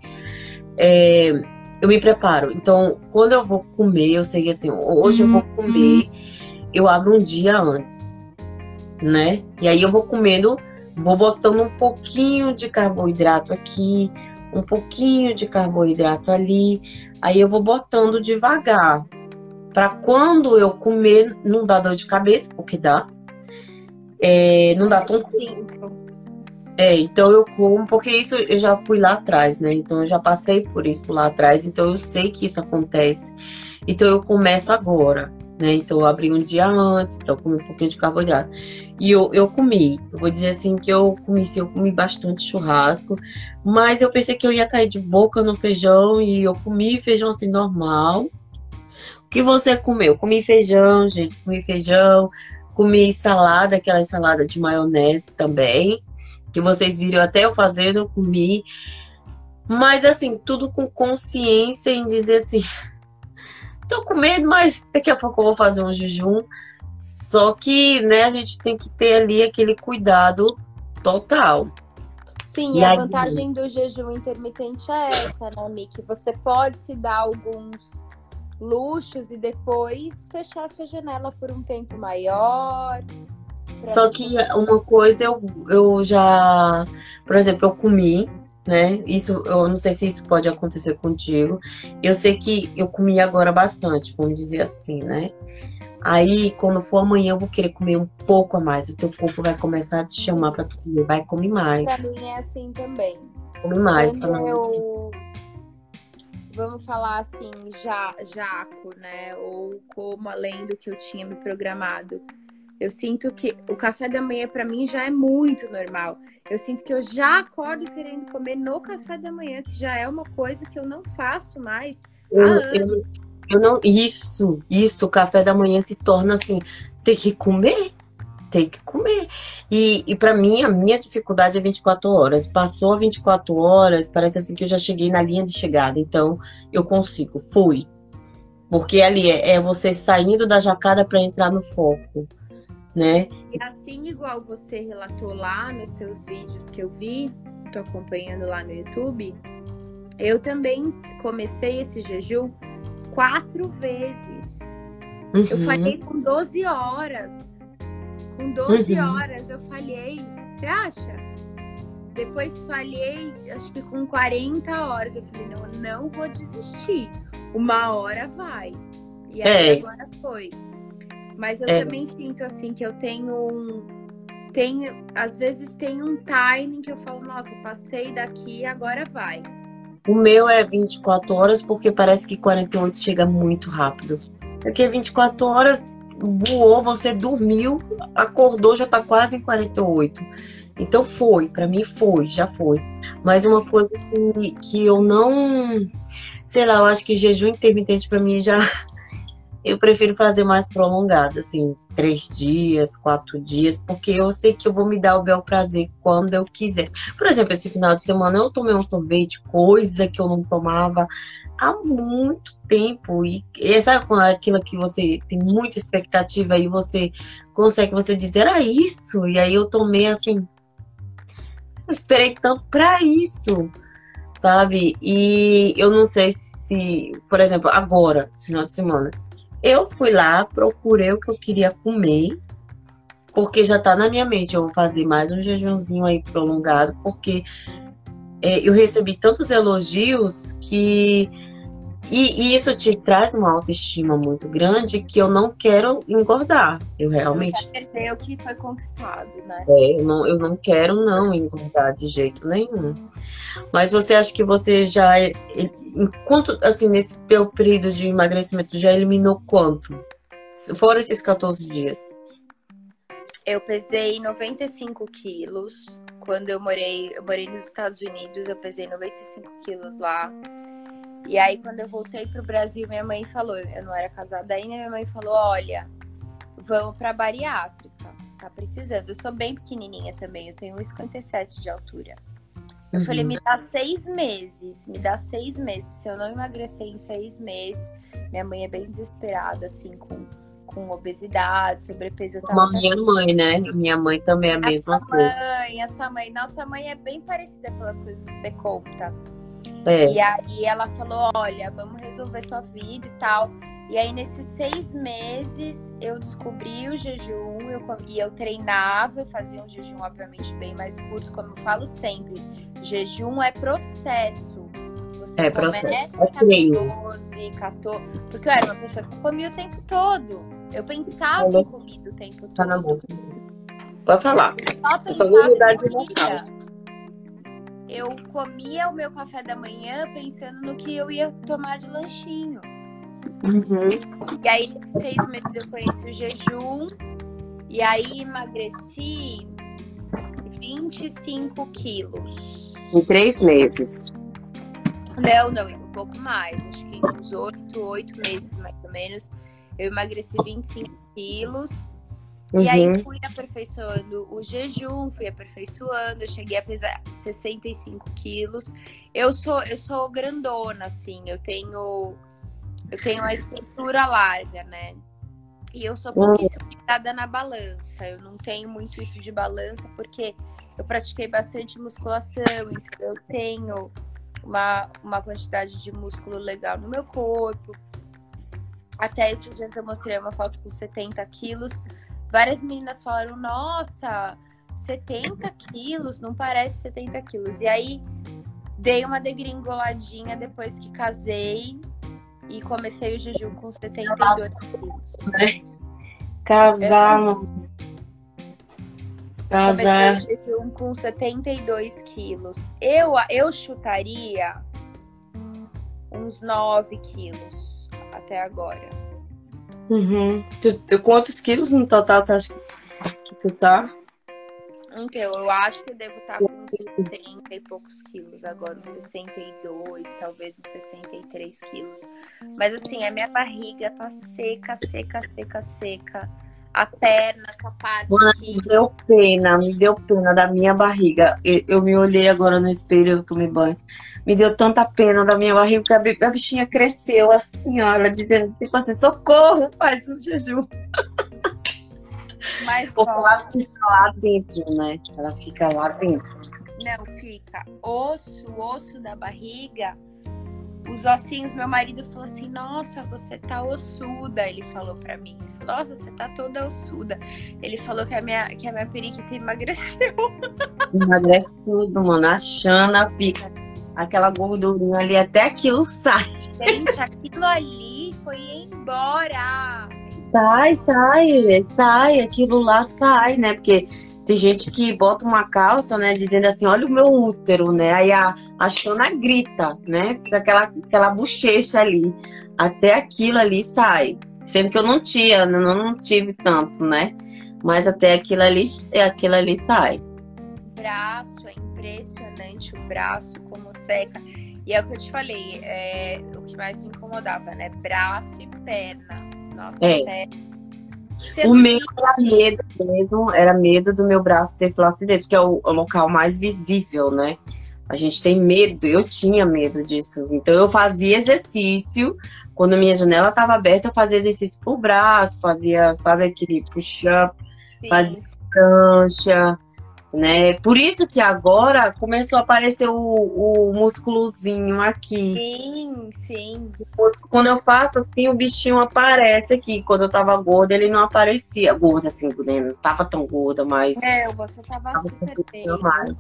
É, eu me preparo. Então, quando eu vou comer, eu sei que assim, hoje eu vou comer, eu abro um dia antes, né? E aí eu vou comendo, vou botando um pouquinho de carboidrato aqui, um pouquinho de carboidrato ali, aí eu vou botando devagar, para quando eu comer não dá dor de cabeça, porque dá, é, não dá tão é, então eu como, porque isso eu já fui lá atrás, né? Então eu já passei por isso lá atrás, então eu sei que isso acontece. Então eu começo agora, né? Então eu abri um dia antes, então eu comi um pouquinho de carboidrato. E eu, eu comi, eu vou dizer assim que eu comi, sim, eu comi bastante churrasco, mas eu pensei que eu ia cair de boca no feijão e eu comi feijão assim normal. O que você comeu? Comi feijão, gente, comi feijão, comi salada, aquela salada de maionese também, que vocês viram até eu fazendo, eu comi. Mas assim, tudo com consciência em dizer assim, tô com medo, mas daqui a pouco eu vou fazer um jejum. Só que, né, a gente tem que ter ali aquele cuidado total. Sim, e E a aí, vantagem do jejum intermitente é essa, né, Mi? Que você pode se dar alguns luxos e depois fechar sua janela por um tempo maior, para só você. que uma coisa eu, eu já, por exemplo, eu comi, né? Isso, eu não sei se isso pode acontecer contigo. Eu sei que eu comi agora bastante, vamos dizer assim, né? Aí, quando for amanhã, eu vou querer comer um pouco a mais. O teu corpo vai começar a te chamar para comer, vai comer Para mais, mim é assim também. come mais, Quando para não. eu, vamos falar assim, já jaco, né? Ou como além do que eu tinha me programado. Eu sinto que o café da manhã para mim já é muito normal. Eu sinto que eu já acordo querendo comer no café da manhã, que já é uma coisa que eu não faço mais há Eu, anos. eu, eu não. Isso, isso, o café da manhã se torna assim, tem que comer, tem que comer. E, e para mim, a minha dificuldade é vinte e quatro horas. Passou vinte e quatro horas, parece assim que eu já cheguei na linha de chegada. Então, eu consigo, fui. Porque ali é, é você saindo da jacada para entrar no foco, né? E assim, igual você relatou lá nos teus vídeos que eu vi, tô acompanhando lá no YouTube, eu também comecei esse jejum quatro vezes. Eu Uhum, falhei com doze horas. Com doze uhum. horas eu falhei. Você acha? Depois falhei, acho que com quarenta horas. Eu falei, não, eu não vou desistir. Uma hora vai. E aí É, agora foi. Mas eu é. também sinto assim que eu tenho um. Tenho, às vezes tem um timing que eu falo, nossa, passei daqui, agora vai. O meu é vinte e quatro horas porque parece que quarenta e oito chega muito rápido. Porque vinte e quatro horas voou, você dormiu, acordou, já tá quase em quarenta e oito. Então foi, pra mim foi, já foi. Mas uma coisa que, que eu não, sei lá, eu acho que jejum intermitente pra mim já eu prefiro fazer mais prolongado, assim, três dias, quatro dias, porque eu sei que eu vou me dar o bel prazer quando eu quiser. Por exemplo, esse final de semana eu tomei um sorvete, coisa que eu não tomava há muito tempo. E, e sabe quando é aquilo que você tem muita expectativa e você consegue você dizer, era isso? E aí eu tomei assim, eu esperei tanto pra isso, sabe? E eu não sei se, por exemplo, agora, esse final de semana. Eu fui lá, procurei o que eu queria comer, porque já tá na minha mente, eu vou fazer mais um jejumzinho aí prolongado, porque é, eu recebi tantos elogios que. E, e isso te traz uma autoestima muito grande que eu não quero engordar. Eu Não quer realmente perder o que foi conquistado, né? é, eu não, eu não quero não engordar de jeito nenhum. Mas você acha que você já, enquanto assim, nesse teu período de emagrecimento, já eliminou quanto? Fora esses quatorze dias. Eu pesei noventa e cinco quilos. Quando eu morei, eu morei nos Estados Unidos, eu pesei noventa e cinco quilos lá. E aí, quando eu voltei pro Brasil, minha mãe falou, eu não era casada ainda, minha mãe falou, olha, vamos pra bariátrica, tá precisando. Eu sou bem pequenininha também, eu tenho um e cinquenta e sete de altura. Eu Uhum. falei, me dá seis meses, me dá seis meses. Se eu não emagrecer em seis meses, minha mãe é bem desesperada, assim, com, com obesidade, sobrepeso. Eu Como tava a minha mãe, né? Minha mãe também é a a mesma sua coisa. mãe, a sua mãe. Nossa mãe é bem parecida pelas coisas que você conta. É. E aí ela falou, olha, vamos resolver tua vida e tal. E aí nesses seis meses eu descobri o jejum eu, e eu treinava, eu fazia um jejum obviamente bem mais curto, como eu falo sempre. Jejum é processo. Você É começa processo. É com treino. doze, quatorze. Porque eu era uma pessoa que comia o tempo todo. Eu pensava em comida o tempo Tá na todo. boca. Pode falar. Só Eu só vou pensava mudar em de local. comida. Eu comia o meu café da manhã pensando no que eu ia tomar de lanchinho. Uhum. E aí, nesses seis meses, eu conheci o jejum. E aí, emagreci vinte e cinco quilos. Em três meses. Não, não, um pouco mais. Acho que em uns oito, oito meses, mais ou menos. Eu emagreci vinte e cinco quilos. Uhum. E aí, fui aperfeiçoando o jejum, fui aperfeiçoando. Eu cheguei a pesar sessenta e cinco quilos. Eu sou, eu sou grandona, assim. Eu tenho... Eu tenho uma estrutura larga, né? E eu sou pouquíssimo ligada na balança. Eu não tenho muito isso de balança, porque eu pratiquei bastante musculação, então eu tenho uma, uma quantidade de músculo legal no meu corpo. Até esses dias eu mostrei uma foto com setenta quilos. Várias meninas falaram, nossa, setenta quilos, não parece setenta quilos. E aí, dei uma degringoladinha depois que casei e comecei o jejum com setenta e dois quilos. Casar, mano. Casar. Comecei o jejum com setenta e dois quilos. Eu, eu chutaria uns nove quilos até agora. Uhum. Tu, tu, quantos quilos no total tu acha que tu tá? Então, eu acho que eu devo estar com uns sessenta e poucos quilos agora, uns sessenta e dois, talvez uns sessenta e três quilos. Mas assim, a minha barriga tá seca, seca, seca, seca. A perna, essa parte Mano, aqui. me deu pena, me deu pena da minha barriga. Eu, eu me olhei agora no espelho, eu tomei banho. Me deu tanta pena da minha barriga, porque a, a bichinha cresceu assim, ó, ela dizendo, tipo assim, socorro, faz um jejum. Mas, porque ó, ela fica lá dentro, né? Ela fica lá dentro. não, fica osso, osso da barriga, os ossinhos. Meu marido falou assim, nossa, você tá ossuda, ele falou pra mim. Nossa, você tá toda ossuda. Ele falou que a minha, que a minha periquita emagreceu. Emagrece tudo, mano. A Xana fica aquela gordurinha ali, até aquilo sai. Gente, aquilo ali foi embora. Sai, sai, sai, aquilo lá sai, né? Porque tem gente que bota uma calça, né, dizendo assim, olha o meu útero, né? Aí a, a Xana grita, né? Fica aquela, aquela bochecha ali. Até aquilo ali sai. Sendo que eu não tinha, não, não tive tanto, né? Mas até aquilo ali, aquilo ali sai. O braço, é impressionante o braço, como seca. E é o que eu te falei, é, o que mais me incomodava, né? Braço e perna. Nossa, É. perna. O meu era medo mesmo, era medo do meu braço ter flacidez, porque é o, o local mais visível, né? A gente tem medo, eu tinha medo disso. Então eu fazia exercício, quando minha janela estava aberta, eu fazia exercício pro braço, fazia, sabe, aquele push-up, fazia prancha, né? Por isso que agora começou a aparecer o, o músculozinho aqui. Sim, sim. Quando eu faço assim, o bichinho aparece aqui. Quando eu tava gorda, ele não aparecia. Gorda, assim, né? Não tava tão gorda, mas... É, você tava, tava super bem. Mais.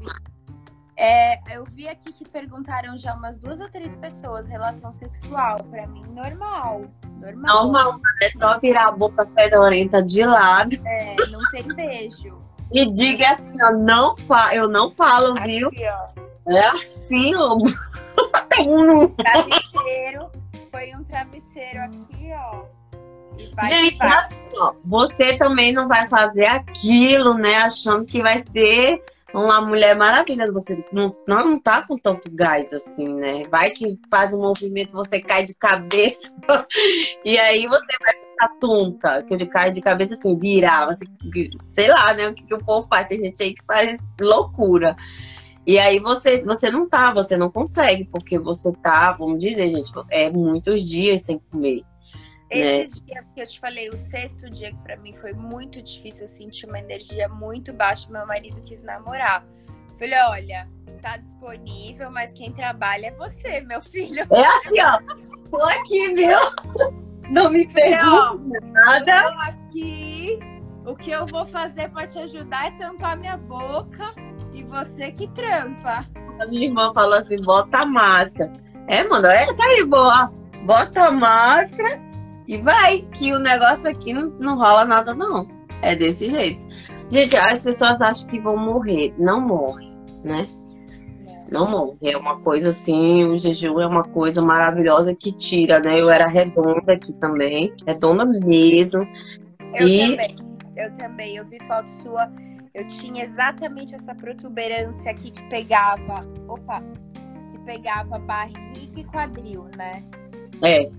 É, eu vi aqui que perguntaram já umas duas ou três pessoas relação sexual. Pra mim, normal. Normal. Normal, é só virar a boca fedorenta de lado. É, não tem beijo. E diga assim, ó, não fa eu não falo, Aqui, viu? Ó. É assim, ó. Tem um... Travesseiro. Põe um travesseiro aqui, ó. E vai, gente, vai. assim, ó, você também não vai fazer aquilo, né? Achando que vai ser uma Mulher Maravilha. Você não, não tá com tanto gás assim, né? Vai que faz um movimento, você cai de cabeça. E aí você vai ficar tonta. Que eu caio de cabeça assim, virar. Você, sei lá, né? O que, que o povo faz. Tem gente aí que faz loucura. E aí você, você não tá, você não consegue. Porque você tá, vamos dizer, gente, é muitos dias sem comer. Esses né? dias que eu te falei, o sexto dia que pra mim foi muito difícil, eu senti uma energia muito baixa, meu marido quis namorar. Falei, olha, tá disponível, mas quem trabalha é você, meu filho. É assim, ó, tô aqui, viu? Não me pergunte nada. Tô aqui, o que eu vou fazer pra te ajudar é tampar minha boca e você que trampa. A minha irmã falou assim, bota a máscara. É, mano, é, tá aí, boa. Bota a máscara. E vai, que o negócio aqui não, não rola nada, não. É desse jeito. Gente, as pessoas acham que vão morrer. Não morrem, né? Não morre. É uma coisa assim, o jejum é uma coisa maravilhosa que tira, né? Eu era redonda aqui também. Redonda mesmo. Eu e... também. Eu também. Eu vi foto sua. Eu tinha exatamente essa protuberância aqui que pegava... Opa! Que pegava barriga e quadril, né? É.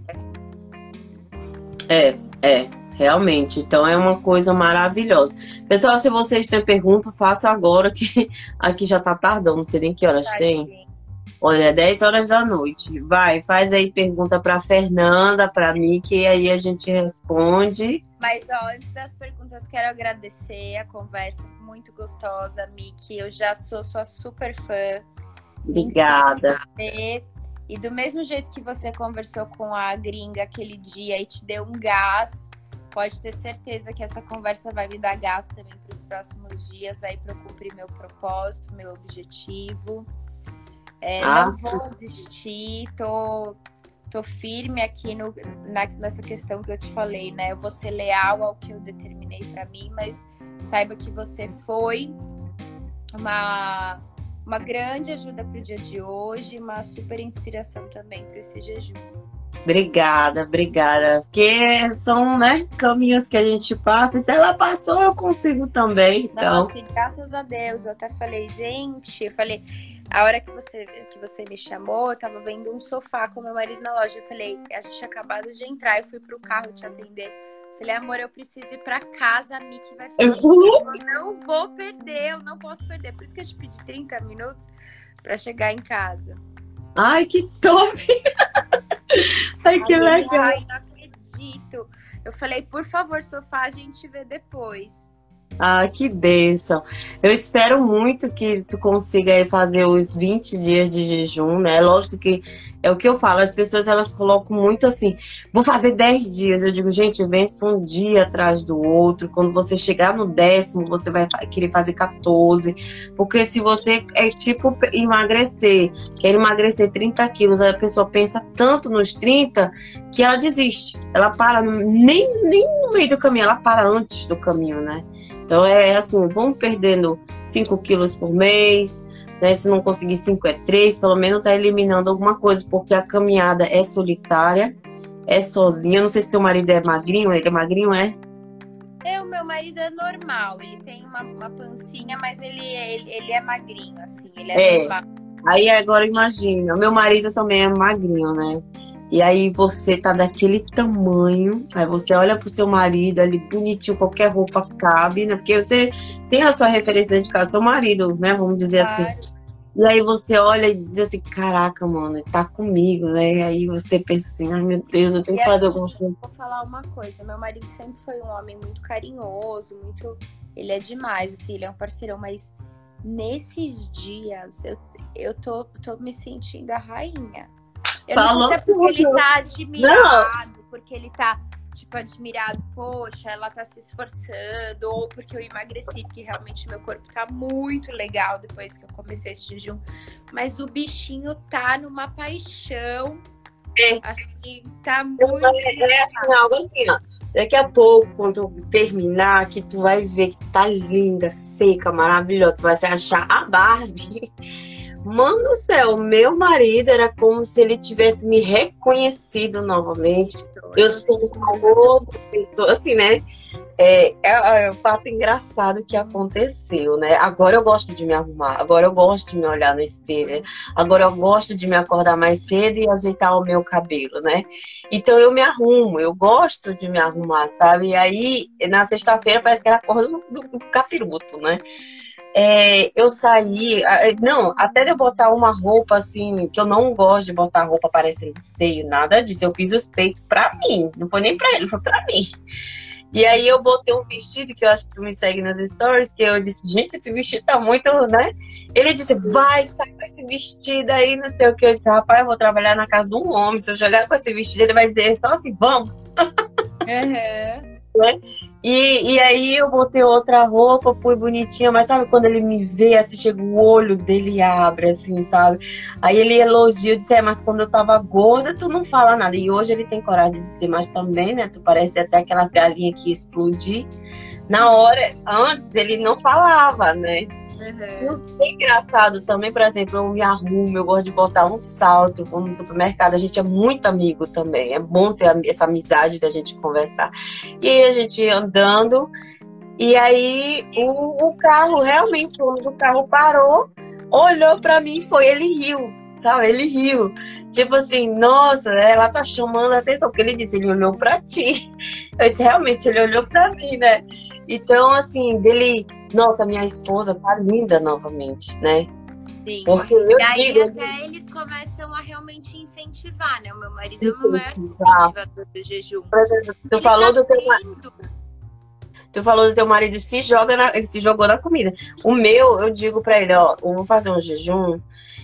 É, é, realmente. Então é uma coisa maravilhosa. Pessoal, se vocês têm pergunta, faça agora, que aqui já tá tardão, não sei nem que horas Tá, tem. sim. Olha, é dez horas da noite. Vai, faz aí pergunta pra Fernanda, pra mim, que aí a gente responde. Mas, ó, antes das perguntas, quero agradecer a conversa muito gostosa, Miki. Eu já sou sua super fã. Obrigada. E do mesmo jeito que você conversou com a gringa aquele dia e te deu um gás, pode ter certeza que essa conversa vai me dar gás também para os próximos dias aí para eu cumprir meu propósito, meu objetivo. É, ah. Não vou desistir, tô, tô firme aqui no, na, nessa questão que eu te falei, né? Eu vou ser leal ao que eu determinei para mim, mas saiba que você foi uma, uma grande ajuda para o dia de hoje, uma super inspiração também para esse jejum. Obrigada, obrigada. Porque são, né, caminhos que a gente passa. E se ela passou, eu consigo também. Então. Nossa, e graças a Deus. Eu até falei, gente, eu falei, a hora que você, que você me chamou, eu tava vendo um sofá com meu marido na loja. Eu falei, a gente tinha acabado de entrar, eu fui pro carro te atender. Eu falei, amor, eu preciso ir pra casa, a Miki vai fazer. Eu não vou perder, eu não posso perder. Por isso que eu te pedi trinta minutos pra chegar em casa. Ai, que top! Ai, que Aí, legal! Ai, não acredito. Eu falei, por favor, sofá, a gente vê depois. Ah, que bênção. Eu espero muito que tu consiga aí fazer os vinte dias de jejum, né? Lógico que é o que eu falo, as pessoas elas colocam muito assim, vou fazer dez dias. Eu digo, gente, vence um dia atrás do outro. Quando você chegar no décimo, você vai querer fazer quatorze. Porque se você é tipo emagrecer, quer emagrecer trinta quilos, a pessoa pensa tanto nos trinta que ela desiste. Ela para, nem, nem no meio do caminho, ela para antes do caminho, né? Então é assim, vamos perdendo cinco quilos por mês, né? Se não conseguir cinco é três, pelo menos tá eliminando alguma coisa, porque a caminhada é solitária, é sozinha. Não sei se teu marido é magrinho, ele é magrinho, é? É, o meu marido é normal, ele tem uma, uma pancinha, mas ele, ele, ele é magrinho, assim, ele é, é normal. Aí agora imagina, o meu marido também é magrinho, né? E aí você tá daquele tamanho, aí você olha pro seu marido ali bonitinho, qualquer roupa cabe, né? Porque você tem a sua referência de casa, seu marido, né? Vamos dizer claro. Assim. E aí você olha e diz assim, caraca, mano, ele tá comigo, né? E aí você pensa assim, ai meu Deus, eu tenho que fazer assim, alguma coisa. Vou falar uma coisa, meu marido sempre foi um homem muito carinhoso, muito... Ele é demais, assim, ele é um parceirão, mas nesses dias eu, eu tô, tô me sentindo a rainha. Eu não Falou sei se é porque ele tá admirado, não. Porque ele tá, tipo, admirado, poxa, ela tá se esforçando, ou porque eu emagreci, porque realmente meu corpo tá muito legal depois que eu comecei esse jejum. Mas o bichinho tá numa paixão, é. Assim, tá muito... É assim, algo assim, ó. Daqui a pouco, quando terminar, que tu vai ver que tu tá linda, seca, maravilhosa, tu vai se achar a Barbie. Mano do céu, meu marido era como se ele tivesse me reconhecido novamente. Eu sou uma outra pessoa, assim, né? É, é, é um fato engraçado que aconteceu, né? Agora eu gosto de me arrumar, agora eu gosto de me olhar no espelho, agora eu gosto de me acordar mais cedo e ajeitar o meu cabelo, né? Então eu me arrumo, eu gosto de me arrumar, sabe? E aí, na sexta-feira, parece que era a cor do, do, do capiroto, né? É, eu saí, não, até de eu botar uma roupa assim, que eu não gosto de botar roupa parecendo seio, nada disso, eu fiz os peitos pra mim, não foi nem pra ele, foi pra mim. E aí eu botei um vestido, que eu acho que tu me segue nos stories, que eu disse, gente, esse vestido tá muito, né? Ele disse, vai, sai com esse vestido aí, não sei o que. Eu disse, rapaz, eu vou trabalhar na casa de um homem, se eu jogar com esse vestido, ele vai dizer só assim, vamos. Uhum. Né? E, e aí eu botei outra roupa, fui bonitinha, mas sabe quando ele me vê, assim, chega o olho dele abre, assim, sabe? Aí ele elogia, eu disse, é, mas quando eu tava gorda, tu não fala nada. E hoje ele tem coragem de dizer, mas também, né? Tu parece até aquela galinha que explode. Na hora, antes ele não falava, né? Uhum. É engraçado também, por exemplo, eu me arrumo, eu gosto de botar um salto, vou no supermercado, a gente é muito amigo também, é bom ter essa amizade da gente conversar. E aí a gente andando, e aí o, o carro, realmente, o homem do carro parou, olhou pra mim e foi, ele riu, sabe, ele riu. Tipo assim, nossa, ela tá chamando a atenção, porque ele disse, ele olhou pra ti. Eu disse, realmente, ele olhou pra mim, né? Então, assim, dele... Nossa, minha esposa tá linda novamente, né? Sim. Porque eu E aí digo... até eles começam a realmente incentivar, né? O meu marido é o meu maior Incentivar. incentivador do jejum. Por exemplo, tu Ele falou tá do teu vendo. Tu falou do teu marido se joga na, ele se jogou na comida. O meu, eu digo pra ele, ó, eu vou fazer um jejum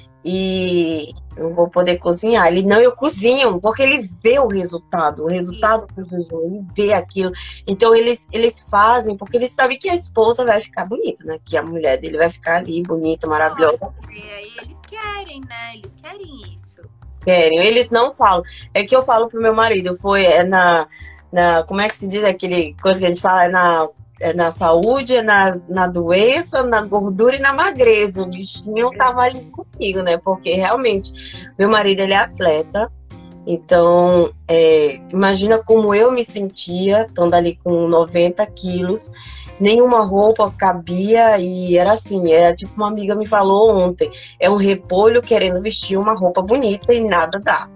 e eu vou poder cozinhar. Ele, não, eu cozinho, porque ele vê o resultado, o resultado do jejum, ele vê aquilo. Então, eles, eles fazem, porque eles sabem que a esposa vai ficar bonita, né? Que a mulher dele vai ficar ali, bonita, maravilhosa. E aí eles querem, né? Eles querem isso. Querem, eles não falam. É que eu falo pro meu marido, foi é na, na. Como é que se diz aquele coisa que a gente fala? É na, é na saúde, é na, na doença, na gordura e na magreza. O bichinho tava ali comigo, né? Porque realmente, meu marido ele é atleta. Então, é, imagina como eu me sentia, estando ali com noventa quilos. Nenhuma roupa cabia e era assim, era tipo uma amiga me falou ontem, é um repolho querendo vestir uma roupa bonita e nada dá,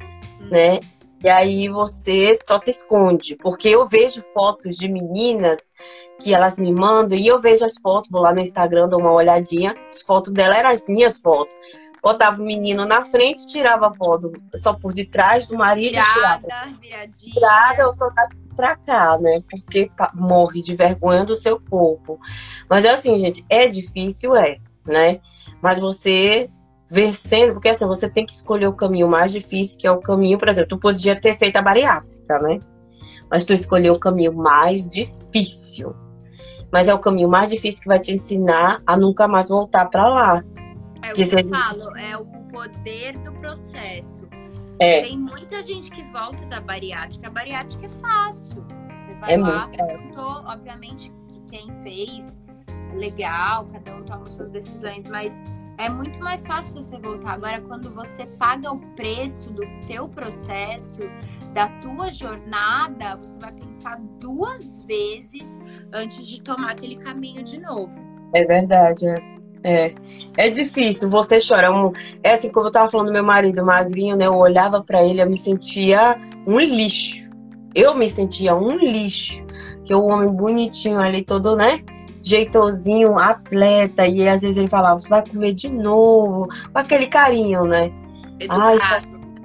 né? E aí você só se esconde, porque eu vejo fotos de meninas que elas me mandam e eu vejo as fotos, vou lá no Instagram, dou uma olhadinha, as fotos dela eram as minhas fotos. Botava o menino na frente, tirava a foto só por detrás do marido, Virada, tirava. viradinha. Virada, eu só dá pra cá, né? Porque morre de vergonha do seu corpo. Mas é assim, gente, é difícil, é, né? Mas você vencendo, porque assim, você tem que escolher o caminho mais difícil, que é o caminho, por exemplo, tu podia ter feito a bariátrica, né? Mas tu escolheu o caminho mais difícil. Mas é o caminho mais difícil que vai te ensinar a nunca mais voltar pra lá. É o que que eu você... falo, é o poder do processo. É. Tem muita gente que volta da bariátrica. A bariátrica é fácil. Você vai É lá, muito, é. tô, obviamente, que quem fez, legal, cada um toma suas decisões, mas é muito mais fácil você voltar. Agora, quando você paga o preço do teu processo, da tua jornada, você vai pensar duas vezes antes de tomar aquele caminho de novo. É verdade, é. É, é difícil, você chora. É assim, como eu tava falando do meu marido magrinho, né? Eu olhava pra ele, eu me sentia um lixo. Eu me sentia um lixo. Que o homem bonitinho ali, todo, né? Jeitosinho, atleta. E às vezes ele falava, vai comer de novo. Com aquele carinho, né? Ai, já,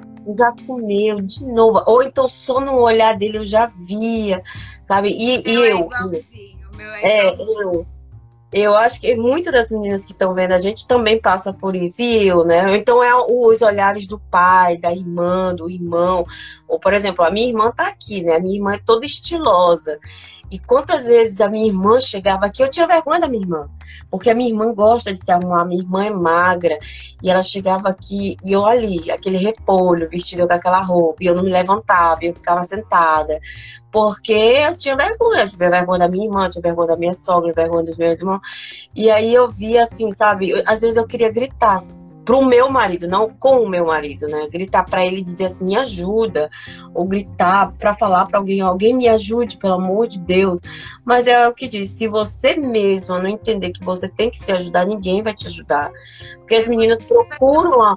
já comeu de novo. Ou então só no olhar dele eu já via, sabe? E, e meu eu. É igualzinho, meu é, é igualzinho. eu. Eu acho que muitas das meninas que estão vendo a gente também passa por isso. E eu, né? Então é os olhares do pai, da irmã, do irmão. Ou, por exemplo, a minha irmã tá aqui, né? A minha irmã é toda estilosa. E quantas vezes a minha irmã chegava aqui, eu tinha vergonha da minha irmã. Porque a minha irmã gosta de se arrumar, a minha irmã é magra. E ela chegava aqui e eu ali, aquele repolho, vestido com aquela roupa. E eu não me levantava, eu ficava sentada. Porque eu tinha vergonha, eu tinha vergonha da minha irmã, eu tinha vergonha da minha sogra, vergonha dos meus irmãos. E aí eu via assim, sabe? Eu, às vezes eu queria gritar pro meu marido, não com o meu marido, né? Gritar pra ele, dizer assim, me ajuda. Ou gritar pra falar pra alguém, alguém me ajude, pelo amor de Deus. Mas é o que diz, se você mesma não entender que você tem que se ajudar, ninguém vai te ajudar. Porque as meninas procuram a...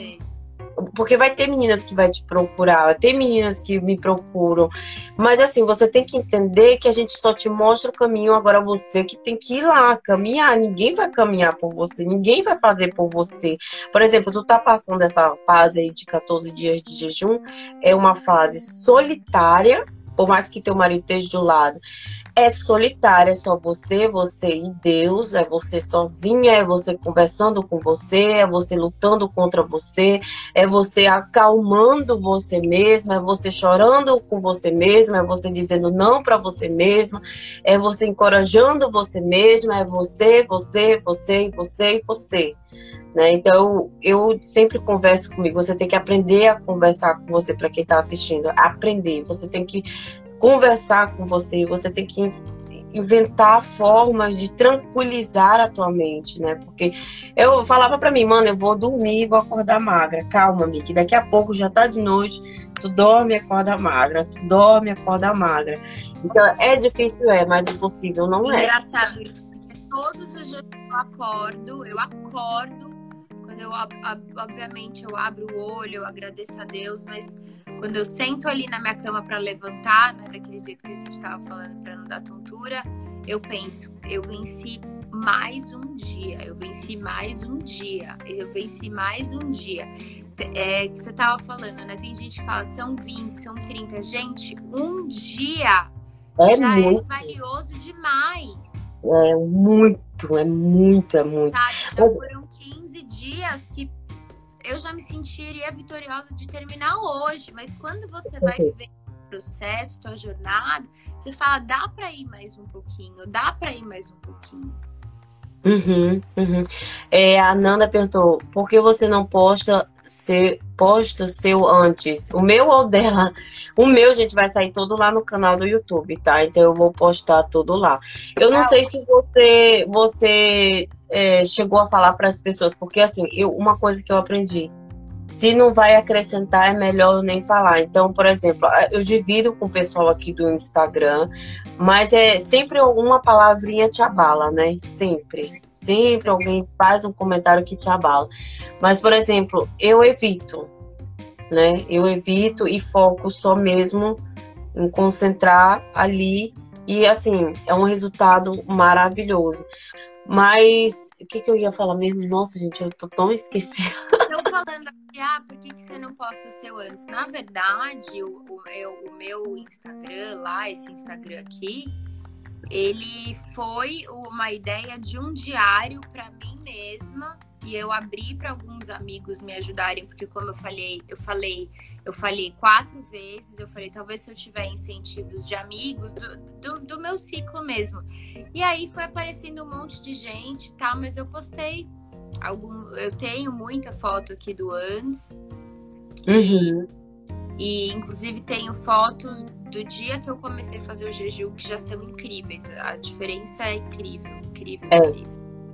Porque vai ter meninas que vai te procurar, vai ter meninas que me procuram. Mas assim, você tem que entender que a gente só te mostra o caminho, agora você que tem que ir lá, caminhar. Ninguém vai caminhar por você, ninguém vai fazer por você. Por exemplo, tu tá passando essa fase aí de quatorze dias de jejum, é uma fase solitária, por mais que teu marido esteja do lado. É solitária, é só você, você e Deus, é você sozinha, é você conversando com você, é você lutando contra você, é você acalmando você mesma, é você chorando com você mesma, é você dizendo não para você mesma, é você encorajando você mesma, é você, você, você, você e você. Né? Então, eu sempre converso comigo, você tem que aprender a conversar com você, para quem está assistindo, aprender, você tem que conversar com você, você tem que inventar formas de tranquilizar a tua mente, né? Porque eu falava pra mim, mano, eu vou dormir e vou acordar magra. Calma, Mi, que daqui a pouco já tá de noite, tu dorme e acorda magra, tu dorme e acorda magra. Então, é difícil, é, mas impossível não é. Engraçado isso, porque todos os dias eu acordo, eu acordo, quando eu, obviamente, eu abro o olho, eu agradeço a Deus, mas quando eu sento ali na minha cama para levantar, né, daquele jeito que a gente estava falando, para não dar tontura, eu penso, eu venci mais um dia, eu venci mais um dia, eu venci mais um dia. É, que você tava falando, né? Tem gente que fala, são vinte, são trinta. Gente, um dia É já muito, é valioso demais. é muito, é muito, é muito. Sabe? Já Mas, foram quinze dias que eu já me sentiria vitoriosa de terminar hoje. Mas quando você vai viver o processo, tua jornada, você fala, dá pra ir mais um pouquinho, dá pra ir mais um pouquinho. Uhum, uhum. É, a Nanda perguntou, por que você não posta ser, posta o seu antes? O meu ou dela? O meu, gente, vai sair todo lá no canal do YouTube, tá? Então eu vou postar tudo lá. Eu não sei se você, você é, chegou a falar para as pessoas, porque assim, eu, uma coisa que eu aprendi, se não vai acrescentar, é melhor eu nem falar. Então, por exemplo, eu divido com o pessoal aqui do Instagram, mas é sempre alguma palavrinha te abala, né? Sempre. Sempre alguém faz um comentário que te abala. Mas, por exemplo, eu evito, né? Eu evito e foco só mesmo em concentrar ali. E, assim, é um resultado maravilhoso. Mas, o que, que eu ia falar mesmo? Nossa, gente, eu tô tão esquecida. Estão falando aqui, ah, por que, que você não posta seu antes? Na verdade, o, o, meu, o meu Instagram lá, esse Instagram aqui, ele foi uma ideia de um diário para mim mesma. E eu abri para alguns amigos me ajudarem, porque como eu falei, eu falei, eu falei quatro vezes, eu falei, talvez se eu tiver incentivos de amigos, do, do, do meu ciclo mesmo. E aí foi aparecendo um monte de gente e tal, mas eu postei algum. Eu tenho muita foto aqui do antes. Uhum. E, e inclusive tenho fotos do dia que eu comecei a fazer o jejum, que já são incríveis. A diferença é incrível, incrível, É. incrível.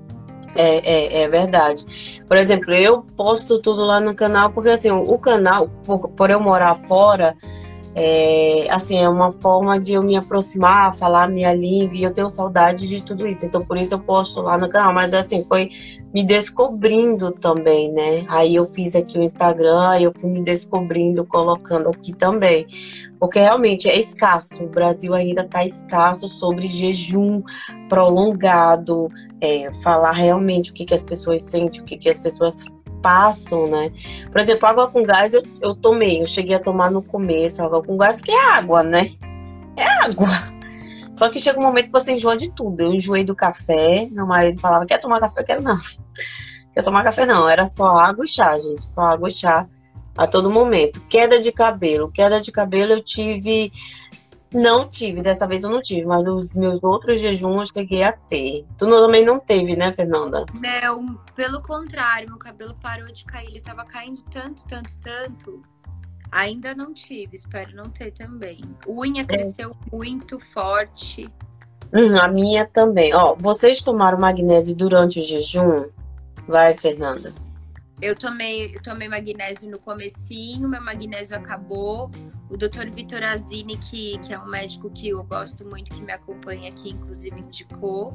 É, é, é verdade. Por exemplo, eu posto tudo lá no canal, porque assim, o canal, por, por eu morar fora, é, assim, é uma forma de eu me aproximar, falar a minha língua, e eu tenho saudade de tudo isso. Então, por isso eu posto lá no canal. Mas assim, foi me descobrindo também, né? Aí eu fiz aqui o Instagram, aí eu fui me descobrindo, colocando aqui também. Porque realmente é escasso, o Brasil ainda está escasso sobre jejum prolongado, é, falar realmente o que, que as pessoas sentem, o que, que as pessoas passam, né? Por exemplo, água com gás eu, eu tomei, eu cheguei a tomar no começo, água com gás, que é água, né? É água. Só que chega um momento que você enjoa de tudo. Eu enjoei do café, meu marido falava, quer tomar café? Eu quero não. Quer tomar café não, era só água e chá, gente, só água e chá. A todo momento. Queda de cabelo. Queda de cabelo eu tive... Não tive, dessa vez eu não tive, mas nos meus outros jejuns eu cheguei a ter. Tu também não teve, né, Fernanda? Não, pelo contrário, meu cabelo parou de cair. Ele tava caindo tanto, tanto, tanto. Ainda não tive, espero não ter também. Unha cresceu é. muito forte. Hum, a minha também. Ó, vocês tomaram magnésio durante o jejum? Vai, Fernanda. Eu tomei, eu tomei magnésio no comecinho, meu magnésio acabou. O doutor Vitor Azini, que, que é um médico que eu gosto muito, que me acompanha aqui, inclusive indicou.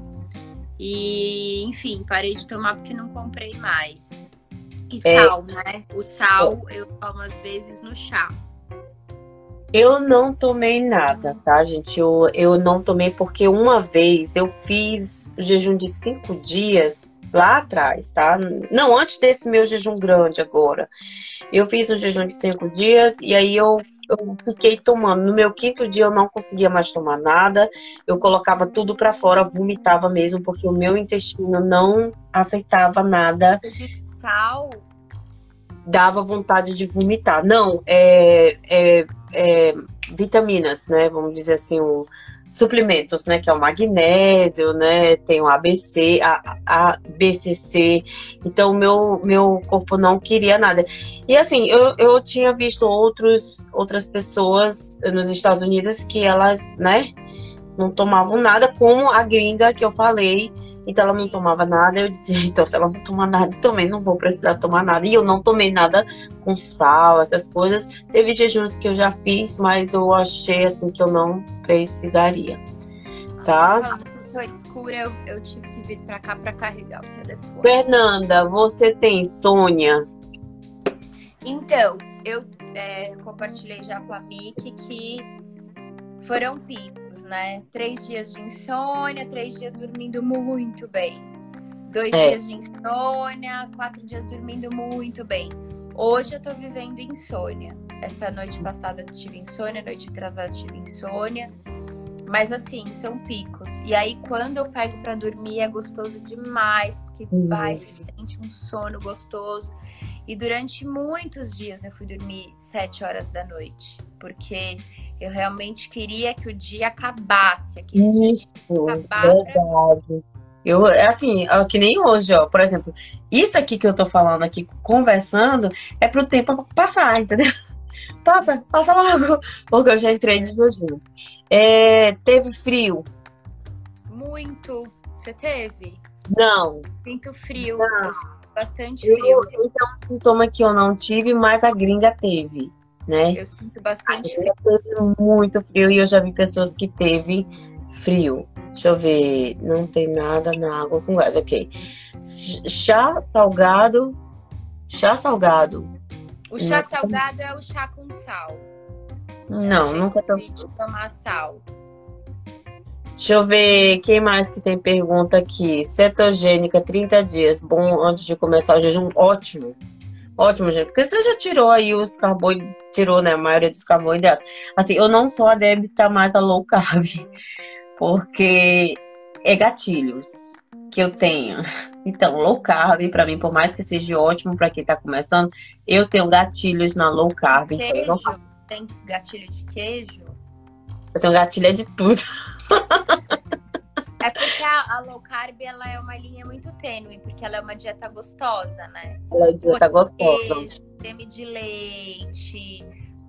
E, enfim, parei de tomar porque não comprei mais. E sal, é. né? O sal eu tomo às vezes no chá. Eu não tomei nada, tá, gente? Eu, eu não tomei porque uma vez eu fiz jejum de cinco dias lá atrás, tá? Não, antes desse meu jejum grande agora. Eu fiz um jejum de cinco dias e aí eu, eu fiquei tomando. No meu quinto dia eu não conseguia mais tomar nada. Eu colocava tudo pra fora, vomitava mesmo, porque o meu intestino não aceitava nada. Sal? Dava vontade de vomitar. Não, é, é, é vitaminas, né? Vamos dizer assim, o, suplementos, né? Que é o magnésio, né? Tem o A B C, a, a B C C. Então, o meu, meu corpo não queria nada. E assim, eu, eu tinha visto outros, outras pessoas nos Estados Unidos que elas, né? Não tomavam nada, como a gringa que eu falei. Então ela não tomava nada, eu disse, então se ela não tomar nada, também não vou precisar tomar nada. E eu não tomei nada com sal, essas coisas. Teve jejuns que eu já fiz, mas eu achei assim que eu não precisaria, tá? Tô escura, eu, eu tive que vir pra cá pra carregar o telefone. Fernanda, você tem insônia? Então, eu é, compartilhei já com a Miki que Foram picos, né? Três dias de insônia, três dias dormindo muito bem. Dois É. dias de insônia, quatro dias dormindo muito bem. Hoje eu tô vivendo insônia. Essa noite passada eu tive insônia, noite atrasada eu tive insônia. Mas assim, são picos. E aí, quando eu pego pra dormir, é gostoso demais. Porque Uhum. vai, você sente um sono gostoso. E durante muitos dias eu fui dormir sete horas da noite. Porque eu realmente queria que o dia acabasse. Aquele dia Isso, acabar pra... verdade. Eu, assim, ó, que nem hoje, ó, por exemplo, isso aqui que eu tô falando aqui, conversando, é pro tempo passar, entendeu? Passa, passa logo, porque eu já entrei de jejum. É, teve frio? Muito. Você teve? Não. Sinto frio. Não. Eu sinto bastante Eu, frio. esse é um sintoma que eu não tive, mas a gringa teve, né? Eu sinto bastante A frio. gringa teve muito frio e eu já vi pessoas que teve frio. Deixa eu ver, não tem nada na água com gás, ok. Chá salgado, chá salgado. O chá Não. salgado é o chá com sal. Não, É o nunca tô. jeito de tomar sal. Deixa eu ver quem mais que tem pergunta aqui. Cetogênica, trinta dias, bom antes de começar o jejum? Ótimo. Ótimo, gente, porque você já tirou aí os carboidratos, tirou, né, a maioria dos carboidratos. Assim, eu não sou adepta mais a low carb, porque é gatilhos que eu tenho. Então, low carb, pra mim, por mais que seja ótimo pra quem tá começando, eu tenho gatilhos na low carb. Então eu, não... Queijo? Tem gatilho de queijo? eu tenho gatilho de tudo. É porque a, a low carb, ela é uma linha muito tênue, porque ela é uma dieta gostosa, né? Ela dieta gostosa. Queijo, creme de leite,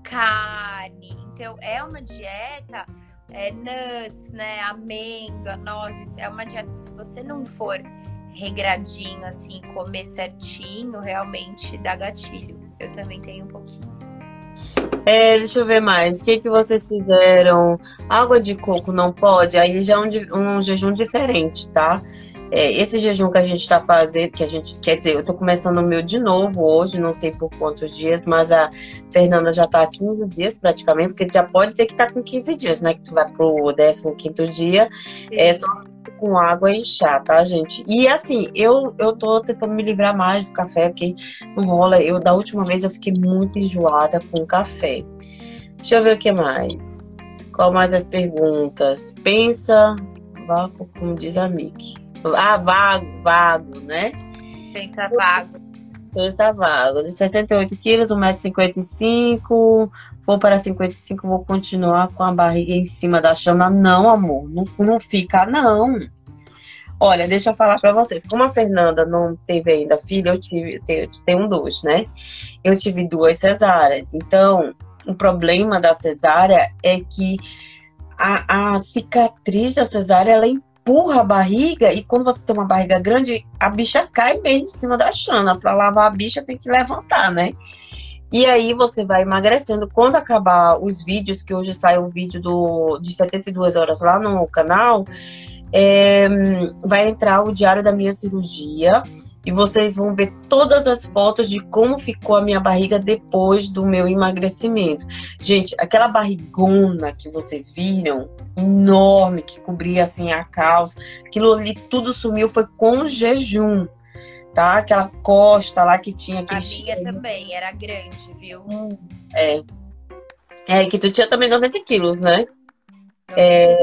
carne. Então, é uma dieta, é, nuts, né? Amêndoa, nozes. É uma dieta que, se você não for regradinho, assim, comer certinho, realmente dá gatilho. Eu também tenho um pouquinho. É, deixa eu ver mais. O que que vocês fizeram? Água de coco não pode? Aí já é um, um jejum diferente, tá? É, esse jejum que a gente tá fazendo, que a gente, quer dizer, eu tô começando o meu de novo hoje, não sei por quantos dias, mas a Fernanda já tá há quinze dias praticamente, porque já pode ser que tá com quinze dias, né? Que tu vai pro décimo quinto dia. Sim. É só com água e chá, tá, gente? E assim, eu, eu tô tentando me livrar mais do café, porque não rola. Eu, da última vez, eu fiquei muito enjoada com café. Deixa eu ver o que mais. Qual mais as perguntas? Pensa, vago, como diz a Miki. Ah, vago, vago, né? Pensa vago. Pensa vago. De sessenta e oito quilos, um metro e cinquenta e cinco. For para cinquenta e cinco, vou continuar com a barriga em cima da chana. Não, amor. Não, não fica, não. Olha, deixa eu falar pra vocês. Como a Fernanda não teve ainda filho, eu tive, eu tenho, eu tenho dois, né? Eu tive duas cesáreas. Então, o problema da cesárea é que a, a cicatriz da cesárea, ela empurra a barriga, e quando você tem uma barriga grande, a bicha cai mesmo em cima da chana. Pra lavar a bicha tem que levantar, né? E aí você vai emagrecendo. Quando acabar os vídeos, que hoje sai um vídeo do, de setenta e duas horas lá no canal, é, vai entrar o diário da minha cirurgia e vocês vão ver todas as fotos de como ficou a minha barriga depois do meu emagrecimento. Gente, aquela barrigona que vocês viram, enorme, que cobria assim a calça, aquilo ali tudo sumiu, foi com jejum. Tá? Aquela costa lá que tinha aquele... A minha também era grande, viu? É. É, que tu tinha também noventa quilos, né? É...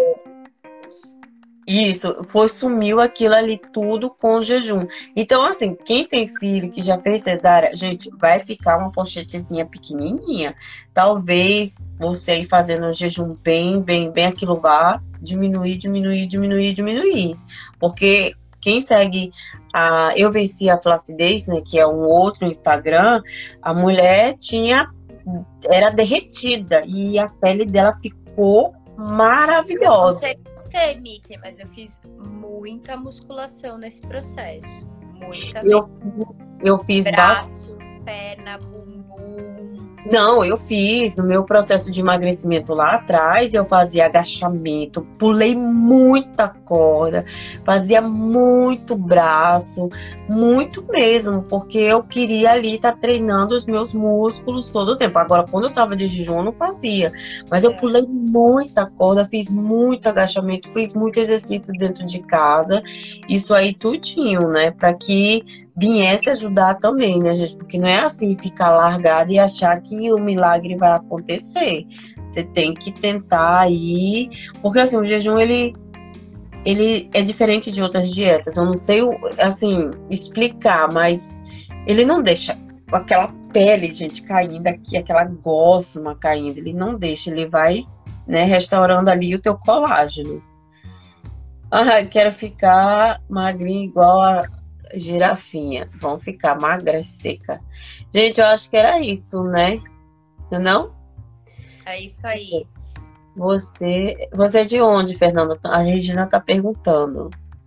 Isso, foi, sumiu aquilo ali tudo com jejum. Então, assim, quem tem filho que já fez cesárea, gente, vai ficar uma pochetezinha pequenininha. Talvez você aí fazendo um jejum bem, bem, bem, aquilo vá diminuir, diminuir, diminuir, diminuir. Porque quem segue a Eu Venci a Flacidez, né, que é um outro Instagram, a mulher tinha, era derretida e a pele dela ficou maravilhosa. Eu não sei, Miki, mas eu fiz muita musculação nesse processo. Muita. Eu, eu fiz braço, bastante. perna, bumbum. Não, eu fiz no meu processo de emagrecimento lá atrás, eu fazia agachamento, pulei muita corda, fazia muito braço, muito mesmo, porque eu queria ali estar treinando os meus músculos todo o tempo. Agora, quando eu estava de jejum, eu não fazia, mas eu É, pulei muita corda, fiz muito agachamento, fiz muito exercício dentro de casa, isso aí tudinho, né, para que viesse ajudar também, né, gente? Porque não é assim ficar largado e achar que o milagre vai acontecer. Você tem que tentar aí, porque assim, o jejum ele ele é diferente de outras dietas. Eu não sei assim explicar, mas ele não deixa aquela pele, gente, caindo aqui, aquela gosma caindo, ele não deixa, ele vai, né, restaurando ali o teu colágeno. Ah, quero ficar magrinha igual a girafinha. Vão ficar magra, seca. Gente, eu acho que era isso, né? Não? é isso aí. Você, você é de onde, Fernanda? A Regina tá perguntando.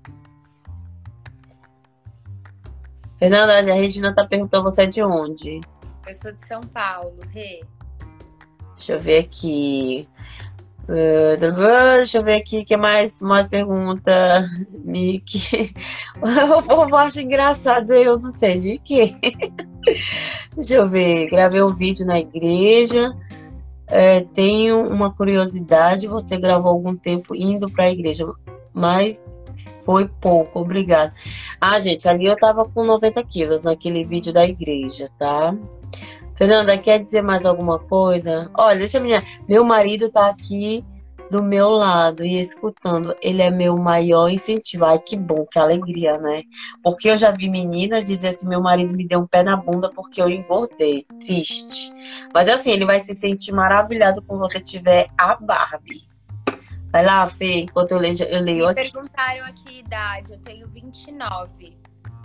Fernanda, a Regina tá perguntando, você é de onde? Eu sou de São Paulo, Rê. Deixa eu ver aqui. Uh, deixa eu ver aqui, que mais, mais pergunta, Nick. O povo acha engraçado, eu não sei de quê. Deixa eu ver, gravei um vídeo na igreja. É, tenho uma curiosidade, você gravou algum tempo indo para a igreja, mas foi pouco, obrigada. Ah, gente, ali eu tava com noventa quilos naquele vídeo da igreja, tá? Fernanda, quer dizer mais alguma coisa? Olha, deixa eu me... Meu marido tá aqui do meu lado e escutando. Ele é meu maior incentivo. Ai, que bom, que alegria, né? Porque eu já vi meninas dizer assim, meu marido me deu um pé na bunda porque eu engordei. Triste. Mas assim, ele vai se sentir maravilhado quando você tiver a Barbie. Vai lá, Fê, enquanto eu leio, eu leio Me aqui. perguntaram aqui a idade, eu tenho vinte e nove.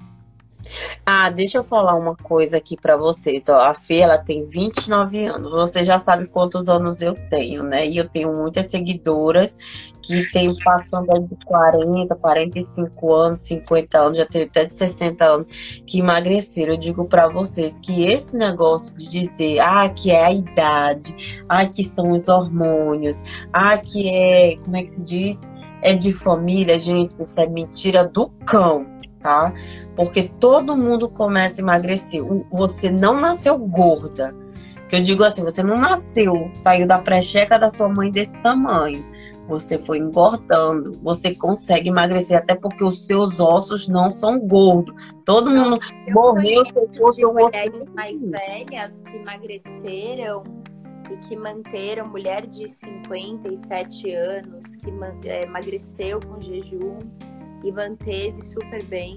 Ah, deixa eu falar uma coisa aqui pra vocês. Ó, a Fê, ela tem vinte e nove anos. Você já sabe quantos anos eu tenho, né? E eu tenho muitas seguidoras que têm passando aí de quarenta, quarenta e cinco anos, cinquenta anos, já tem até de sessenta anos, que emagreceram. Eu digo pra vocês que esse negócio de dizer, ah, que é a idade, ah, que são os hormônios, ah, que é, como é que se diz? É de família, gente, isso é mentira do cão, tá? Porque todo mundo começa a emagrecer. Você não nasceu gorda. Que eu digo assim, você não nasceu, saiu da precheca da sua mãe desse tamanho. Você foi engordando. Você consegue emagrecer, até porque os seus ossos não são gordos. Todo mundo Nossa, eu morreu, seu conheço corpo de é um osso mulheres mais pequenininho. velhas que emagreceram e que manteram, mulher de cinquenta e sete anos, que man- é, emagreceu com jejum e manteve super bem.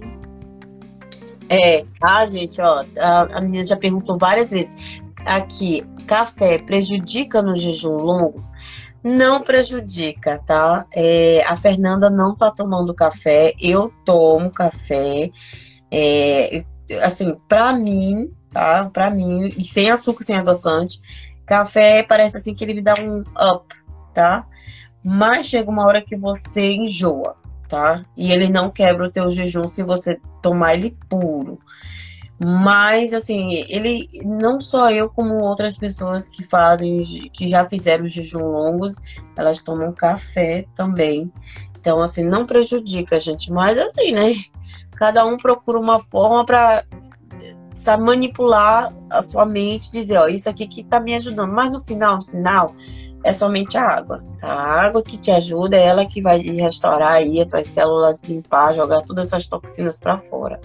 É, ah, gente, ó, a, a menina já perguntou várias vezes. Aqui, café prejudica no jejum longo? Não prejudica, tá? É, a Fernanda não tá tomando café, eu tomo café. É, assim, pra mim, tá? Pra mim, e sem açúcar, sem adoçante, café parece assim que ele me dá um up, tá? Mas chega uma hora que você enjoa, tá? E ele não quebra o teu jejum se você tomar ele puro. Mas, assim, ele, não só eu, como outras pessoas que fazem, que já fizeram jejum longos, elas tomam café também. Então, assim, não prejudica, gente. Mas, assim, né? Cada um procura uma forma para, sabe, manipular a sua mente, dizer, ó, isso aqui que tá me ajudando. Mas no final, no final, é somente a água, tá? A água que te ajuda, é ela que vai restaurar aí as tuas células, limpar, jogar todas essas toxinas para fora.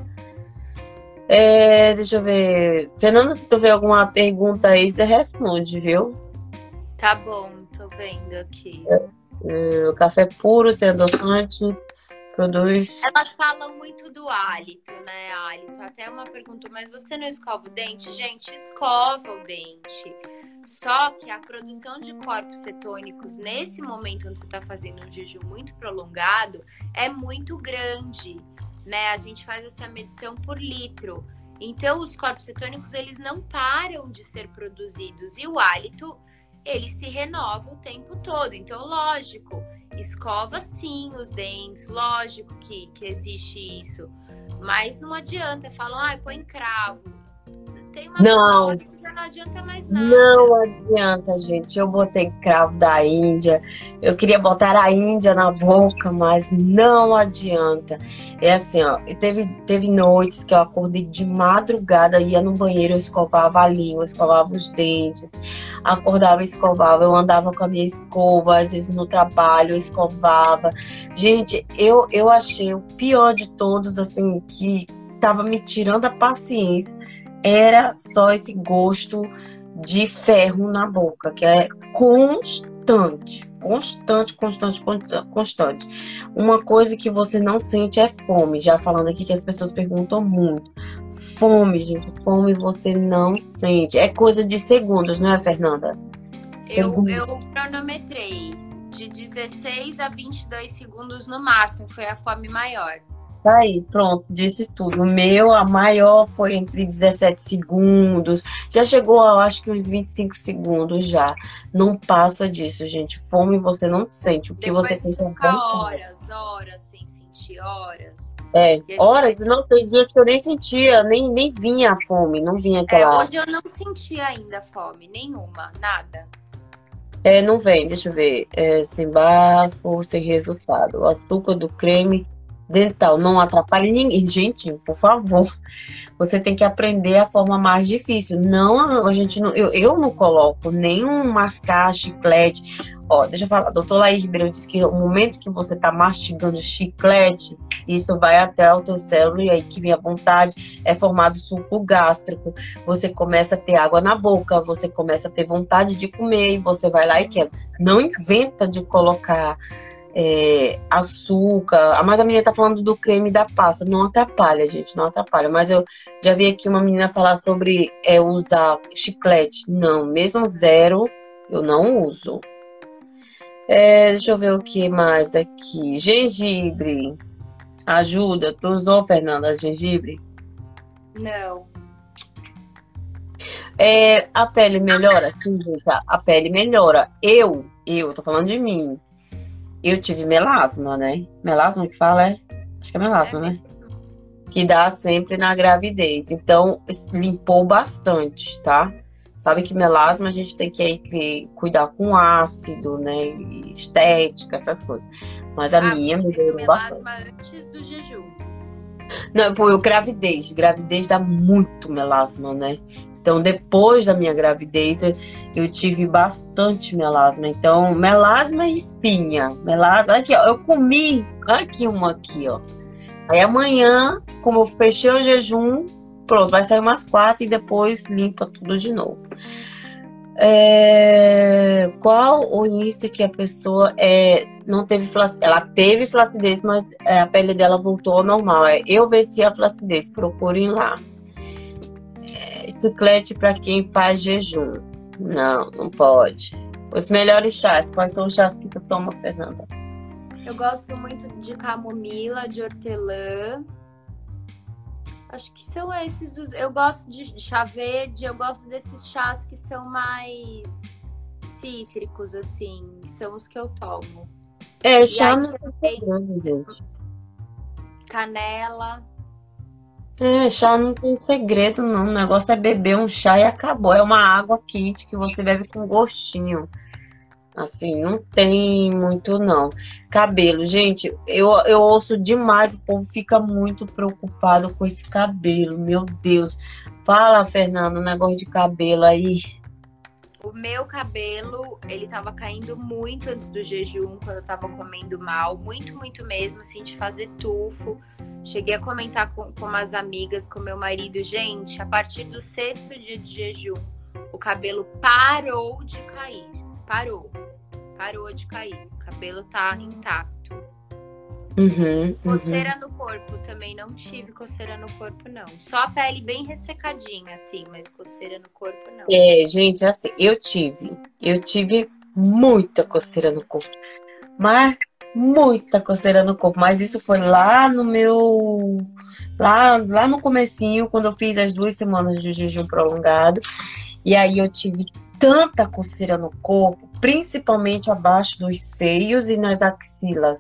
É, deixa eu ver. Fernanda, se tu vê alguma pergunta aí, você responde, viu? Tá bom, tô vendo aqui. É, o café puro, sem adoçante, produz. Elas falam muito do hálito, né? Hálito. Até uma pergunta, mas você não escova o dente? Gente, escova o dente. Só que a produção de corpos cetônicos nesse momento onde você está fazendo um jejum muito prolongado é muito grande, né? A gente faz essa medição por litro. Então, os corpos cetônicos, eles não param de ser produzidos. E o hálito, ele se renova o tempo todo. Então, lógico, escova sim os dentes, lógico que, que existe isso. Mas não adianta, falam, ah, põe cravo. Tem uma Não, já não adianta mais nada. Não adianta, gente. Eu botei cravo da Índia. Eu queria botar a Índia na boca, mas não adianta. É assim, ó. Teve, teve noites que eu acordei de madrugada, ia no banheiro, eu escovava a língua, escovava os dentes, acordava e escovava. Eu andava com a minha escova, às vezes no trabalho, eu escovava. Gente, eu, eu achei o pior de todos, assim, que tava me tirando a paciência. Era só esse gosto de ferro na boca, que é constante, constante, constante, constante. Uma coisa que você não sente é fome. Já falando aqui que as pessoas perguntam muito. Fome, gente, fome você não sente. É coisa de segundos, não é, Fernanda? Eu, eu cronometrei de dezesseis a vinte e dois segundos no máximo, foi a fome maior. Tá aí, pronto, disse tudo. O meu, a maior foi entre dezessete segundos. Já chegou a, acho que uns vinte e cinco segundos já. Não passa disso, gente. Fome você não sente. O que Depois você sente é fica horas, horas sem sentir, horas. É, horas, não tem dias que eu nem sentia, nem, nem vinha a fome, não vinha aquela... É, hoje eu não senti ainda fome, nenhuma, nada. É, não vem, deixa eu ver. É, sem bafo, sem resultado. O açúcar do creme dental não atrapalha ninguém. Gente, por favor, você tem que aprender a forma mais difícil. Não, a gente não, eu, eu não coloco nenhum mascar, chiclete. Ó, deixa eu falar, doutor Laís Ribeiro disse que o momento que você tá mastigando chiclete, isso vai até o teu cérebro e aí que vem a vontade, é formado suco gástrico. Você começa a ter água na boca, você começa a ter vontade de comer e você vai lá e quer. Não inventa de colocar É, açúcar, mas a menina tá falando do creme da pasta, não atrapalha, gente, não atrapalha, mas eu já vi aqui uma menina falar sobre é, usar chiclete, não, mesmo zero, eu não uso. É, deixa eu ver o que mais aqui, gengibre, ajuda, tu usou, Fernanda, gengibre? Não. É, a pele melhora? Sim, gente, a pele melhora, eu, eu, tô falando de mim. Eu tive melasma, né? Melasma que fala, é? Acho que é melasma, né? Que dá sempre na gravidez. Então, limpou bastante, tá? Sabe que melasma a gente tem que aí cuidar com ácido, né? Estética, essas coisas. Mas a ah, minha melhorou bastante. Melasma antes do jejum. Não, pô, eu gravidez. Gravidez dá muito melasma, né? Então, depois da minha gravidez, eu, eu tive bastante melasma. Então, melasma e espinha. Melasma, aqui, ó, eu comi, aqui uma aqui, ó. Aí amanhã, como eu fechei o jejum, pronto, vai sair umas quatro e depois limpa tudo de novo. É, qual o início que a pessoa é, não teve flacidez? Ela teve flacidez, mas é, a pele dela voltou ao normal. É, eu venci a flacidez, procurem lá. Chiclete para quem faz jejum. Não, não pode. Os melhores chás. Quais são os chás que tu toma, Fernanda? Eu gosto muito de camomila, de hortelã. Acho que são esses os... Eu gosto de chá verde, eu gosto desses chás que são mais cítricos, assim. São os que eu tomo. É, chá não tem segredo, gente. Canela. É, chá não tem segredo, não. O negócio é beber um chá e acabou. É uma água quente que você bebe com gostinho. Assim, não tem muito, não. Cabelo, gente, eu, eu ouço demais. O povo fica muito preocupado com esse cabelo. Meu Deus. Fala, Fernanda, um negócio de cabelo aí. O meu cabelo, ele tava caindo muito antes do jejum, quando eu tava comendo mal. Muito, muito mesmo, assim, de fazer tufo. Cheguei a comentar com, com umas amigas, com meu marido, gente, a partir do sexto dia de jejum, o cabelo parou de cair. Parou. Parou de cair. O cabelo tá intacto. Uhum, Coceira uhum. no corpo também, não tive coceira no corpo, não. Só a pele bem ressecadinha, assim, mas coceira no corpo, não. É, gente, assim, eu tive. Eu tive muita coceira no corpo. Mas muita coceira no corpo, mas isso foi lá no meu lá, lá no comecinho, quando eu fiz as duas semanas de jejum prolongado, e aí eu tive tanta coceira no corpo, principalmente abaixo dos seios e nas axilas.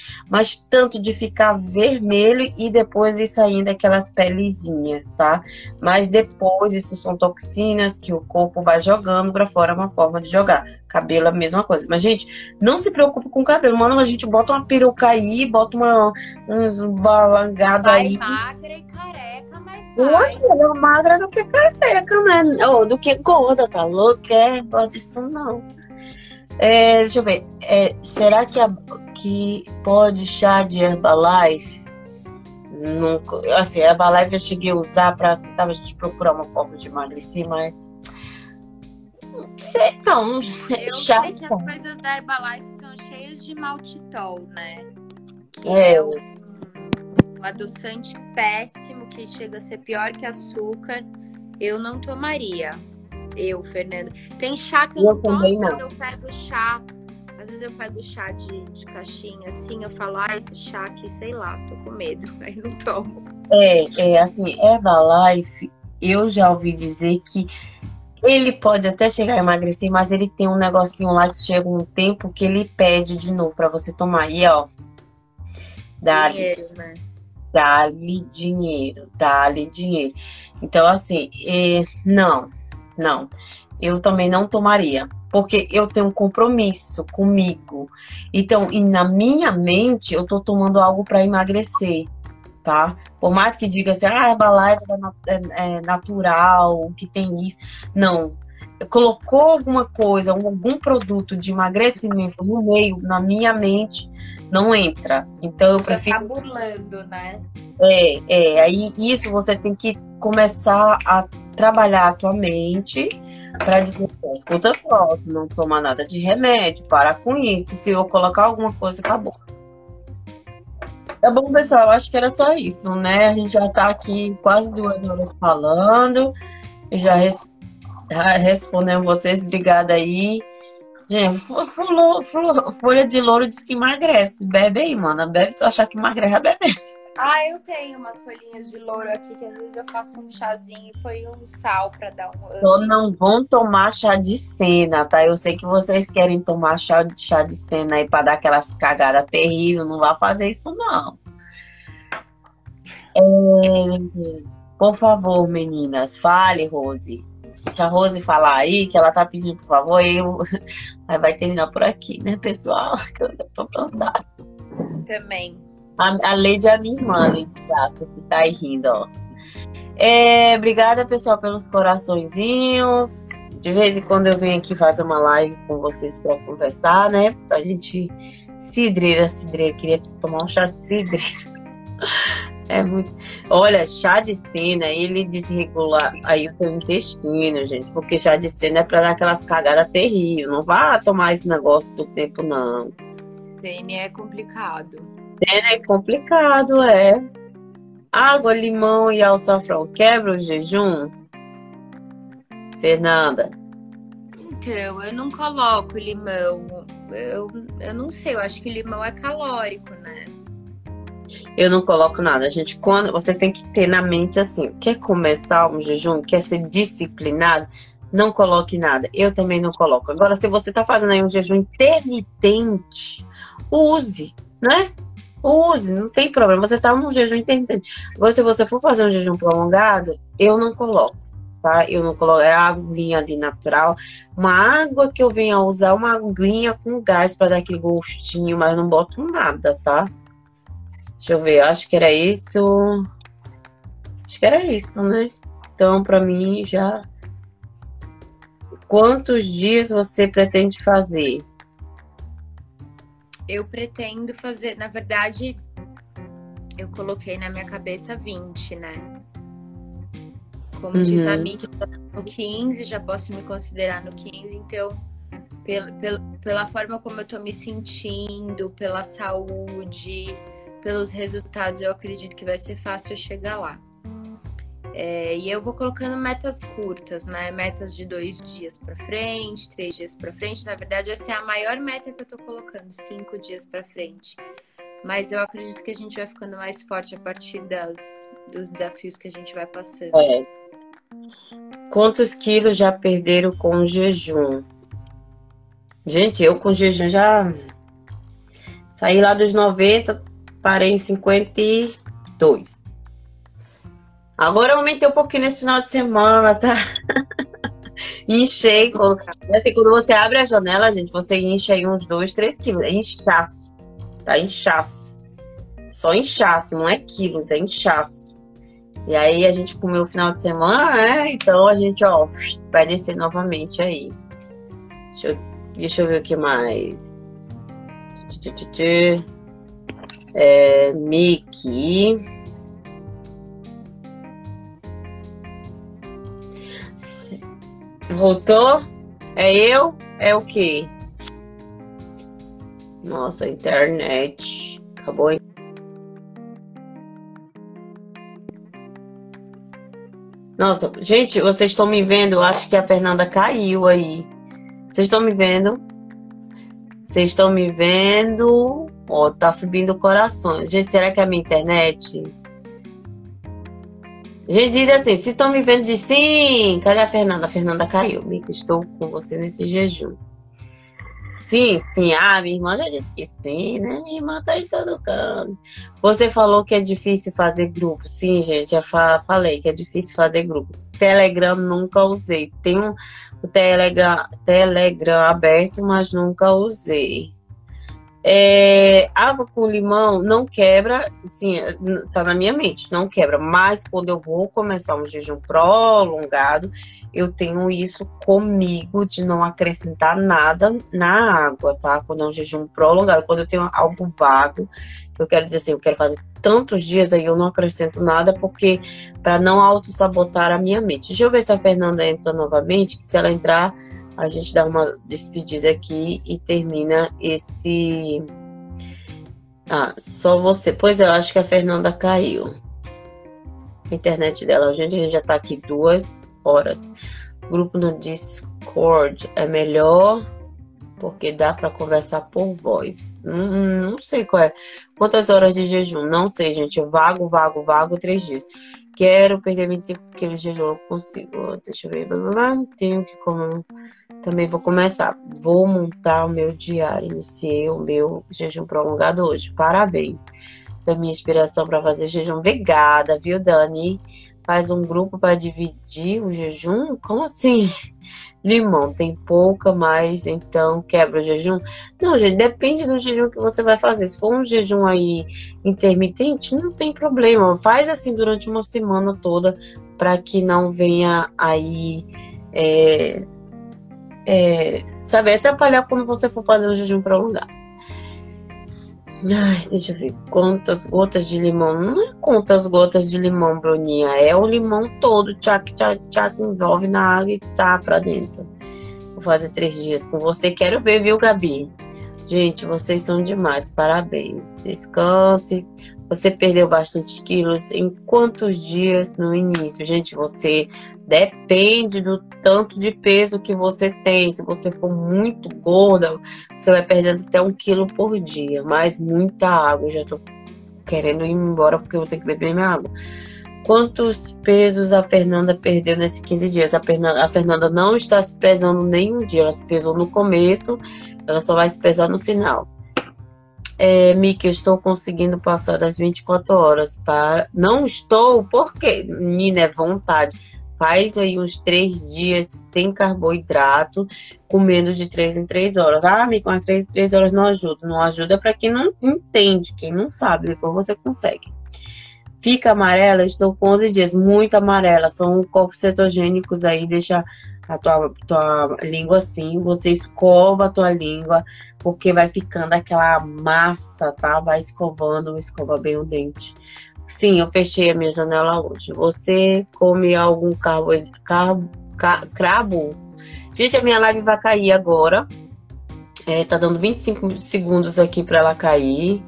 mas tanto de ficar vermelho e depois ir saindo aquelas pelezinhas, tá? Mas depois isso são toxinas que o corpo vai jogando pra fora, uma forma de jogar. Cabelo é a mesma coisa. Mas, gente, não se preocupe com o cabelo. Mano, a gente bota uma peruca aí, bota uma, uns balangados aí. Vai magra e careca, mas Eu vai. acho melhor magra do que careca, né? Ou do que gorda, tá louca? É, não gosto disso não. É, deixa eu ver. É, será que, a, que pode chá de Herbalife? Nunca, assim, a Herbalife eu cheguei a usar pra assim, tava, a gente procurar uma forma de emagrecer, mas não sei não. Eu Chá, sei que as coisas da Herbalife são cheias de maltitol, né? Que É. é um, um adoçante péssimo que chega a ser pior que açúcar. Eu não tomaria. Eu, Fernanda. Tem chá que eu, Eu não tomo, também não. quando eu pego chá. Às vezes eu pego chá de, de caixinha assim, eu falo, ah, esse chá aqui, sei lá, tô com medo, aí não tomo. É, é assim, Herbalife, eu já ouvi dizer que ele pode até chegar a emagrecer, mas ele tem um negocinho lá que chega um tempo que ele pede de novo pra você tomar. E ó, dá-lhe, Dinheiro, né? dá-lhe dinheiro, dá-lhe dinheiro. Então, assim, é, não, não. Eu também não tomaria, porque eu tenho um compromisso comigo. Então, e na minha mente, eu tô tomando algo pra emagrecer, tá? Por mais que diga assim, ah, Herbalife é, na- é- é natural, que tem isso. Não. Colocou alguma coisa, um- algum produto de emagrecimento no meio, na minha mente, não entra. Então, eu Já prefiro. tá burlando, né? É, é, aí isso você tem que começar a trabalhar a tua mente para dizer, "Pô, escuta só, tu não toma nada de remédio, para com isso. Se eu colocar alguma coisa, acabou." Tá bom, pessoal, eu acho que era só isso, né? A gente já tá aqui quase duas horas falando, eu já, res... já respondendo vocês, obrigada aí. Gente, fu- fulô- fulô- folha de louro diz que emagrece, bebe aí, mano, bebe se eu achar que emagrece, bebe. Ah, eu tenho umas folhinhas de louro aqui que às vezes eu faço um chazinho e ponho um sal pra dar um up. Só não vão tomar chá de cena, tá? Eu sei que vocês querem tomar chá de, chá de cena aí pra dar aquelas cagadas terríveis. Não vá fazer isso, não. É, por favor, meninas, fale, Rose. Deixa a Rose falar aí, que ela tá pedindo, por favor. Eu... Aí vai terminar por aqui, né, pessoal? Que eu já tô cansada. Também. A, a Leide é a minha irmã, né? Que tá aí rindo, ó. É, obrigada, pessoal, pelos coraçõezinhos. De vez em quando eu venho aqui fazer uma live com vocês para conversar, né? Pra gente cidreira, cidreira. Queria tomar um chá de cidreira. É muito. Olha, chá de cena, ele desregula aí o teu intestino, gente. Porque chá de cena é pra dar aquelas cagadas terríveis. Não vá tomar esse negócio todo tempo, não. C N é complicado. Cena é complicado, é. Água, limão e açafrão quebra o jejum? Fernanda? Então, eu não coloco limão. Eu, eu não sei, eu acho que limão é calórico, né? Eu não coloco nada, gente. Quando você tem que ter na mente assim, quer começar um jejum, quer ser disciplinado, não coloque nada. Eu também não coloco. Agora, se você tá fazendo aí um jejum intermitente, use, né? Use, não tem problema. Você tá num jejum intermitente. Agora, se você for fazer um jejum prolongado, eu não coloco, tá? Eu não coloco. É a aguinha ali natural. Uma água que eu venho a usar, uma aguinha com gás para dar aquele gostinho, mas não boto nada, tá? Deixa eu ver, acho que era isso. Acho que era isso, né? Então, pra mim, já. Quantos dias você pretende fazer? Eu pretendo fazer, na verdade, eu coloquei na minha cabeça vinte, né? Como diz a Uhum. mim, que eu tô no quinze, já posso me considerar no quinze, então, pela, pela, pela forma como eu tô me sentindo, pela saúde, pelos resultados, eu acredito que vai ser fácil eu chegar lá. É, e eu vou colocando metas curtas, né? Metas de dois dias pra frente, três dias pra frente. Na verdade, essa é a maior meta que eu tô colocando, cinco dias pra frente. Mas eu acredito que a gente vai ficando mais forte a partir das, dos desafios que a gente vai passando. É. Quantos quilos já perderam com o jejum? Gente, eu com jejum já. Saí lá dos noventa, parei em cinquenta e dois. Agora eu aumentei um pouquinho nesse final de semana, tá? Enchei. Quando, assim, quando você abre a janela, gente, você enche aí uns dois, três quilos. É inchaço. Tá inchaço. Só inchaço, não é quilos, é inchaço. E aí a gente comeu o final de semana, né? Então a gente, ó, vai descer novamente aí. Deixa eu, deixa eu ver o que mais. É, Mickey. Voltou? É eu? É o quê? Nossa, internet. Acabou. Nossa, gente, vocês estão me vendo? Eu acho que a Fernanda caiu aí. Vocês estão me vendo? Vocês estão me vendo? Ó, tá subindo corações. Gente, será que é a minha internet? Gente, diz assim, se estão me vendo, diz sim. Cadê a Fernanda? A Fernanda caiu. Mico, estou com você nesse jejum. Sim, sim. Ah, minha irmã já disse que sim, né? Minha irmã tá em todo canto. Você falou que é difícil fazer grupo. Sim, gente, já fa falei que é difícil fazer grupo. Telegram nunca usei. Tem um, o Telegram, Telegram aberto, mas nunca usei. É, água com limão não quebra, sim, tá na minha mente, não quebra, mas quando eu vou começar um jejum prolongado, eu tenho isso comigo de não acrescentar nada na água, tá? Quando é um jejum prolongado, quando eu tenho algo vago, que eu quero dizer assim, eu quero fazer tantos dias, aí eu não acrescento nada, porque para não auto-sabotar a minha mente. Deixa eu ver se a Fernanda entra novamente, que se ela entrar, a gente dá uma despedida aqui e termina esse... Ah, só você. Pois é, eu acho que a Fernanda caiu. A internet dela. Gente, a gente já tá aqui duas horas. Grupo no Discord é melhor porque dá para conversar por voz. Não, não sei qual é. Quantas horas de jejum? Não sei, gente. Eu vago, vago, vago, três dias. Quero perder vinte e cinco quilos de jejum. Eu consigo. Deixa eu ver. Blá, blá, blá. Tenho que comer... Também vou começar. Vou montar o meu diário. Iniciei o meu jejum prolongado hoje. Parabéns. Foi minha inspiração para fazer jejum. Obrigada, viu, Dani? Faz um grupo para dividir o jejum? Como assim? Limão, tem pouca, mas então quebra o jejum? Não, gente, depende do jejum que você vai fazer. Se for um jejum aí intermitente, não tem problema. Faz assim durante uma semana toda para que não venha aí... É, É, sabe, atrapalhar quando você for fazer o jejum prolongado. Ai, deixa eu ver. Quantas gotas de limão? Não é quantas gotas de limão, Bruninha. É o limão todo. Tchac, tchac, tchac, envolve na água e tá pra dentro. Vou fazer três dias com você. Quero ver, viu, Gabi? Gente, vocês são demais. Parabéns. Descanse. Você perdeu bastante quilos em quantos dias no início? Gente, você depende do tanto de peso que você tem. Se você for muito gorda, você vai perdendo até um quilo por dia. Mas muita água. Eu já tô querendo ir embora porque eu vou ter que beber minha água. Quantos pesos a Fernanda perdeu nesses quinze dias? A Fernanda, a Fernanda não está se pesando nenhum dia. Ela se pesou no começo, ela só vai se pesar no final. É, Miki, eu estou conseguindo passar das vinte e quatro horas para... Não estou, por quê? Menina, é vontade. Faz aí uns três dias sem carboidrato, comendo de três em três horas. Ah, Miki, mas três em três horas não ajuda. Não ajuda para quem não entende, quem não sabe. Depois você consegue. Fica amarela, estou com onze dias. Muito amarela. São corpos cetogênicos aí, deixa... a tua, tua língua assim, você escova a tua língua, porque vai ficando aquela massa, tá? Vai escovando, escova bem o dente. Sim, eu fechei a minha janela hoje. Você come algum carbo, carbo, car, crabo? Gente, a minha live vai cair agora. É, tá dando vinte e cinco segundos aqui para ela cair.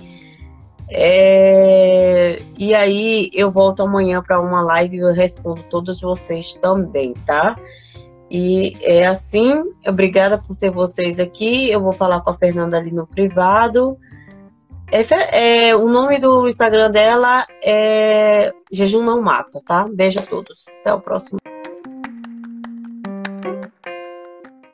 É, e aí eu volto amanhã para uma live e eu respondo todos vocês também, tá? E é assim, obrigada por ter vocês aqui. Eu vou falar com a Fernanda ali no privado. É, é, o nome do Instagram dela é Jejum Não Mata, tá? Beijo a todos. Até o próximo.